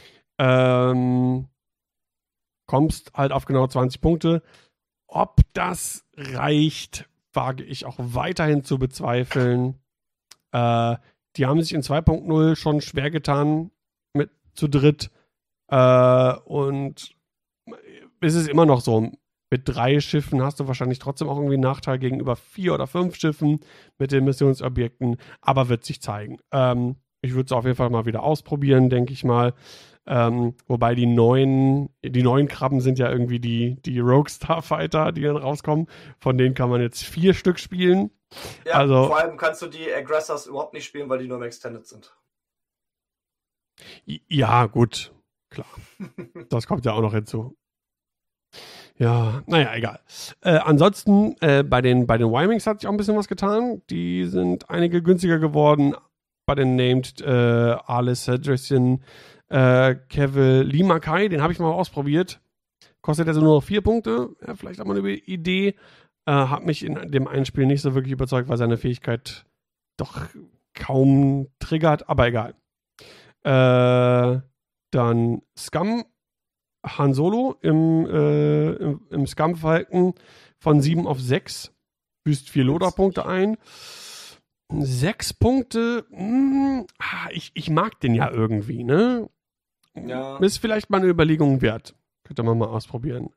Kommst halt auf genau 20 Punkte. Ob das reicht, wage ich auch weiterhin zu bezweifeln. Die haben sich in 2.0 schon schwer getan mit zu dritt. Und es ist immer noch so. Mit 3 Schiffen hast du wahrscheinlich trotzdem auch irgendwie einen Nachteil gegenüber 4 oder 5 Schiffen mit den Missionsobjekten, aber wird sich zeigen. Ich würde es auf jeden Fall mal wieder ausprobieren, denke ich mal. Wobei die neuen Krabben sind ja irgendwie die Rogue Starfighter, die dann rauskommen. Von denen kann man jetzt 4 Stück spielen. Ja, also, vor allem kannst du die Aggressors überhaupt nicht spielen, weil die nur im Extended sind. Ja, gut. Klar. Das kommt ja auch noch hinzu. Ja, naja, egal. Ansonsten, bei den Wymings hat sich auch ein bisschen was getan. Die sind einige günstiger geworden. Bei den Named Alice Cedrician, Kevil Limakai, den habe ich mal ausprobiert. Kostet also nur noch 4 Punkte. Ja, vielleicht auch mal eine Idee. Hat mich in dem einen Spiel nicht so wirklich überzeugt, weil seine Fähigkeit doch kaum triggert, aber egal. Dann Scum Han Solo im Scum-Falken von 7 auf 6. Büßt 4 Loader-Punkte ein. 6 Punkte, ich mag den ja irgendwie, ne? Ja. Ist vielleicht mal eine Überlegung wert. Könnte man mal ausprobieren.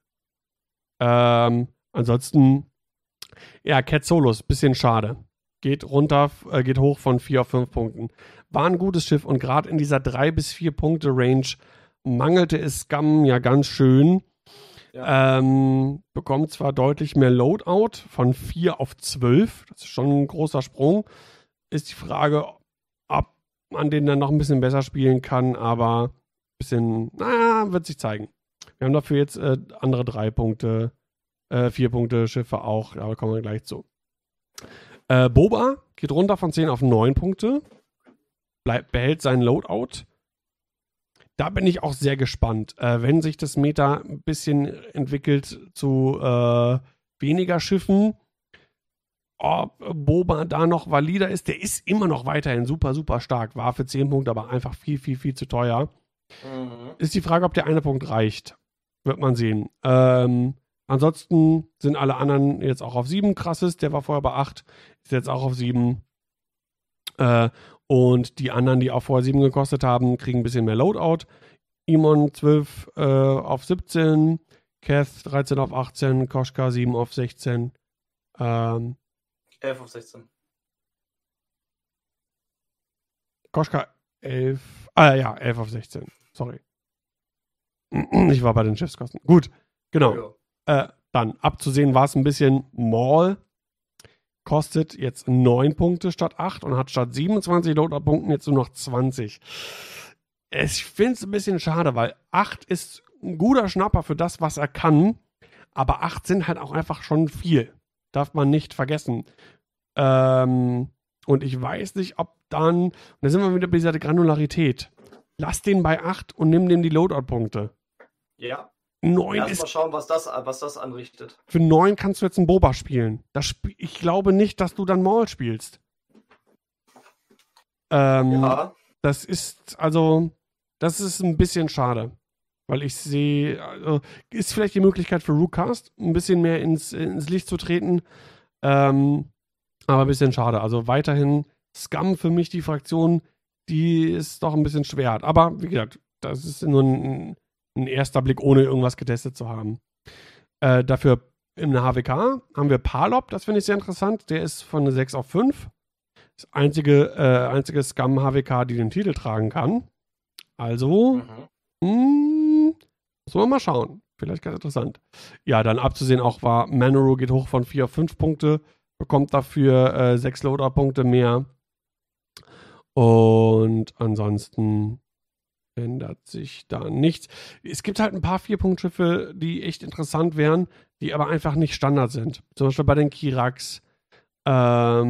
Ansonsten, ja, Cat Solos, bisschen schade. Geht hoch von 4 auf 5 Punkten. War ein gutes Schiff und gerade in dieser 3 bis 4 Punkte Range mangelte es Scum ja ganz schön. Ja. Bekommt zwar deutlich mehr Loadout von 4 auf 12. Das ist schon ein großer Sprung. Ist die Frage, ob man den dann noch ein bisschen besser spielen kann, aber ein bisschen, wird sich zeigen. Wir haben dafür jetzt andere 3 Punkte, 4 Punkte Schiffe auch, aber kommen wir gleich zu. Boba geht runter von 10 auf 9 Punkte. Behält seinen Loadout. Da bin ich auch sehr gespannt. Wenn sich das Meta ein bisschen entwickelt zu weniger Schiffen, ob Boba da noch valider ist, der ist immer noch weiterhin super, super stark. War für 10 Punkte aber einfach viel, viel, viel zu teuer. Mhm. Ist die Frage, ob der eine Punkt reicht. Wird man sehen. Ansonsten sind alle anderen jetzt auch auf 7. Krasses, der war vorher bei 8, ist jetzt auch auf 7. Und die anderen, die auch vorher 7 gekostet haben, kriegen ein bisschen mehr Loadout. Imon 12 auf 17, Keth 13 auf 18, Koschka 7 auf 16. 11 auf 16. Koschka 11. 11 auf 16. Sorry. Ich war bei den Schiffskosten. Gut, genau. Dann abzusehen war es ein bisschen Maul. Kostet jetzt 9 Punkte statt 8 und hat statt 27 Loadout-Punkten jetzt nur noch 20. Ich finde es ein bisschen schade, weil 8 ist ein guter Schnapper für das, was er kann, aber 8 sind halt auch einfach schon viel. Darf man nicht vergessen. Und ich weiß nicht, ob dann, und da sind wir wieder bei dieser Granularität. Lass den bei 8 und nimm dem die Loadout-Punkte. Ja. 9 Lass mal schauen, was das anrichtet. Für 9 kannst du jetzt einen Boba spielen. Ich glaube nicht, dass du dann Maul spielst. Ja. Das ist ein bisschen schade. Weil ich sehe, ist vielleicht die Möglichkeit für Rookcast, ein bisschen mehr ins Licht zu treten. Aber ein bisschen schade. Also weiterhin Scum für mich die Fraktion, die ist doch ein bisschen schwer. Aber wie gesagt, das ist nur ein erster Blick, ohne irgendwas getestet zu haben. Dafür im HWK haben wir Palop, das finde ich sehr interessant. Der ist von 6 auf 5. Das einzige Scum HWK, die den Titel tragen kann. Also, müssen wir mal schauen. Vielleicht ganz interessant. Ja, dann abzusehen auch war, Manoru geht hoch von 4 auf 5 Punkte, bekommt dafür 6 Loader-Punkte mehr. Und ansonsten ändert sich da nichts. Es gibt halt ein paar 4-Punkt-Schiffe, die echt interessant wären, die aber einfach nicht Standard sind. Zum Beispiel bei den Kirax. Ja.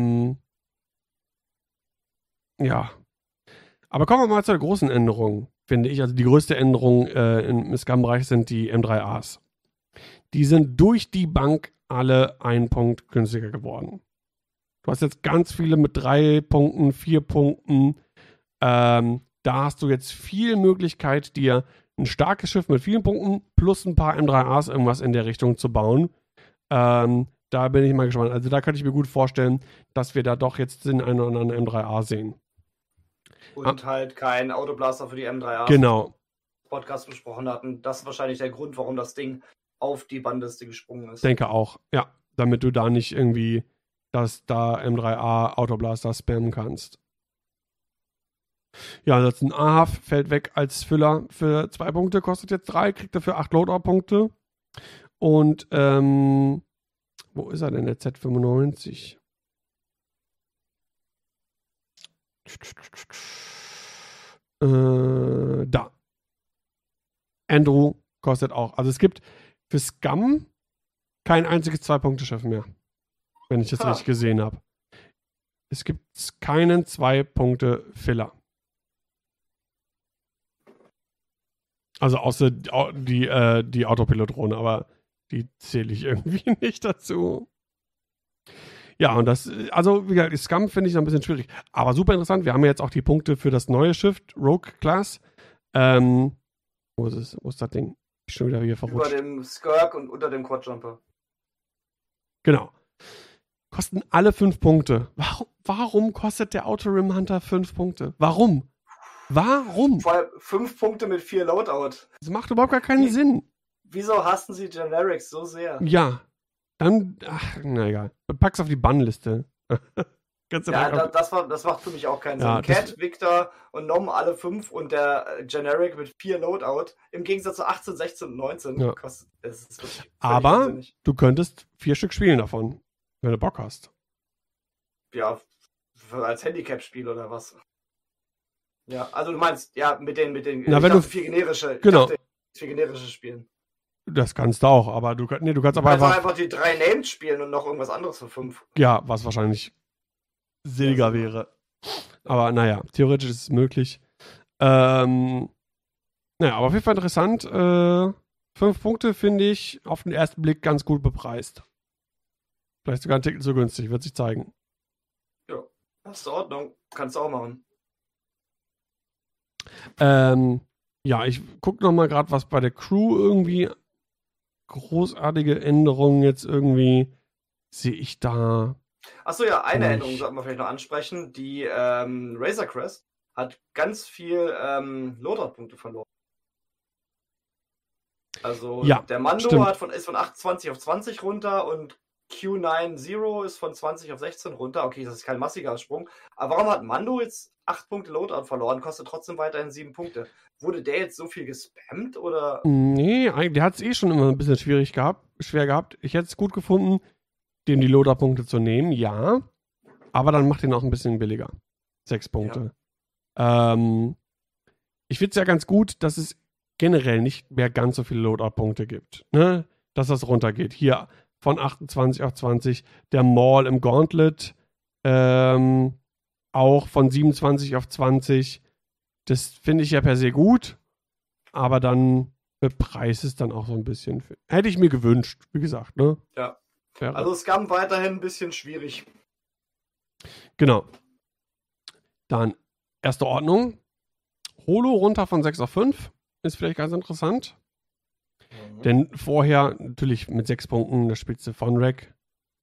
Aber kommen wir mal zur großen Änderung, finde ich. Also die größte Änderung im Scum-Bereich sind die M3As. Die sind durch die Bank alle 1 Punkt günstiger geworden. Du hast jetzt ganz viele mit 3 Punkten, 4 Punkten. Da hast du jetzt viel Möglichkeit, dir ein starkes Schiff mit vielen Punkten plus ein paar M3As irgendwas in der Richtung zu bauen. Da bin ich mal gespannt. Also da könnte ich mir gut vorstellen, dass wir da doch jetzt den einen oder anderen M3A sehen. Und halt kein Autoblaster für die M3A. Genau. Podcast besprochen hatten. Das ist wahrscheinlich der Grund, warum das Ding auf die Bannliste gesprungen ist. Denke auch, ja. Damit du da nicht irgendwie das da M3A Autoblaster spammen kannst. Ja, das ist ein AHAF, fällt weg als Füller für 2 Punkte, kostet jetzt 3, kriegt dafür 8 Loadout-Punkte. Und, wo ist er denn, der Z95? Da. Andrew kostet auch. Also es gibt für Scum kein einziges 2-Punkte-Schiff mehr. Wenn ich das richtig gesehen habe. Es gibt keinen 2-Punkte-Filler. Also außer die Autopilotrone, aber die zähle ich irgendwie nicht dazu. Ja, und das, also wie gesagt, Scum finde ich noch ein bisschen schwierig. Aber super interessant, wir haben ja jetzt auch die Punkte für das neue Schiff, Rogue Class. Wo ist es? Wo ist das Ding? Ich bin schon wieder hier verrutscht. Über dem Skirk und unter dem Quadjumper. Genau. Kosten alle 5 Punkte. Warum kostet der Autorim Hunter 5 Punkte? Warum? Vor allem 5 Punkte mit 4 Loadout. Das macht überhaupt gar keinen Sinn. Wieso hassen sie Generics so sehr? Ja. Dann, na egal. Pack's auf die Bannliste. Ja, das macht für mich auch keinen Sinn. Ja, Cat, Victor und Nom alle 5 und der Generic mit 4 Loadout. Im Gegensatz zu 18, 16 und 19 ja. kostet es. Aber unsinnig. du könntest 4 Stück spielen davon, wenn du Bock hast. Ja, als Handicap-Spiel oder was? Ja, also du meinst, ja, mit den Na, wenn du 4 generische. Genau. 4 generische spielen. Das kannst du auch, aber du kannst aber einfach die 3 Named spielen und noch irgendwas anderes für 5. Ja, was wahrscheinlich sinniger wäre. Aber naja, theoretisch ist es möglich. Naja, aber auf jeden Fall interessant. 5 Punkte finde ich auf den ersten Blick ganz gut bepreist. Vielleicht sogar ein Ticken zu günstig, wird sich zeigen. Ja, das ist in Ordnung. Kannst du auch machen. Ja, ich gucke nochmal gerade, was bei der Crew irgendwie großartige Änderungen jetzt irgendwie sehe ich da. Achso, ja, eine Änderung sollten wir vielleicht noch ansprechen. Die Razor Crest hat ganz viel Loadout-Punkte verloren. Also ja, der Mando stimmt. ist von 28 auf 20 runter und Q90 ist von 20 auf 16 runter. Okay, das ist kein massiger Sprung. Aber warum hat Mando jetzt 8 Punkte Loadout verloren, kostet trotzdem weiterhin 7 Punkte? Wurde der jetzt so viel gespammt oder? Nee, der hat es eh schon immer ein bisschen schwer gehabt. Ich hätte es gut gefunden, dem die Loadout-Punkte zu nehmen, ja. Aber dann macht ihn auch ein bisschen billiger. 6 Punkte. Ja. Ich finde es ja ganz gut, dass es generell nicht mehr ganz so viele Loadout-Punkte gibt. Ne? Dass das runtergeht. Hier von 28 auf 20. Der Maul im Gauntlet auch von 27 auf 20. Das finde ich ja per se gut. Aber dann bepreist es dann auch so ein bisschen. Hätte ich mir gewünscht, wie gesagt. Ne? Ja. Also Scum weiterhin ein bisschen schwierig. Genau. Dann erste Ordnung. Holo runter von 6 auf 5. Ist vielleicht ganz interessant. Denn vorher natürlich mit 6 Punkten das Spitze von Rack.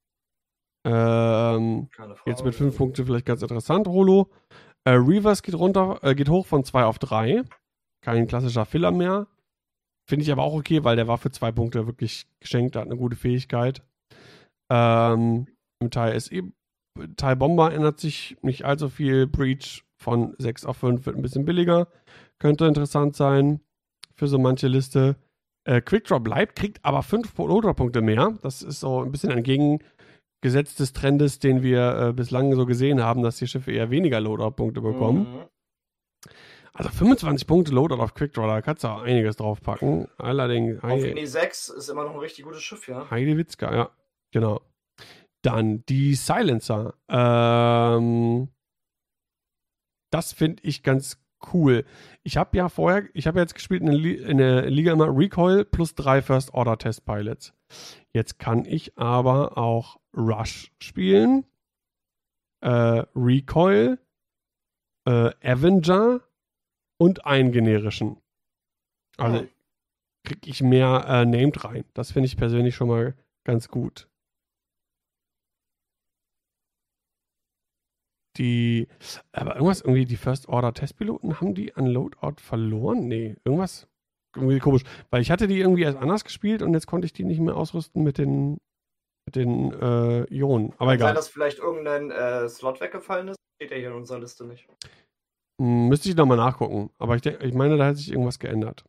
Jetzt mit 5 Punkten vielleicht ganz interessant, Holo. Reavers geht hoch von 2 auf 3. Kein klassischer Filler mehr. Finde ich aber auch okay, weil der war für 2 Punkte wirklich geschenkt. Der hat eine gute Fähigkeit. Im Teil SE. Teil Bomber ändert sich nicht allzu viel. Breach von 6 auf 5 wird ein bisschen billiger. Könnte interessant sein für so manche Liste. Quickdraw bleibt, kriegt aber 5 Loadout-Punkte mehr. Das ist so ein bisschen entgegengesetzt des Trendes, den wir bislang so gesehen haben, dass die Schiffe eher weniger Loadout-Punkte bekommen. Also 25 Punkte Loadout auf Quick Draw, da kannst du auch einiges draufpacken. Allerdings. Auf Ini 6 ist immer noch ein richtig gutes Schiff, ja. Heidewitzka, ja, genau. Dann die Silencer. Das finde ich ganz cool. Ich habe ja jetzt gespielt in der Liga immer Recoil plus 3 First Order Test Pilots. Jetzt kann ich aber auch Rush spielen, Recoil, Avenger und einen generischen. Also kriege ich mehr Named rein. Das finde ich persönlich schon mal ganz gut. Aber irgendwie die First Order Testpiloten, haben die an Loadout verloren? Nee, irgendwas irgendwie komisch. Weil ich hatte die irgendwie erst anders gespielt und jetzt konnte ich die nicht mehr ausrüsten mit den Ionen. Aber egal. Sein, dass vielleicht irgendein Slot weggefallen ist, steht ja hier in unserer Liste nicht. Müsste ich nochmal nachgucken. Aber ich meine, da hat sich irgendwas geändert.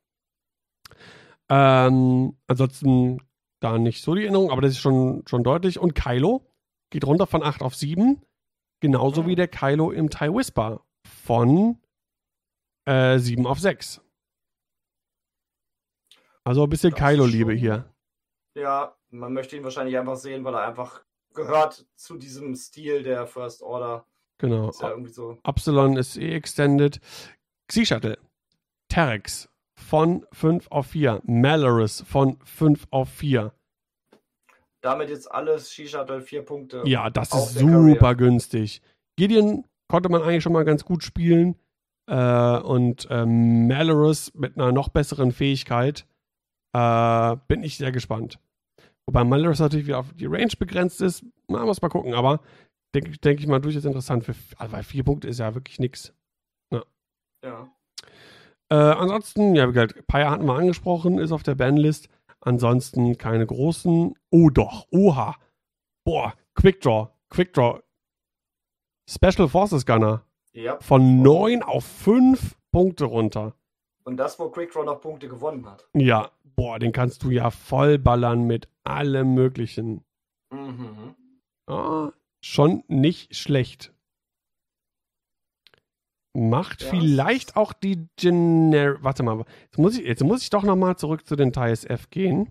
Ansonsten da nicht so die Erinnerung, aber das ist schon deutlich. Und Kylo geht runter von 8 auf 7. Genauso wie der Kylo im TIE Whisper von 7 auf 6. Also ein bisschen Kylo-Liebe hier. Ja, man möchte ihn wahrscheinlich einfach sehen, weil er einfach gehört zu diesem Stil der First Order. Genau. Ist ja irgendwie so. Absalon ist extended. Xi-Shuttle. Terex von 5 auf 4. Malorus von 5 auf 4. Damit jetzt alles Xi-Shuttle 4 Punkte. Ja, das ist super günstig. Gideon konnte man eigentlich schon mal ganz gut spielen. Und Malorus mit einer noch besseren Fähigkeit. Bin ich sehr gespannt. Wobei Malorus natürlich wieder auf die Range begrenzt ist. Man muss mal gucken, aber denke ich mal durchaus interessant. Weil 4 Punkte ist ja wirklich nix. Ja. Ansonsten, ja, wie gesagt, Pyre hatten wir angesprochen, ist auf der Banlist. Ansonsten keine großen. Oh doch, oha. Boah, Quick Draw. Special Forces Gunner. Ja. Von 9 auf 5 Punkte runter. Und das, wo Quick Draw noch Punkte gewonnen hat. Ja, boah, den kannst du ja voll ballern mit allem Möglichen. Mhm. Schon nicht schlecht. Macht vielleicht auch die Warte mal, jetzt muss ich doch nochmal zurück zu den TIE SF gehen.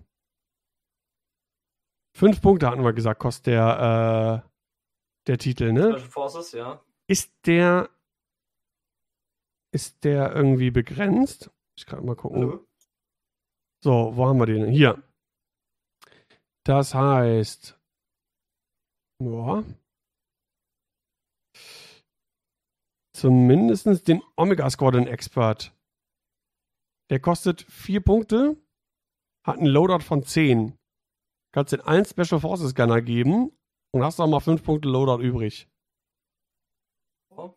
5 Punkte hatten wir gesagt, kostet der Titel, ne? Special Forces, ja. Ist der irgendwie begrenzt? Ich kann mal gucken. Nö. So, wo haben wir den? Hier. Das heißt, ja, zumindest den Omega Squadron Expert. Der kostet 4 Punkte, hat einen Loadout von 10. Kannst den allen Special Forces Gunner geben und hast noch mal 5 Punkte Loadout übrig. Oh.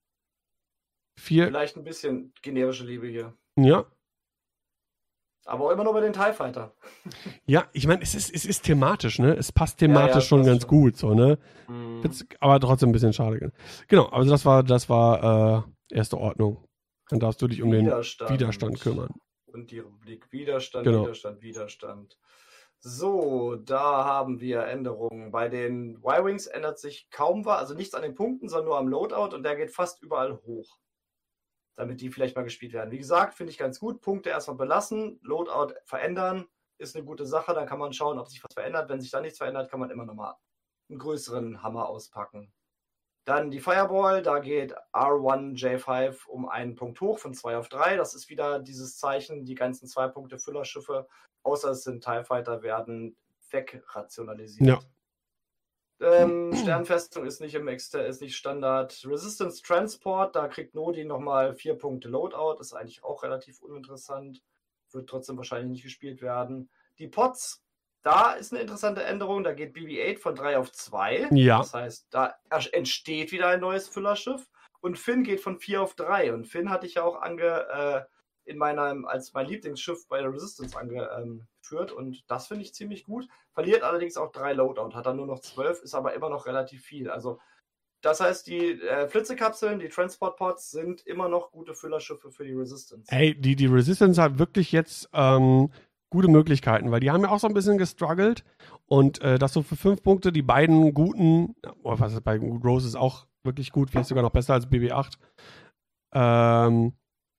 4. Vielleicht ein bisschen generische Liebe hier. Ja. Aber immer nur bei den TIE Fighter. Ja, ich meine, es ist thematisch, ne? Es passt thematisch schon ganz schon gut, so, ne? Mhm. Aber trotzdem ein bisschen schade. Genau, also das war erste Ordnung. Dann darfst du dich um den Widerstand kümmern. Und die Republik. Widerstand, Genau. Widerstand. So, da haben wir Änderungen. Bei den Y-Wings ändert sich kaum was, also nichts an den Punkten, sondern nur am Loadout und der geht fast überall hoch. Damit die vielleicht mal gespielt werden. Wie gesagt, finde ich ganz gut. Punkte erstmal belassen, Loadout verändern, ist eine gute Sache. Dann kann man schauen, ob sich was verändert. Wenn sich da nichts verändert, kann man immer nochmal einen größeren Hammer auspacken. Dann die Fireball, da geht R1J5 um einen Punkt hoch von 2 auf 3. Das ist wieder dieses Zeichen, die ganzen 2 Punkte Füllerschiffe, außer es sind TIE Fighter, werden wegrationalisiert. Ja. Sternfestung ist nicht Standard. Resistance Transport, da kriegt Nodi nochmal 4 Punkte Loadout, ist eigentlich auch relativ uninteressant. Wird trotzdem wahrscheinlich nicht gespielt werden. Die Pots, da ist eine interessante Änderung, da geht BB-8 von 3 auf 2. Ja. Das heißt, da entsteht wieder ein neues Füllerschiff. Und Finn geht von 4 auf 3. Und Finn hatte ich ja auch als mein Lieblingsschiff bei der Resistance angeführt. Und das finde ich ziemlich gut. Verliert allerdings auch 3 Loadout. Hat dann nur noch 12, ist aber immer noch relativ viel. Also, das heißt, die Flitzekapseln, die Transport-Pods sind immer noch gute Füllerschiffe für die Resistance. Ey, die Resistance hat wirklich jetzt gute Möglichkeiten, weil die haben ja auch so ein bisschen gestruggelt und das so für 5 Punkte, die beiden guten, was ist bei Rose ist auch wirklich gut, vielleicht sogar noch besser als BB-8,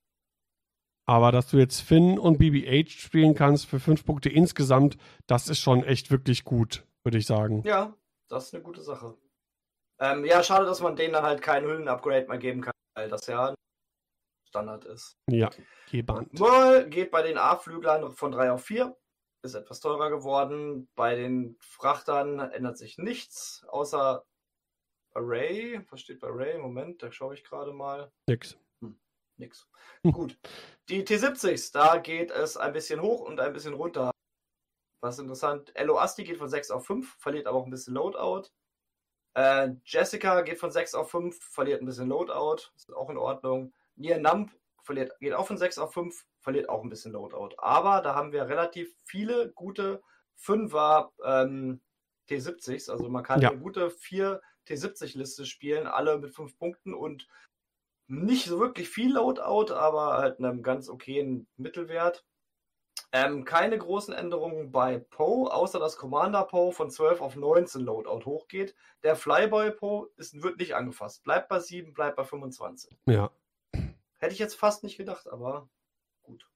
Aber dass du jetzt Finn und BB-8 spielen kannst für 5 Punkte insgesamt, das ist schon echt wirklich gut, würde ich sagen. Ja, das ist eine gute Sache. Ja, schade, dass man denen dann halt kein Hüllen-Upgrade mehr geben kann, weil das ja Standard ist. Ja, gebannt. Merle geht bei den A-Flüglern von 3 auf 4. Ist etwas teurer geworden. Bei den Frachtern ändert sich nichts, außer Array. Was steht bei Array? Moment, da schaue ich gerade mal. Nix. Nix. Gut. Die T70s, da geht es ein bisschen hoch und ein bisschen runter. Was interessant. Elo Asti geht von 6 auf 5, verliert aber auch ein bisschen Loadout. Jessica geht von 6 auf 5, verliert ein bisschen Loadout. Ist auch in Ordnung. Nier Nump geht auch von 6 auf 5, verliert auch ein bisschen Loadout. Aber da haben wir relativ viele gute 5er T70s. Also man kann eine gute 4 T70-Liste spielen, alle mit 5 Punkten und nicht so wirklich viel Loadout, aber halt einem ganz okayen Mittelwert. Keine großen Änderungen bei Poe, außer dass Commander Poe von 12 auf 19 Loadout hochgeht. Der Flyboy Poe wird nicht angefasst. Bleibt bei 7, bleibt bei 25. Ja. Hätte ich jetzt fast nicht gedacht, aber gut.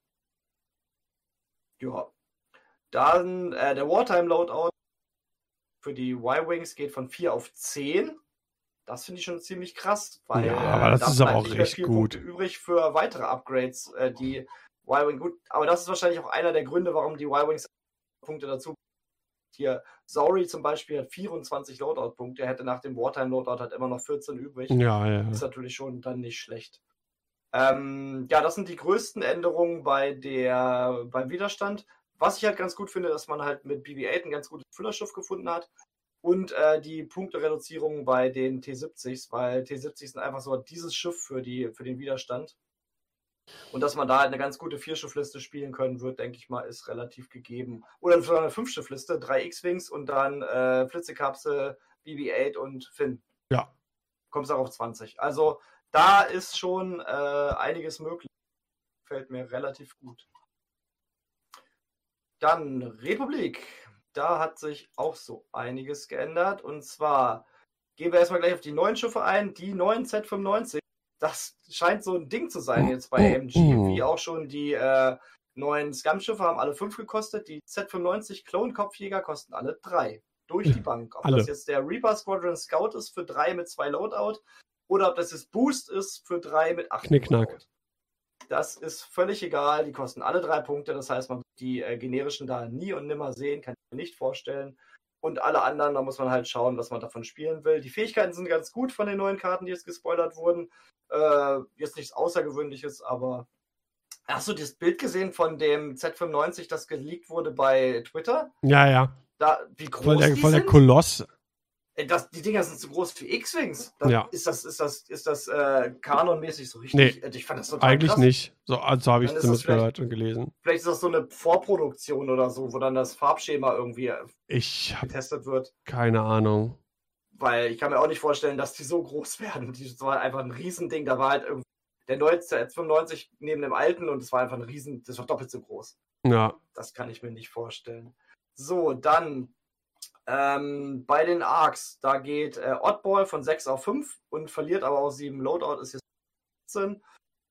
Ja. Dann der Wartime Loadout für die Y-Wings geht von 4 auf 10. Das finde ich schon ziemlich krass, weil aber das ist aber auch echt gut. Punkte übrig für weitere Upgrades, die Y-Wing gut. Aber das ist wahrscheinlich auch einer der Gründe, warum die Y-Wings Punkte dazu. Hier, Zori zum Beispiel hat 24 Loadout-Punkte. Er hätte nach dem Wartime-Loadout halt immer noch 14 übrig. Ja. Ist natürlich schon dann nicht schlecht. Das sind die größten Änderungen beim Widerstand. Was ich halt ganz gut finde, dass man halt mit BB-8 ein ganz gutes Füllerschiff gefunden hat. Und die Punktereduzierung bei den T70s, weil T70s sind einfach so dieses Schiff für den Widerstand. Und dass man da halt eine ganz gute 4-Schiff-Liste spielen können wird, denke ich mal, ist relativ gegeben. Oder für eine 5-Schiff-Liste, 3 X-Wings und dann Flitzekapsel, BB-8 und Finn. Ja. Kommst auch auf 20. Also da ist schon einiges möglich. Gefällt mir relativ gut. Dann Republik. Da hat sich auch so einiges geändert. Und zwar gehen wir erstmal gleich auf die neuen Schiffe ein. Die neuen Z95, das scheint so ein Ding zu sein jetzt bei MG, wie auch schon die neuen Scum-Schiffe haben alle 5 gekostet. Die Z95 Clone-Kopfjäger kosten alle 3. Durch die Bank. Ob das jetzt der Reaper Squadron Scout ist für 3 mit 2 Loadout oder ob das jetzt Boost ist für 3 mit 8 Loadout. Das ist völlig egal. Die kosten alle 3 Punkte. Das heißt, man wird die generischen da nie und nimmer sehen. Kann ich mir nicht vorstellen. Und alle anderen, da muss man halt schauen, was man davon spielen will. Die Fähigkeiten sind ganz gut von den neuen Karten, die jetzt gespoilert wurden. Jetzt nichts Außergewöhnliches, aber hast du das Bild gesehen von dem Z95, das geleakt wurde bei Twitter? Ja. Wie groß die sind? Voll der Koloss. Die Dinger sind zu groß für X-Wings. Ja. Ist das kanonmäßig so richtig? Nee, ich fand das total eigentlich krass. Nicht. So, also habe ich zumindest gehört und gelesen. Vielleicht ist das so eine Vorproduktion oder so, wo dann das Farbschema irgendwie getestet wird. Keine Ahnung. Weil ich kann mir auch nicht vorstellen, dass die so groß werden. Das war einfach ein Riesending. Da war halt irgendwie der neue Z95 neben dem alten und es war einfach das war doppelt so groß. Ja. Das kann ich mir nicht vorstellen. So, dann bei den Arcs, da geht Oddball von 6 auf 5 und verliert aber auch 7 Loadout, ist jetzt 14.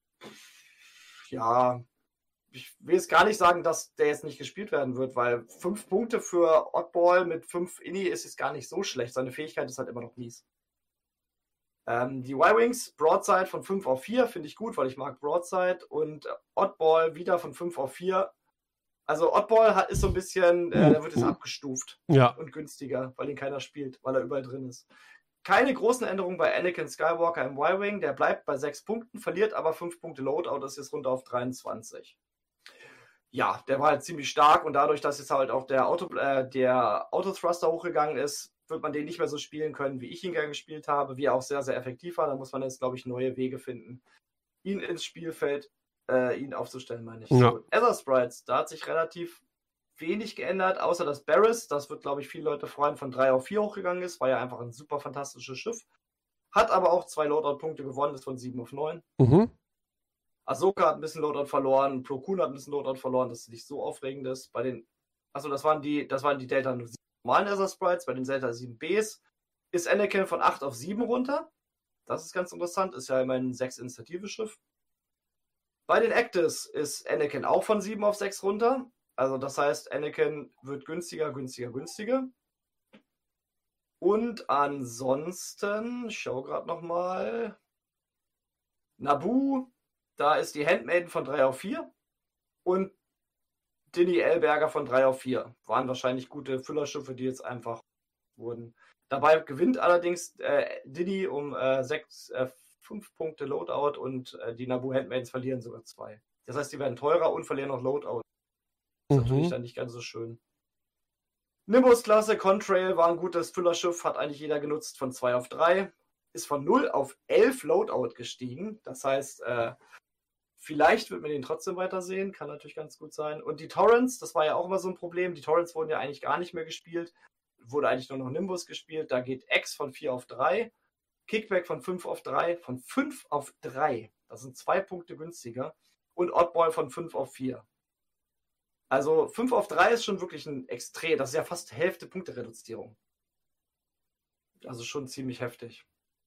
Ja, ich will jetzt gar nicht sagen, dass der jetzt nicht gespielt werden wird, weil 5 Punkte für Oddball mit 5 Inni ist jetzt gar nicht so schlecht. Seine Fähigkeit ist halt immer noch mies. Die Y-Wings, Broadside von 5 auf 4 finde ich gut, weil ich mag Broadside und Oddball wieder von 5 auf 4. Also Oddball ist so ein bisschen, der wird jetzt abgestuft und günstiger, weil ihn keiner spielt, weil er überall drin ist. Keine großen Änderungen bei Anakin Skywalker im Y-Wing, der bleibt bei 6 Punkten, verliert aber 5 Punkte Loadout, ist jetzt runter auf 23. Ja, der war halt ziemlich stark und dadurch, dass jetzt halt auch der Autothruster hochgegangen ist, wird man den nicht mehr so spielen können, wie ich ihn gerne gespielt habe, wie er auch sehr, sehr effektiv war. Da muss man jetzt, glaube ich, neue Wege finden, ihn ins Spielfeld ihn aufzustellen, meine ich. Ja. So, Ether Sprites, da hat sich relativ wenig geändert, außer dass Barris, das wird, glaube ich, viele Leute freuen, von 3 auf 4 hochgegangen ist, war ja einfach ein super fantastisches Schiff. Hat aber auch 2 Loadout-Punkte gewonnen, ist von 7 auf 9. Ahsoka hat ein bisschen Loadout verloren, Plo Koon hat ein bisschen Loadout verloren, das ist nicht so aufregend ist. Das waren die Delta normalen Ether Sprites, bei den Delta 7Bs ist Anakin von 8 auf 7 runter. Das ist ganz interessant, ist ja immerhin ein 6 Initiative-Schiff. Bei den Actives ist Anakin auch von 7 auf 6 runter. Also das heißt, Anakin wird günstiger. Und ansonsten, ich schaue gerade nochmal, Naboo, da ist die Handmaiden von 3 auf 4 und Dinny Elberger von 3 auf 4. Waren wahrscheinlich gute Füllerschiffe, die jetzt einfach wurden. Dabei gewinnt allerdings Dinny um 5 Punkte Loadout und die Naboo Handmaidens verlieren sogar 2. Das heißt, die werden teurer und verlieren noch Loadout. Das ist natürlich dann nicht ganz so schön. Nimbus-Klasse, Contrail war ein gutes Füllerschiff, hat eigentlich jeder genutzt, von 2 auf 3. Ist von 0 auf 11 Loadout gestiegen. Das heißt, vielleicht wird man den trotzdem weitersehen, kann natürlich ganz gut sein. Und die Torrents, das war ja auch immer so ein Problem. Die Torrents wurden ja eigentlich gar nicht mehr gespielt. Wurde eigentlich nur noch Nimbus gespielt. Da geht X von 4 auf 3. Kickback von 5 auf 3. Von 5 auf 3. Das sind 2 Punkte günstiger. Und Oddball von 5 auf 4. Also 5 auf 3 ist schon wirklich ein Extrem. Das ist ja fast Hälfte Punkte-Reduzierung. Also schon ziemlich heftig.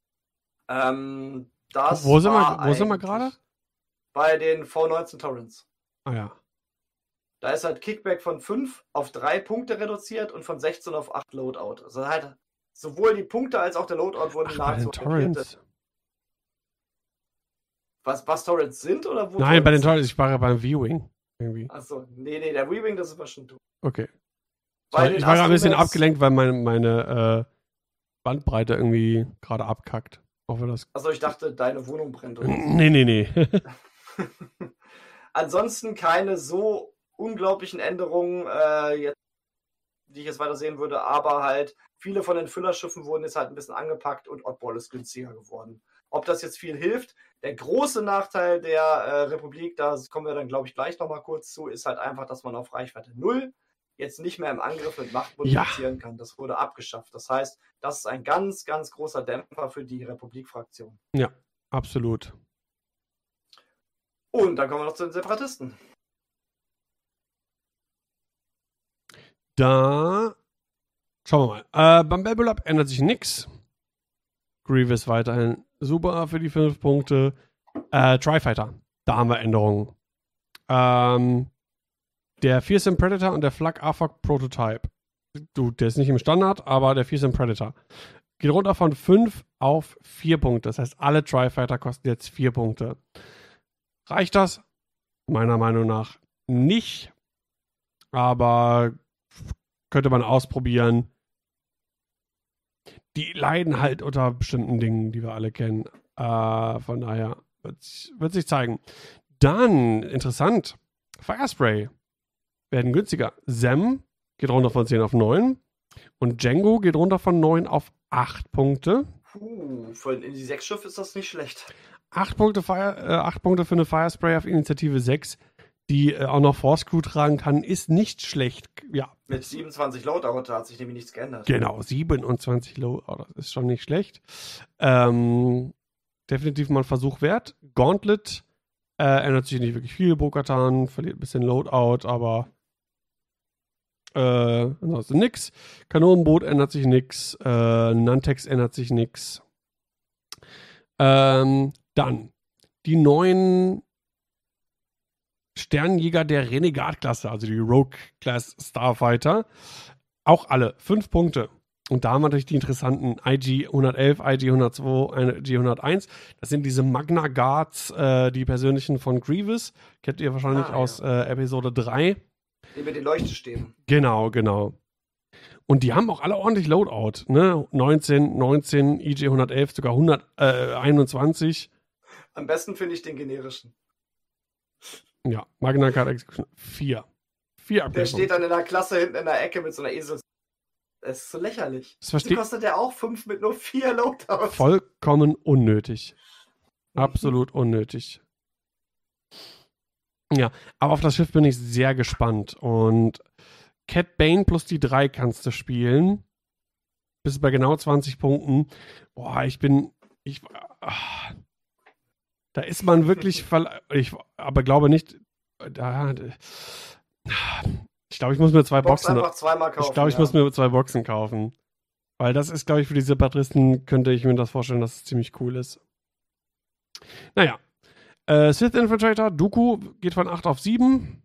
Wo sind wir gerade? Bei den V19 Torrents. Ah ja. Da ist halt Kickback von 5 auf 3 Punkte reduziert und von 16 auf 8 Loadout. Also halt sowohl die Punkte als auch der Loadout wurden nahezu Torrents. Was Torrents sind oder wo? Nein, bei den Torrents, ich war ja beim Viewing. Irgendwie. Achso, nee, der Weaving, das ist was schon durch. Okay. Ich war gerade ein bisschen abgelenkt, weil meine Bandbreite irgendwie gerade abkackt. Achso, ich dachte, deine Wohnung brennt. Oder so. Nee. Ansonsten keine so unglaublichen Änderungen, die ich jetzt weiter sehen würde, aber halt viele von den Füllerschiffen wurden jetzt halt ein bisschen angepackt und Oddball ist günstiger geworden. Ob das jetzt viel hilft, der große Nachteil der Republik, da kommen wir dann, glaube ich, gleich nochmal kurz zu, ist halt einfach, dass man auf Reichweite 0 jetzt nicht mehr im Angriff mit Macht modifizieren kann. Das wurde abgeschafft. Das heißt, das ist ein ganz, ganz großer Dämpfer für die Republik-Fraktion. Ja, absolut. Und dann kommen wir noch zu den Separatisten. Da schauen wir mal. Beim Babel Up ändert sich nichts. Grievous weiterhin super für die 5 Punkte. Tri-Fighter, da haben wir Änderungen. Der Fearsome Predator und der Flak Afok Prototype. Der ist nicht im Standard, aber der Fearsome Predator. Geht runter von 5 auf 4 Punkte. Das heißt, alle Tri-Fighter kosten jetzt 4 Punkte. Reicht das? Meiner Meinung nach nicht. Aber könnte man ausprobieren. Die leiden halt unter bestimmten Dingen, die wir alle kennen. Von daher wird sich zeigen. Dann, interessant, Firespray werden günstiger. Zem geht runter von 10 auf 9 und Django geht runter von 9 auf 8 Punkte. Für in die 6 Schiff ist das nicht schlecht. 8 Punkte für eine Firespray auf Initiative 6, die auch noch Force Crew tragen kann, ist nicht schlecht. Ja. Mit 27 Loadout hat sich nämlich nichts geändert. Genau, 27 Loadout, das ist schon nicht schlecht. Definitiv mal ein Versuch wert. Gauntlet ändert sich nicht wirklich viel. Bo-Katan verliert ein bisschen Loadout, aber ansonsten nix. Kanonenboot ändert sich nix. Nantex ändert sich nix. Dann die neuen Sternenjäger der Renegade-Klasse, also die Rogue-Class Starfighter. Auch alle 5 Punkte. Und da haben wir natürlich die interessanten IG 111, IG 102, IG 101. Das sind diese Magna Guards, die persönlichen von Grievous. Kennt ihr wahrscheinlich aus Episode 3. Die mit den Leuchtestäben. Genau. Und die haben auch alle ordentlich Loadout. Ne? 19, IG 111, sogar 121. Am besten finde ich den generischen. Ja, Magna Guard Execution 4. 4 Der steht dann in der Klasse hinten in der Ecke mit so einer Esel. Das ist so lächerlich. Das kostet der auch 5 mit nur 4 Loadouts. Vollkommen unnötig. Absolut unnötig. Ja, aber auf das Schiff bin ich sehr gespannt. Und Cat Bane plus die 3 kannst du spielen. Bist bei genau 20 Punkten. Boah, da ist man wirklich, aber glaube nicht, ich glaube, ich muss mir 2 Boxen kaufen. Ich glaube, ich muss mir 2 Boxen kaufen. Weil das ist, glaube ich, für die Separatisten, könnte ich mir das vorstellen, dass es ziemlich cool ist. Naja. Sith Infiltrator, Dooku geht von 8 auf 7.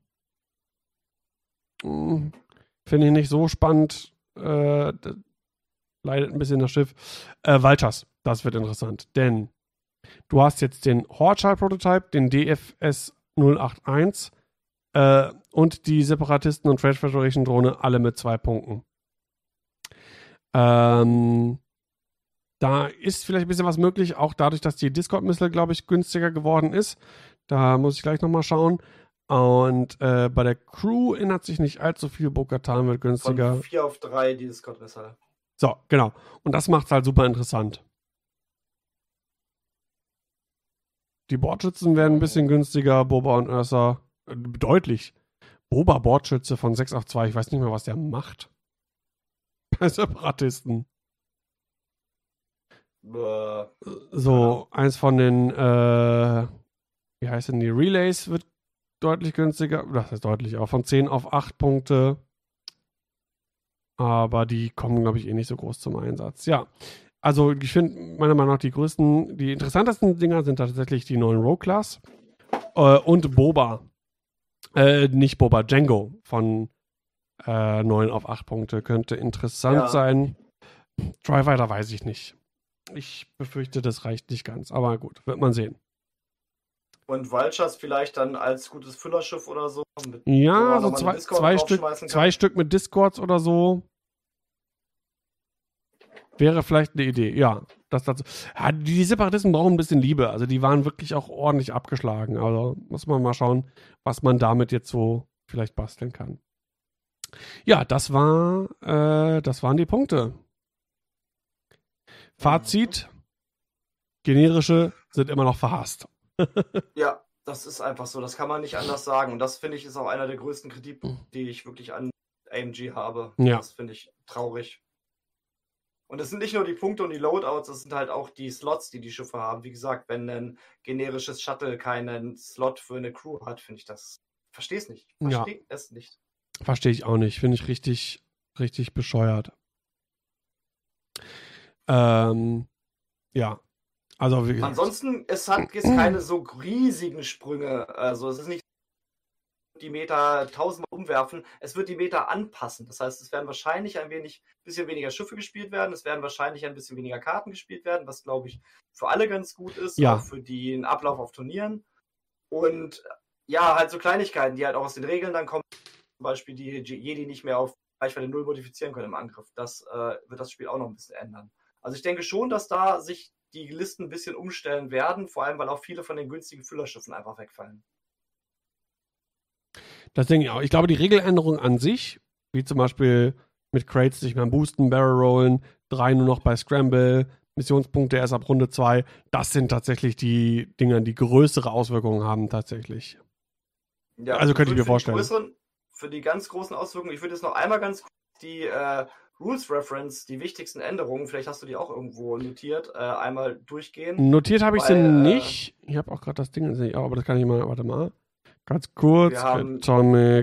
Finde ich nicht so spannend. Leidet ein bisschen das Schiff. Vultures, das wird interessant. Denn du hast jetzt den Horde-Prototype, den DFS 081 und die Separatisten und Trade Federation Drohne alle mit 2 Punkten. Da ist vielleicht ein bisschen was möglich, auch dadurch, dass die Discord-Missile, glaube ich, günstiger geworden ist. Da muss ich gleich nochmal schauen. Und bei der Crew ändert sich nicht allzu viel. Bo-Katan wird günstiger. Von 4 auf 3 die Discord-Missile. So, genau. Und das macht es halt super interessant. Die Bordschützen werden ein bisschen günstiger. Boba und Ursa deutlich. Boba Bordschütze von 6 auf 2. Ich weiß nicht mehr, was der macht. Bei Separatisten. So, eins von den, wie heißen die? Relays wird deutlich günstiger. Das ist deutlich, aber von 10 auf 8 Punkte. Aber die kommen, glaube ich, eh nicht so groß zum Einsatz. Ja, also ich finde, meiner Meinung nach, die interessantesten Dinger sind tatsächlich die neuen Rogue-Class und Boba. Nicht Boba, Django von 9 auf 8 Punkte. Könnte interessant sein. Tri-Fighter weiß ich nicht. Ich befürchte, das reicht nicht ganz. Aber gut, wird man sehen. Und Vultures vielleicht dann als gutes Füllerschiff oder so? Ja, so zwei Stück mit Discords oder so. Wäre vielleicht eine Idee, ja. Die Separatisten brauchen ein bisschen Liebe. Also die waren wirklich auch ordentlich abgeschlagen. Also muss man mal schauen, was man damit jetzt so vielleicht basteln kann. Ja, das waren die Punkte. Fazit: Generische sind immer noch verhasst. Ja, das ist einfach so. Das kann man nicht anders sagen. Und das, finde ich, ist auch einer der größten Kritikpunkte, die ich wirklich an AMG habe. Ja. Das finde ich traurig. Und es sind nicht nur die Punkte und die Loadouts, es sind halt auch die Slots, die Schiffe haben. Wie gesagt, wenn ein generisches Shuttle keinen Slot für eine Crew hat, finde ich das. Verstehe es nicht. Verstehe es nicht. Verstehe ich auch nicht. Finde ich richtig, richtig bescheuert. Ja. Also, wie gesagt. Ansonsten, es hat jetzt keine so riesigen Sprünge. Also, es ist nicht die Meter tausendmal umwerfen. Es wird die Meter anpassen. Das heißt, es werden wahrscheinlich bisschen weniger Schiffe gespielt werden. Es werden wahrscheinlich ein bisschen weniger Karten gespielt werden, was, glaube ich, für alle ganz gut ist. Ja. Auch für den Ablauf auf Turnieren. Und ja, halt so Kleinigkeiten, die halt auch aus den Regeln dann kommen. Zum Beispiel die Jedi nicht mehr auf Reichweite 0 modifizieren können im Angriff. Das wird das Spiel auch noch ein bisschen ändern. Also ich denke schon, dass da sich die Listen ein bisschen umstellen werden, vor allem, weil auch viele von den günstigen Füllerschiffen einfach wegfallen. Das denke ich auch. Ich glaube, die Regeländerung an sich, wie zum Beispiel mit Crates sich mal boosten, Barrel rollen, 3 nur noch bei Scramble, Missionspunkte erst ab Runde 2, das sind tatsächlich die Dinger, die größere Auswirkungen haben tatsächlich. Ja, also könnte ich mir vorstellen. Für die ganz großen Auswirkungen, ich würde jetzt noch einmal ganz kurz die Rules Reference, die wichtigsten Änderungen, vielleicht hast du die auch irgendwo notiert, einmal durchgehen. Notiert habe ich sie nicht. Ich habe auch gerade das Ding, aber das kann ich mal, warte mal. Ganz kurz, Atomic.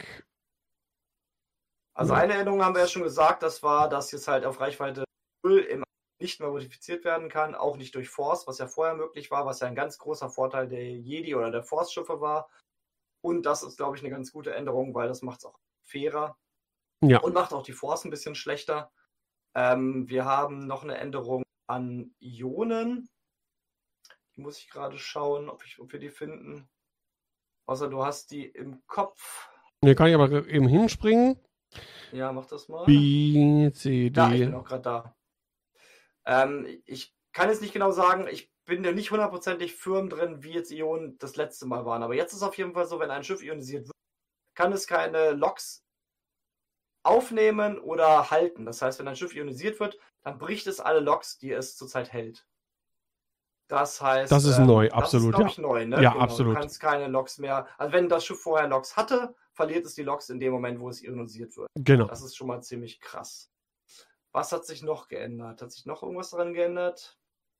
Also eine Änderung haben wir ja schon gesagt, das war, dass jetzt halt auf Reichweite 0 nicht mehr modifiziert werden kann, auch nicht durch Force, was ja vorher möglich war, was ja ein ganz großer Vorteil der Jedi oder der Force-Schiffe war. Und das ist, glaube ich, eine ganz gute Änderung, weil das macht es auch fairer. Ja. Und macht auch die Force ein bisschen schlechter. Wir haben noch eine Änderung an Ionen. Die muss ich gerade schauen, ob wir die finden. Außer du hast die im Kopf. Ne, kann ich aber eben hinspringen. Ja, mach das mal. B, C, D. Ja, ich bin auch gerade da. Ich kann jetzt nicht genau sagen, ich bin da nicht hundertprozentig firm drin, wie jetzt Ionen das letzte Mal waren. Aber jetzt ist es auf jeden Fall so, wenn ein Schiff ionisiert wird, kann es keine Loks aufnehmen oder halten. Das heißt, wenn ein Schiff ionisiert wird, dann bricht es alle Loks, die es zurzeit hält. Das heißt, das ist neu, absolut. Das ist, glaube ich, neu, ne? Ja, genau. absolut. Du kannst keine Loks mehr. Also wenn das Schiff vorher Loks hatte, verliert es die Loks in dem Moment, wo es ionisiert wird. Genau. Das ist schon mal ziemlich krass. Was hat sich noch geändert? Hat sich noch irgendwas daran geändert?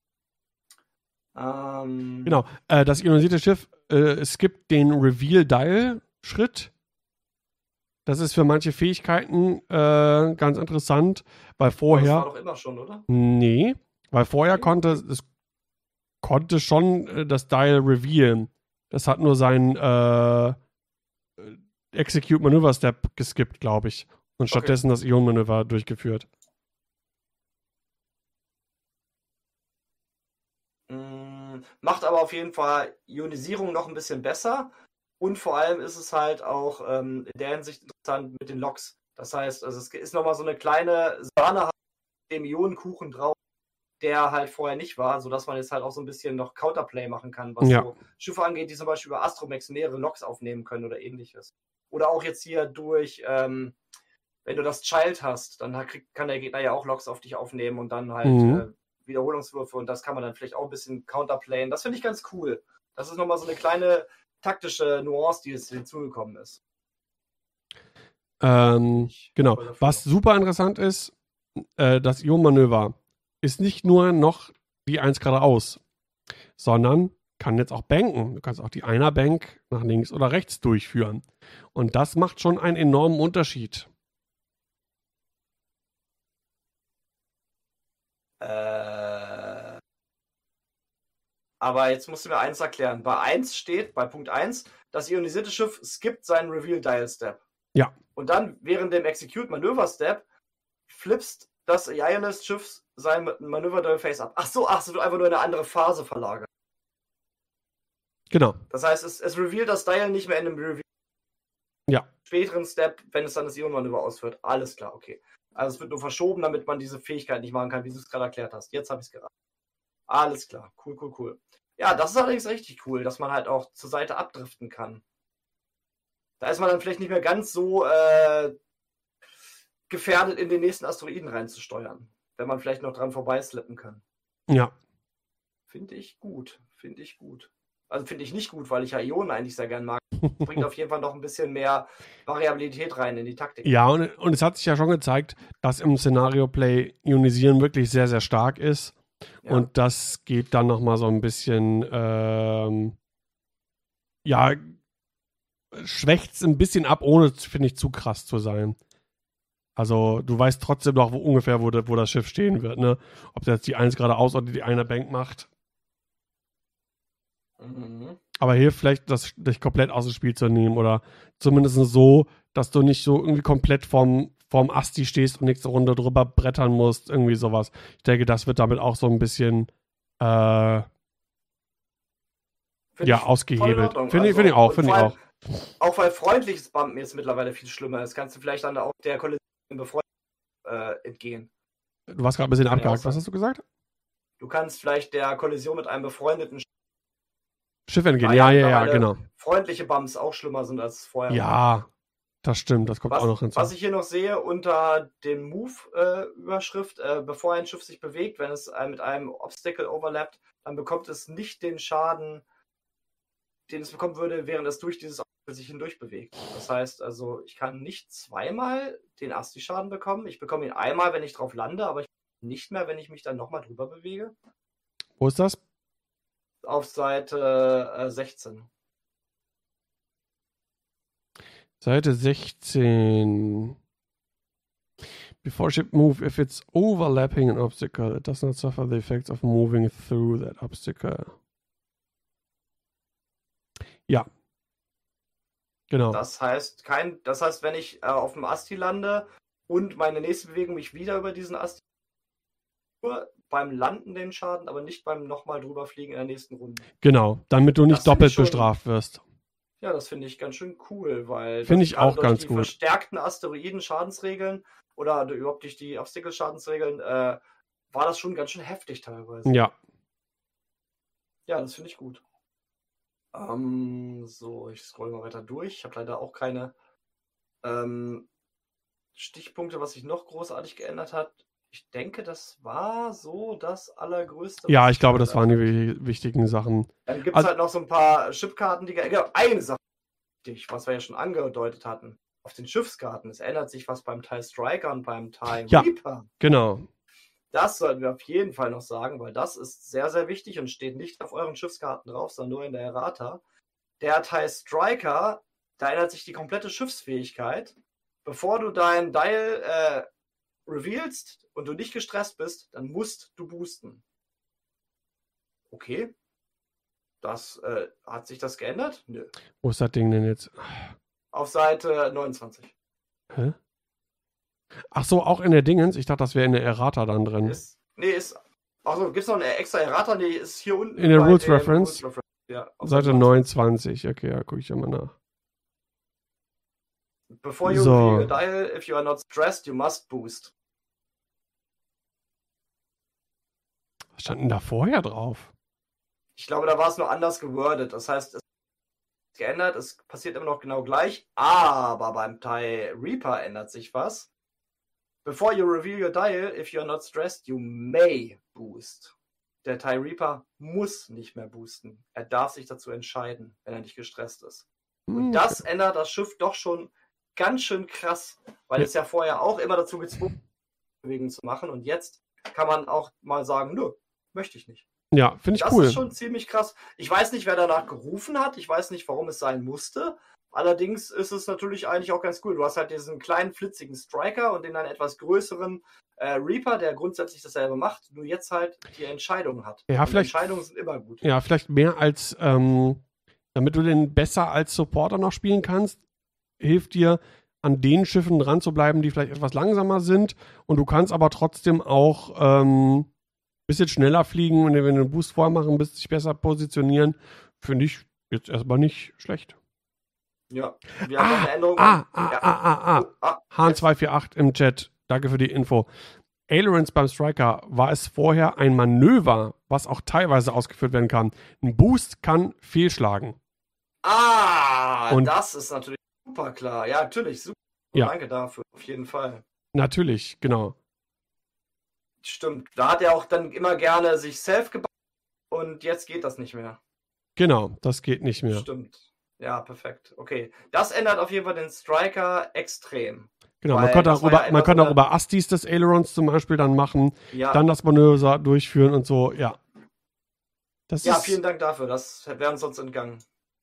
Genau. Das ionisierte Schiff, es gibt den Reveal-Dial-Schritt. Das ist für manche Fähigkeiten ganz interessant, weil vorher. Das war doch immer schon, oder? Nee, weil vorher konnte konnte schon das Dial revealen. Das hat nur sein Execute Maneuver Step geskippt, glaube ich. Und stattdessen das Ion-Manöver durchgeführt. Macht aber auf jeden Fall Ionisierung noch ein bisschen besser. Und vor allem ist es halt auch in der Hinsicht interessant mit den Loks. Das heißt, also es ist nochmal so eine kleine Sahne mit dem Ionenkuchen drauf, der halt vorher nicht war, sodass man jetzt halt auch so ein bisschen noch Counterplay machen kann, was so Schiffe angeht, die zum Beispiel über Astromex mehrere Loks aufnehmen können oder ähnliches. Oder auch jetzt hier durch, wenn du das Child hast, dann kann der Gegner ja auch Loks auf dich aufnehmen und dann halt Wiederholungswürfe und das kann man dann vielleicht auch ein bisschen counterplayen. Das finde ich ganz cool. Das ist nochmal so eine kleine taktische Nuance, die jetzt hinzugekommen ist. Genau. Was super interessant ist, das Ion-Manöver ist nicht nur noch die 1 geradeaus, sondern kann jetzt auch banken. Du kannst auch die Einer-Bank nach links oder rechts durchführen. Und das macht schon einen enormen Unterschied. Aber jetzt musst du mir eins erklären. Bei Punkt 1, das ionisierte Schiff skippt seinen Reveal-Dial-Step. Ja. Und dann während dem Execute-Manöver-Step flippst das ILS-Schiff sein Manöver-Dial-Face ab. Ach so, du einfach nur in eine andere Phase verlagert. Genau. Das heißt, es revealt das Dial nicht mehr in einem Reveal. Ja. Späteren Step, wenn es dann das Ion-Manöver ausführt. Alles klar, okay. Also es wird nur verschoben, damit man diese Fähigkeit nicht machen kann, wie du es gerade erklärt hast. Jetzt habe ich es geraten. Alles klar, cool. Ja, das ist allerdings richtig cool, dass man halt auch zur Seite abdriften kann. Da ist man dann vielleicht nicht mehr ganz so gefährdet, in den nächsten Asteroiden reinzusteuern, wenn man vielleicht noch dran vorbeislippen kann. Ja. Finde ich gut. Also finde ich nicht gut, weil ich ja Ionen eigentlich sehr gern mag. Bringt auf jeden Fall noch ein bisschen mehr Variabilität rein in die Taktik. Ja, und es hat sich ja schon gezeigt, dass im Szenario-Play Ionisieren wirklich sehr, sehr stark ist. Ja. Und das geht dann nochmal so ein bisschen, schwächt es ein bisschen ab, ohne, finde ich, zu krass zu sein. Also du weißt trotzdem noch ungefähr, wo das Schiff stehen wird, ne? Ob das jetzt die 1 geradeaus oder die einer Bank macht. Aber hilft vielleicht, dich komplett aus dem Spiel zu nehmen oder zumindest so, dass du nicht so irgendwie komplett vorm Asti stehst und nächste Runde drüber brettern musst, irgendwie sowas. Ich denke, das wird damit auch so ein bisschen ausgehebelt. Finde ich auch. Auch weil freundliches Bumpen jetzt mittlerweile viel schlimmer ist, kannst du vielleicht dann auch der Kollision befreundet entgehen. Du warst gerade ein bisschen abgehakt. Was hast du gesagt? Du kannst vielleicht der Kollision mit einem befreundeten Schiff entgehen. Ja, genau. Freundliche Bumps auch schlimmer sind als vorher. Ja, das stimmt. Das kommt auch noch hinzu. Was ich hier noch sehe unter dem Move-Überschrift, bevor ein Schiff sich bewegt, wenn es mit einem Obstacle overlappt, dann bekommt es nicht den Schaden, den es bekommen würde, während es durch dieses Obstacle sich hindurch bewegt. Das heißt also, ich kann nicht zweimal den Asti-Schaden bekommen. Ich bekomme ihn einmal, wenn ich drauf lande, aber nicht mehr, wenn ich mich dann nochmal drüber bewege. Wo ist das? Auf Seite 16. Seite 16. Before ship move, if it's overlapping an obstacle, it does not suffer the effects of moving through that obstacle. Ja. Genau. Das heißt, wenn ich auf dem Asti lande und meine nächste Bewegung mich wieder über diesen Asti nur beim Landen den Schaden, aber nicht beim nochmal drüber fliegen in der nächsten Runde. Genau, damit du nicht doppelt bestraft wirst. Ja, das finde ich ganz schön cool, weil finde ich auch ganz die gut. Verstärkten Asteroiden-Schadensregeln oder überhaupt durch die Obstacle-Schadensregeln war das schon ganz schön heftig teilweise. Ja. Ja, das finde ich gut. So, ich scroll mal weiter durch. Ich habe leider auch keine Stichpunkte, was sich noch großartig geändert hat. Ich denke, das war so das Allergrößte. Ja, ich glaube, das waren die wichtigen Sachen. Dann gibt es halt noch so ein paar Chipkarten, die... Genau, eine Sache, was wir ja schon angedeutet hatten. Auf den Schiffskarten. Es ändert sich was beim TIE Striker und beim TIE Reaper. Genau. Das sollten wir auf jeden Fall noch sagen, weil das ist sehr, sehr wichtig und steht nicht auf euren Schiffskarten drauf, sondern nur in der Errata. Der TIE Striker, da ändert sich die komplette Schiffsfähigkeit. Bevor du dein Dial revealst und du nicht gestresst bist, dann musst du boosten. okay, hat sich das geändert? Nö. Wo ist das Ding denn jetzt? Auf Seite 29. Hä? Ach so, auch in der Dingens? Ich dachte, das wäre in der Errata dann drin. Achso, gibt es noch eine extra Errata? Nee, ist hier unten. In der Rules Reference? Ja, Seite 29. Okay, ja, gucke ich ja mal nach. Before you reveal a dial, if you are not stressed, you must boost. Was stand denn da vorher drauf? Ich glaube, da war es nur anders gewordet. Das heißt, es ist geändert, es passiert immer noch genau gleich, aber beim TIE Reaper ändert sich was. Before you reveal your dial, if you are not stressed, you may boost. Der TIE Reaper muss nicht mehr boosten. Er darf sich dazu entscheiden, wenn er nicht gestresst ist. Und das ändert das Schiff doch schon ganz schön krass, weil es ja vorher auch immer dazu gezwungen ist, Bewegungen zu machen. Und jetzt kann man auch mal sagen, nö, möchte ich nicht. Ja, finde ich cool. Das ist schon ziemlich krass. Ich weiß nicht, wer danach gerufen hat. Ich weiß nicht, warum es sein musste. Allerdings ist es natürlich eigentlich auch ganz cool. Du hast halt diesen kleinen, flitzigen Striker und den dann etwas größeren Reaper, der grundsätzlich dasselbe macht, nur jetzt halt die Entscheidung hat. Ja, vielleicht, Entscheidungen sind immer gut. Ja, vielleicht mehr als, damit du den besser als Supporter noch spielen kannst, hilft dir, an den Schiffen dran zu bleiben, die vielleicht etwas langsamer sind. Und du kannst aber trotzdem auch ein bisschen schneller fliegen und wenn du einen Boost vormachen willst, dich besser positionieren. Finde ich jetzt erstmal nicht schlecht. Ja, wir haben noch eine Änderung. Hahn248 im Chat. Danke für die Info. Ailerons beim Striker war es vorher ein Manöver, was auch teilweise ausgeführt werden kann. Ein Boost kann fehlschlagen. Und das ist natürlich super klar. Ja, natürlich, super. Ja. Danke dafür, auf jeden Fall. Natürlich, genau. Stimmt, da hat er auch dann immer gerne sich self gebaut und jetzt geht das nicht mehr. Genau, das geht nicht mehr. Stimmt. Ja, perfekt. Okay. Das ändert auf jeden Fall den Striker extrem. Genau, man könnte auch über Astis des Ailerons zum Beispiel dann machen, dann das Manöver durchführen und so, ja. Vielen Dank dafür, das wäre uns sonst entgangen.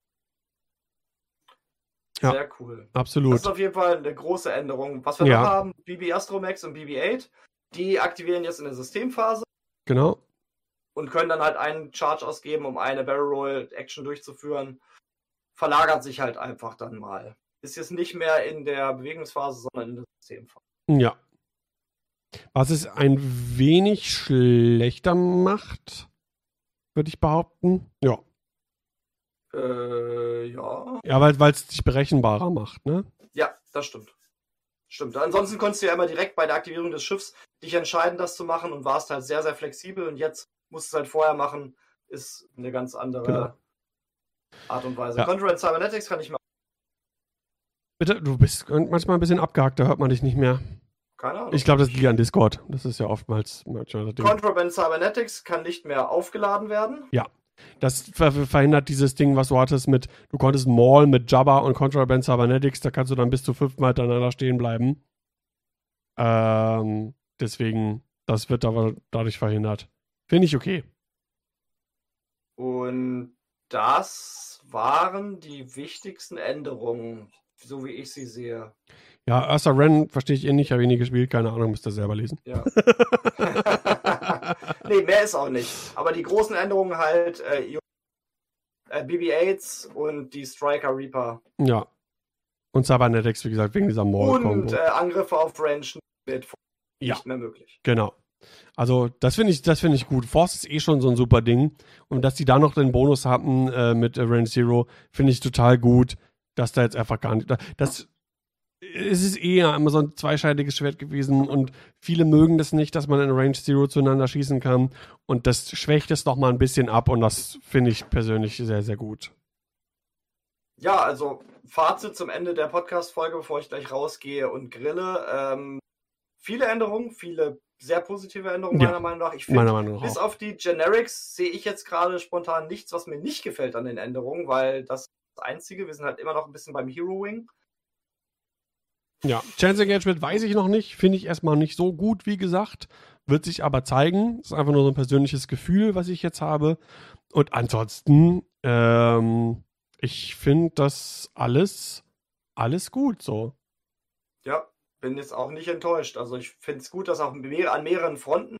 Ja, sehr cool. Absolut. Das ist auf jeden Fall eine große Änderung. Was wir noch haben, BB Astromax und BB-8, die aktivieren jetzt in der Systemphase. Genau. Und können dann halt einen Charge ausgeben, um eine Barrel Roll Action durchzuführen. Verlagert sich halt einfach dann mal. Ist jetzt nicht mehr in der Bewegungsphase, sondern in der Systemphase. Ja. Was es ein wenig schlechter macht, würde ich behaupten. Ja. Ja. Ja, weil es dich berechenbarer macht, ne? Ja, das stimmt. Stimmt. Ansonsten konntest du ja immer direkt bei der Aktivierung des Schiffs dich entscheiden, das zu machen und warst halt sehr, sehr flexibel und jetzt musst du es halt vorher machen, ist eine ganz andere Art und Weise. Ja. Control and Cybernetics kann ich mal. Bitte, du bist manchmal ein bisschen abgehakt, da hört man dich nicht mehr. Keine Ahnung. Ich glaube, das liegt an Discord. Das ist ja oftmals das Ding. Contraband Cybernetics kann nicht mehr aufgeladen werden. Ja. Das verhindert dieses Ding, was du hattest mit, du konntest Maul mit Jabba und Contraband Cybernetics, da kannst du dann bis zu 5 Mal hintereinander stehen bleiben. Deswegen, das wird aber dadurch verhindert. Finde ich okay. Und das waren die wichtigsten Änderungen, so wie ich sie sehe. Ja, Ursa Wren verstehe ich nicht, habe ich nie gespielt, keine Ahnung, müsst ihr selber lesen. Ja. Nee, mehr ist auch nicht. Aber die großen Änderungen halt BB-8s und die Striker Reaper. Ja. Und Cybernetics, wie gesagt, wegen dieser Maul-Kombo. Und Angriffe auf Range wird nicht mehr möglich. Genau. Also, das finde ich gut. Force ist eh schon so ein super Ding. Und dass die da noch den Bonus hatten mit Range Zero, finde ich total gut, dass da jetzt einfach gar nicht. Es ist eher immer so ein zweischneidiges Schwert gewesen und viele mögen das nicht, dass man in Range Zero zueinander schießen kann. Und das schwächt es noch mal ein bisschen ab und das finde ich persönlich sehr, sehr gut. Ja, also Fazit zum Ende der Podcast-Folge, bevor ich gleich rausgehe und grille. Viele Änderungen, viele sehr positive Änderungen, meiner Meinung nach. Ich finde, bis auf die Generics sehe ich jetzt gerade spontan nichts, was mir nicht gefällt an den Änderungen, weil das ist das Einzige. Wir sind halt immer noch ein bisschen beim Hero Wing. Ja, Chance Engagement weiß ich noch nicht. Finde ich erstmal nicht so gut, wie gesagt. Wird sich aber zeigen. Ist einfach nur so ein persönliches Gefühl, was ich jetzt habe. Und ansonsten, ich finde das alles gut so. Ja, bin jetzt auch nicht enttäuscht. Also ich finde es gut, dass auch an mehreren Fronten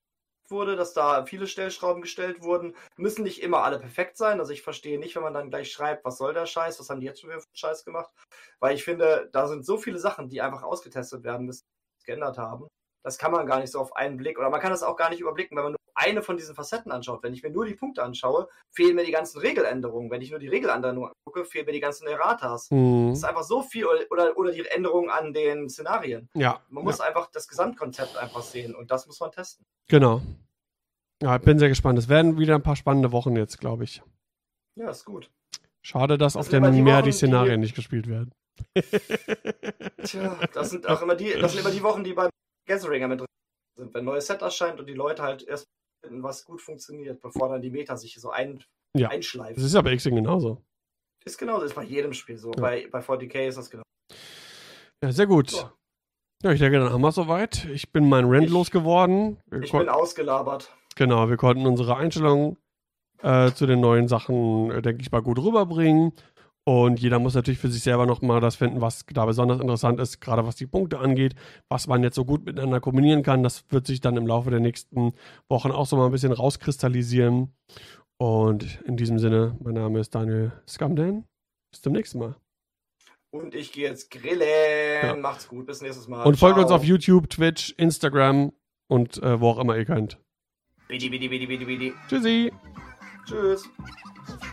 wurde, dass da viele Stellschrauben gestellt wurden. Müssen nicht immer alle perfekt sein. Also ich verstehe nicht, wenn man dann gleich schreibt, was soll der Scheiß, was haben die jetzt schon wieder für Scheiß gemacht. Weil ich finde, da sind so viele Sachen, die einfach ausgetestet werden müssen, die geändert haben. Das kann man gar nicht so auf einen Blick, oder man kann das auch gar nicht überblicken, wenn man nur eine von diesen Facetten anschaut. Wenn ich mir nur die Punkte anschaue, fehlen mir die ganzen Regeländerungen. Wenn ich nur die Regeländerungen angucke, fehlen mir die ganzen Erratas. Das ist einfach so viel, oder die Änderungen an den Szenarien. Ja. Man muss einfach das Gesamtkonzept einfach sehen und das muss man testen. Genau. Ja, ich bin sehr gespannt. Es werden wieder ein paar spannende Wochen jetzt, glaube ich. Ja, ist gut. Schade, dass auf dem Meer die Szenarien nicht gespielt werden. Tja, das sind immer die Wochen, die beim Gatheringer mit drin sind, wenn ein neues Set erscheint und die Leute halt erst finden, was gut funktioniert, bevor dann die Meta sich so einschleift. Das ist ja bei X-Wing genauso. Ist genauso, ist bei jedem Spiel so. Ja. Bei 40k ist das genau. Ja, sehr gut. So. Ja, ich denke, dann haben wir es soweit. Ich bin mein Rant losgeworden. Ich bin ausgelabert. Genau, wir konnten unsere Einstellungen zu den neuen Sachen, denke ich mal, gut rüberbringen. Und jeder muss natürlich für sich selber nochmal das finden, was da besonders interessant ist, gerade was die Punkte angeht, was man jetzt so gut miteinander kombinieren kann. Das wird sich dann im Laufe der nächsten Wochen auch so mal ein bisschen rauskristallisieren. Und in diesem Sinne, mein Name ist Daniel Scumdan. Bis zum nächsten Mal. Und ich gehe jetzt grillen. Ja. Macht's gut, bis nächstes Mal. Und folgt uns auf YouTube, Twitch, Instagram und wo auch immer ihr könnt. Bidi. Tschüssi. Tschüss.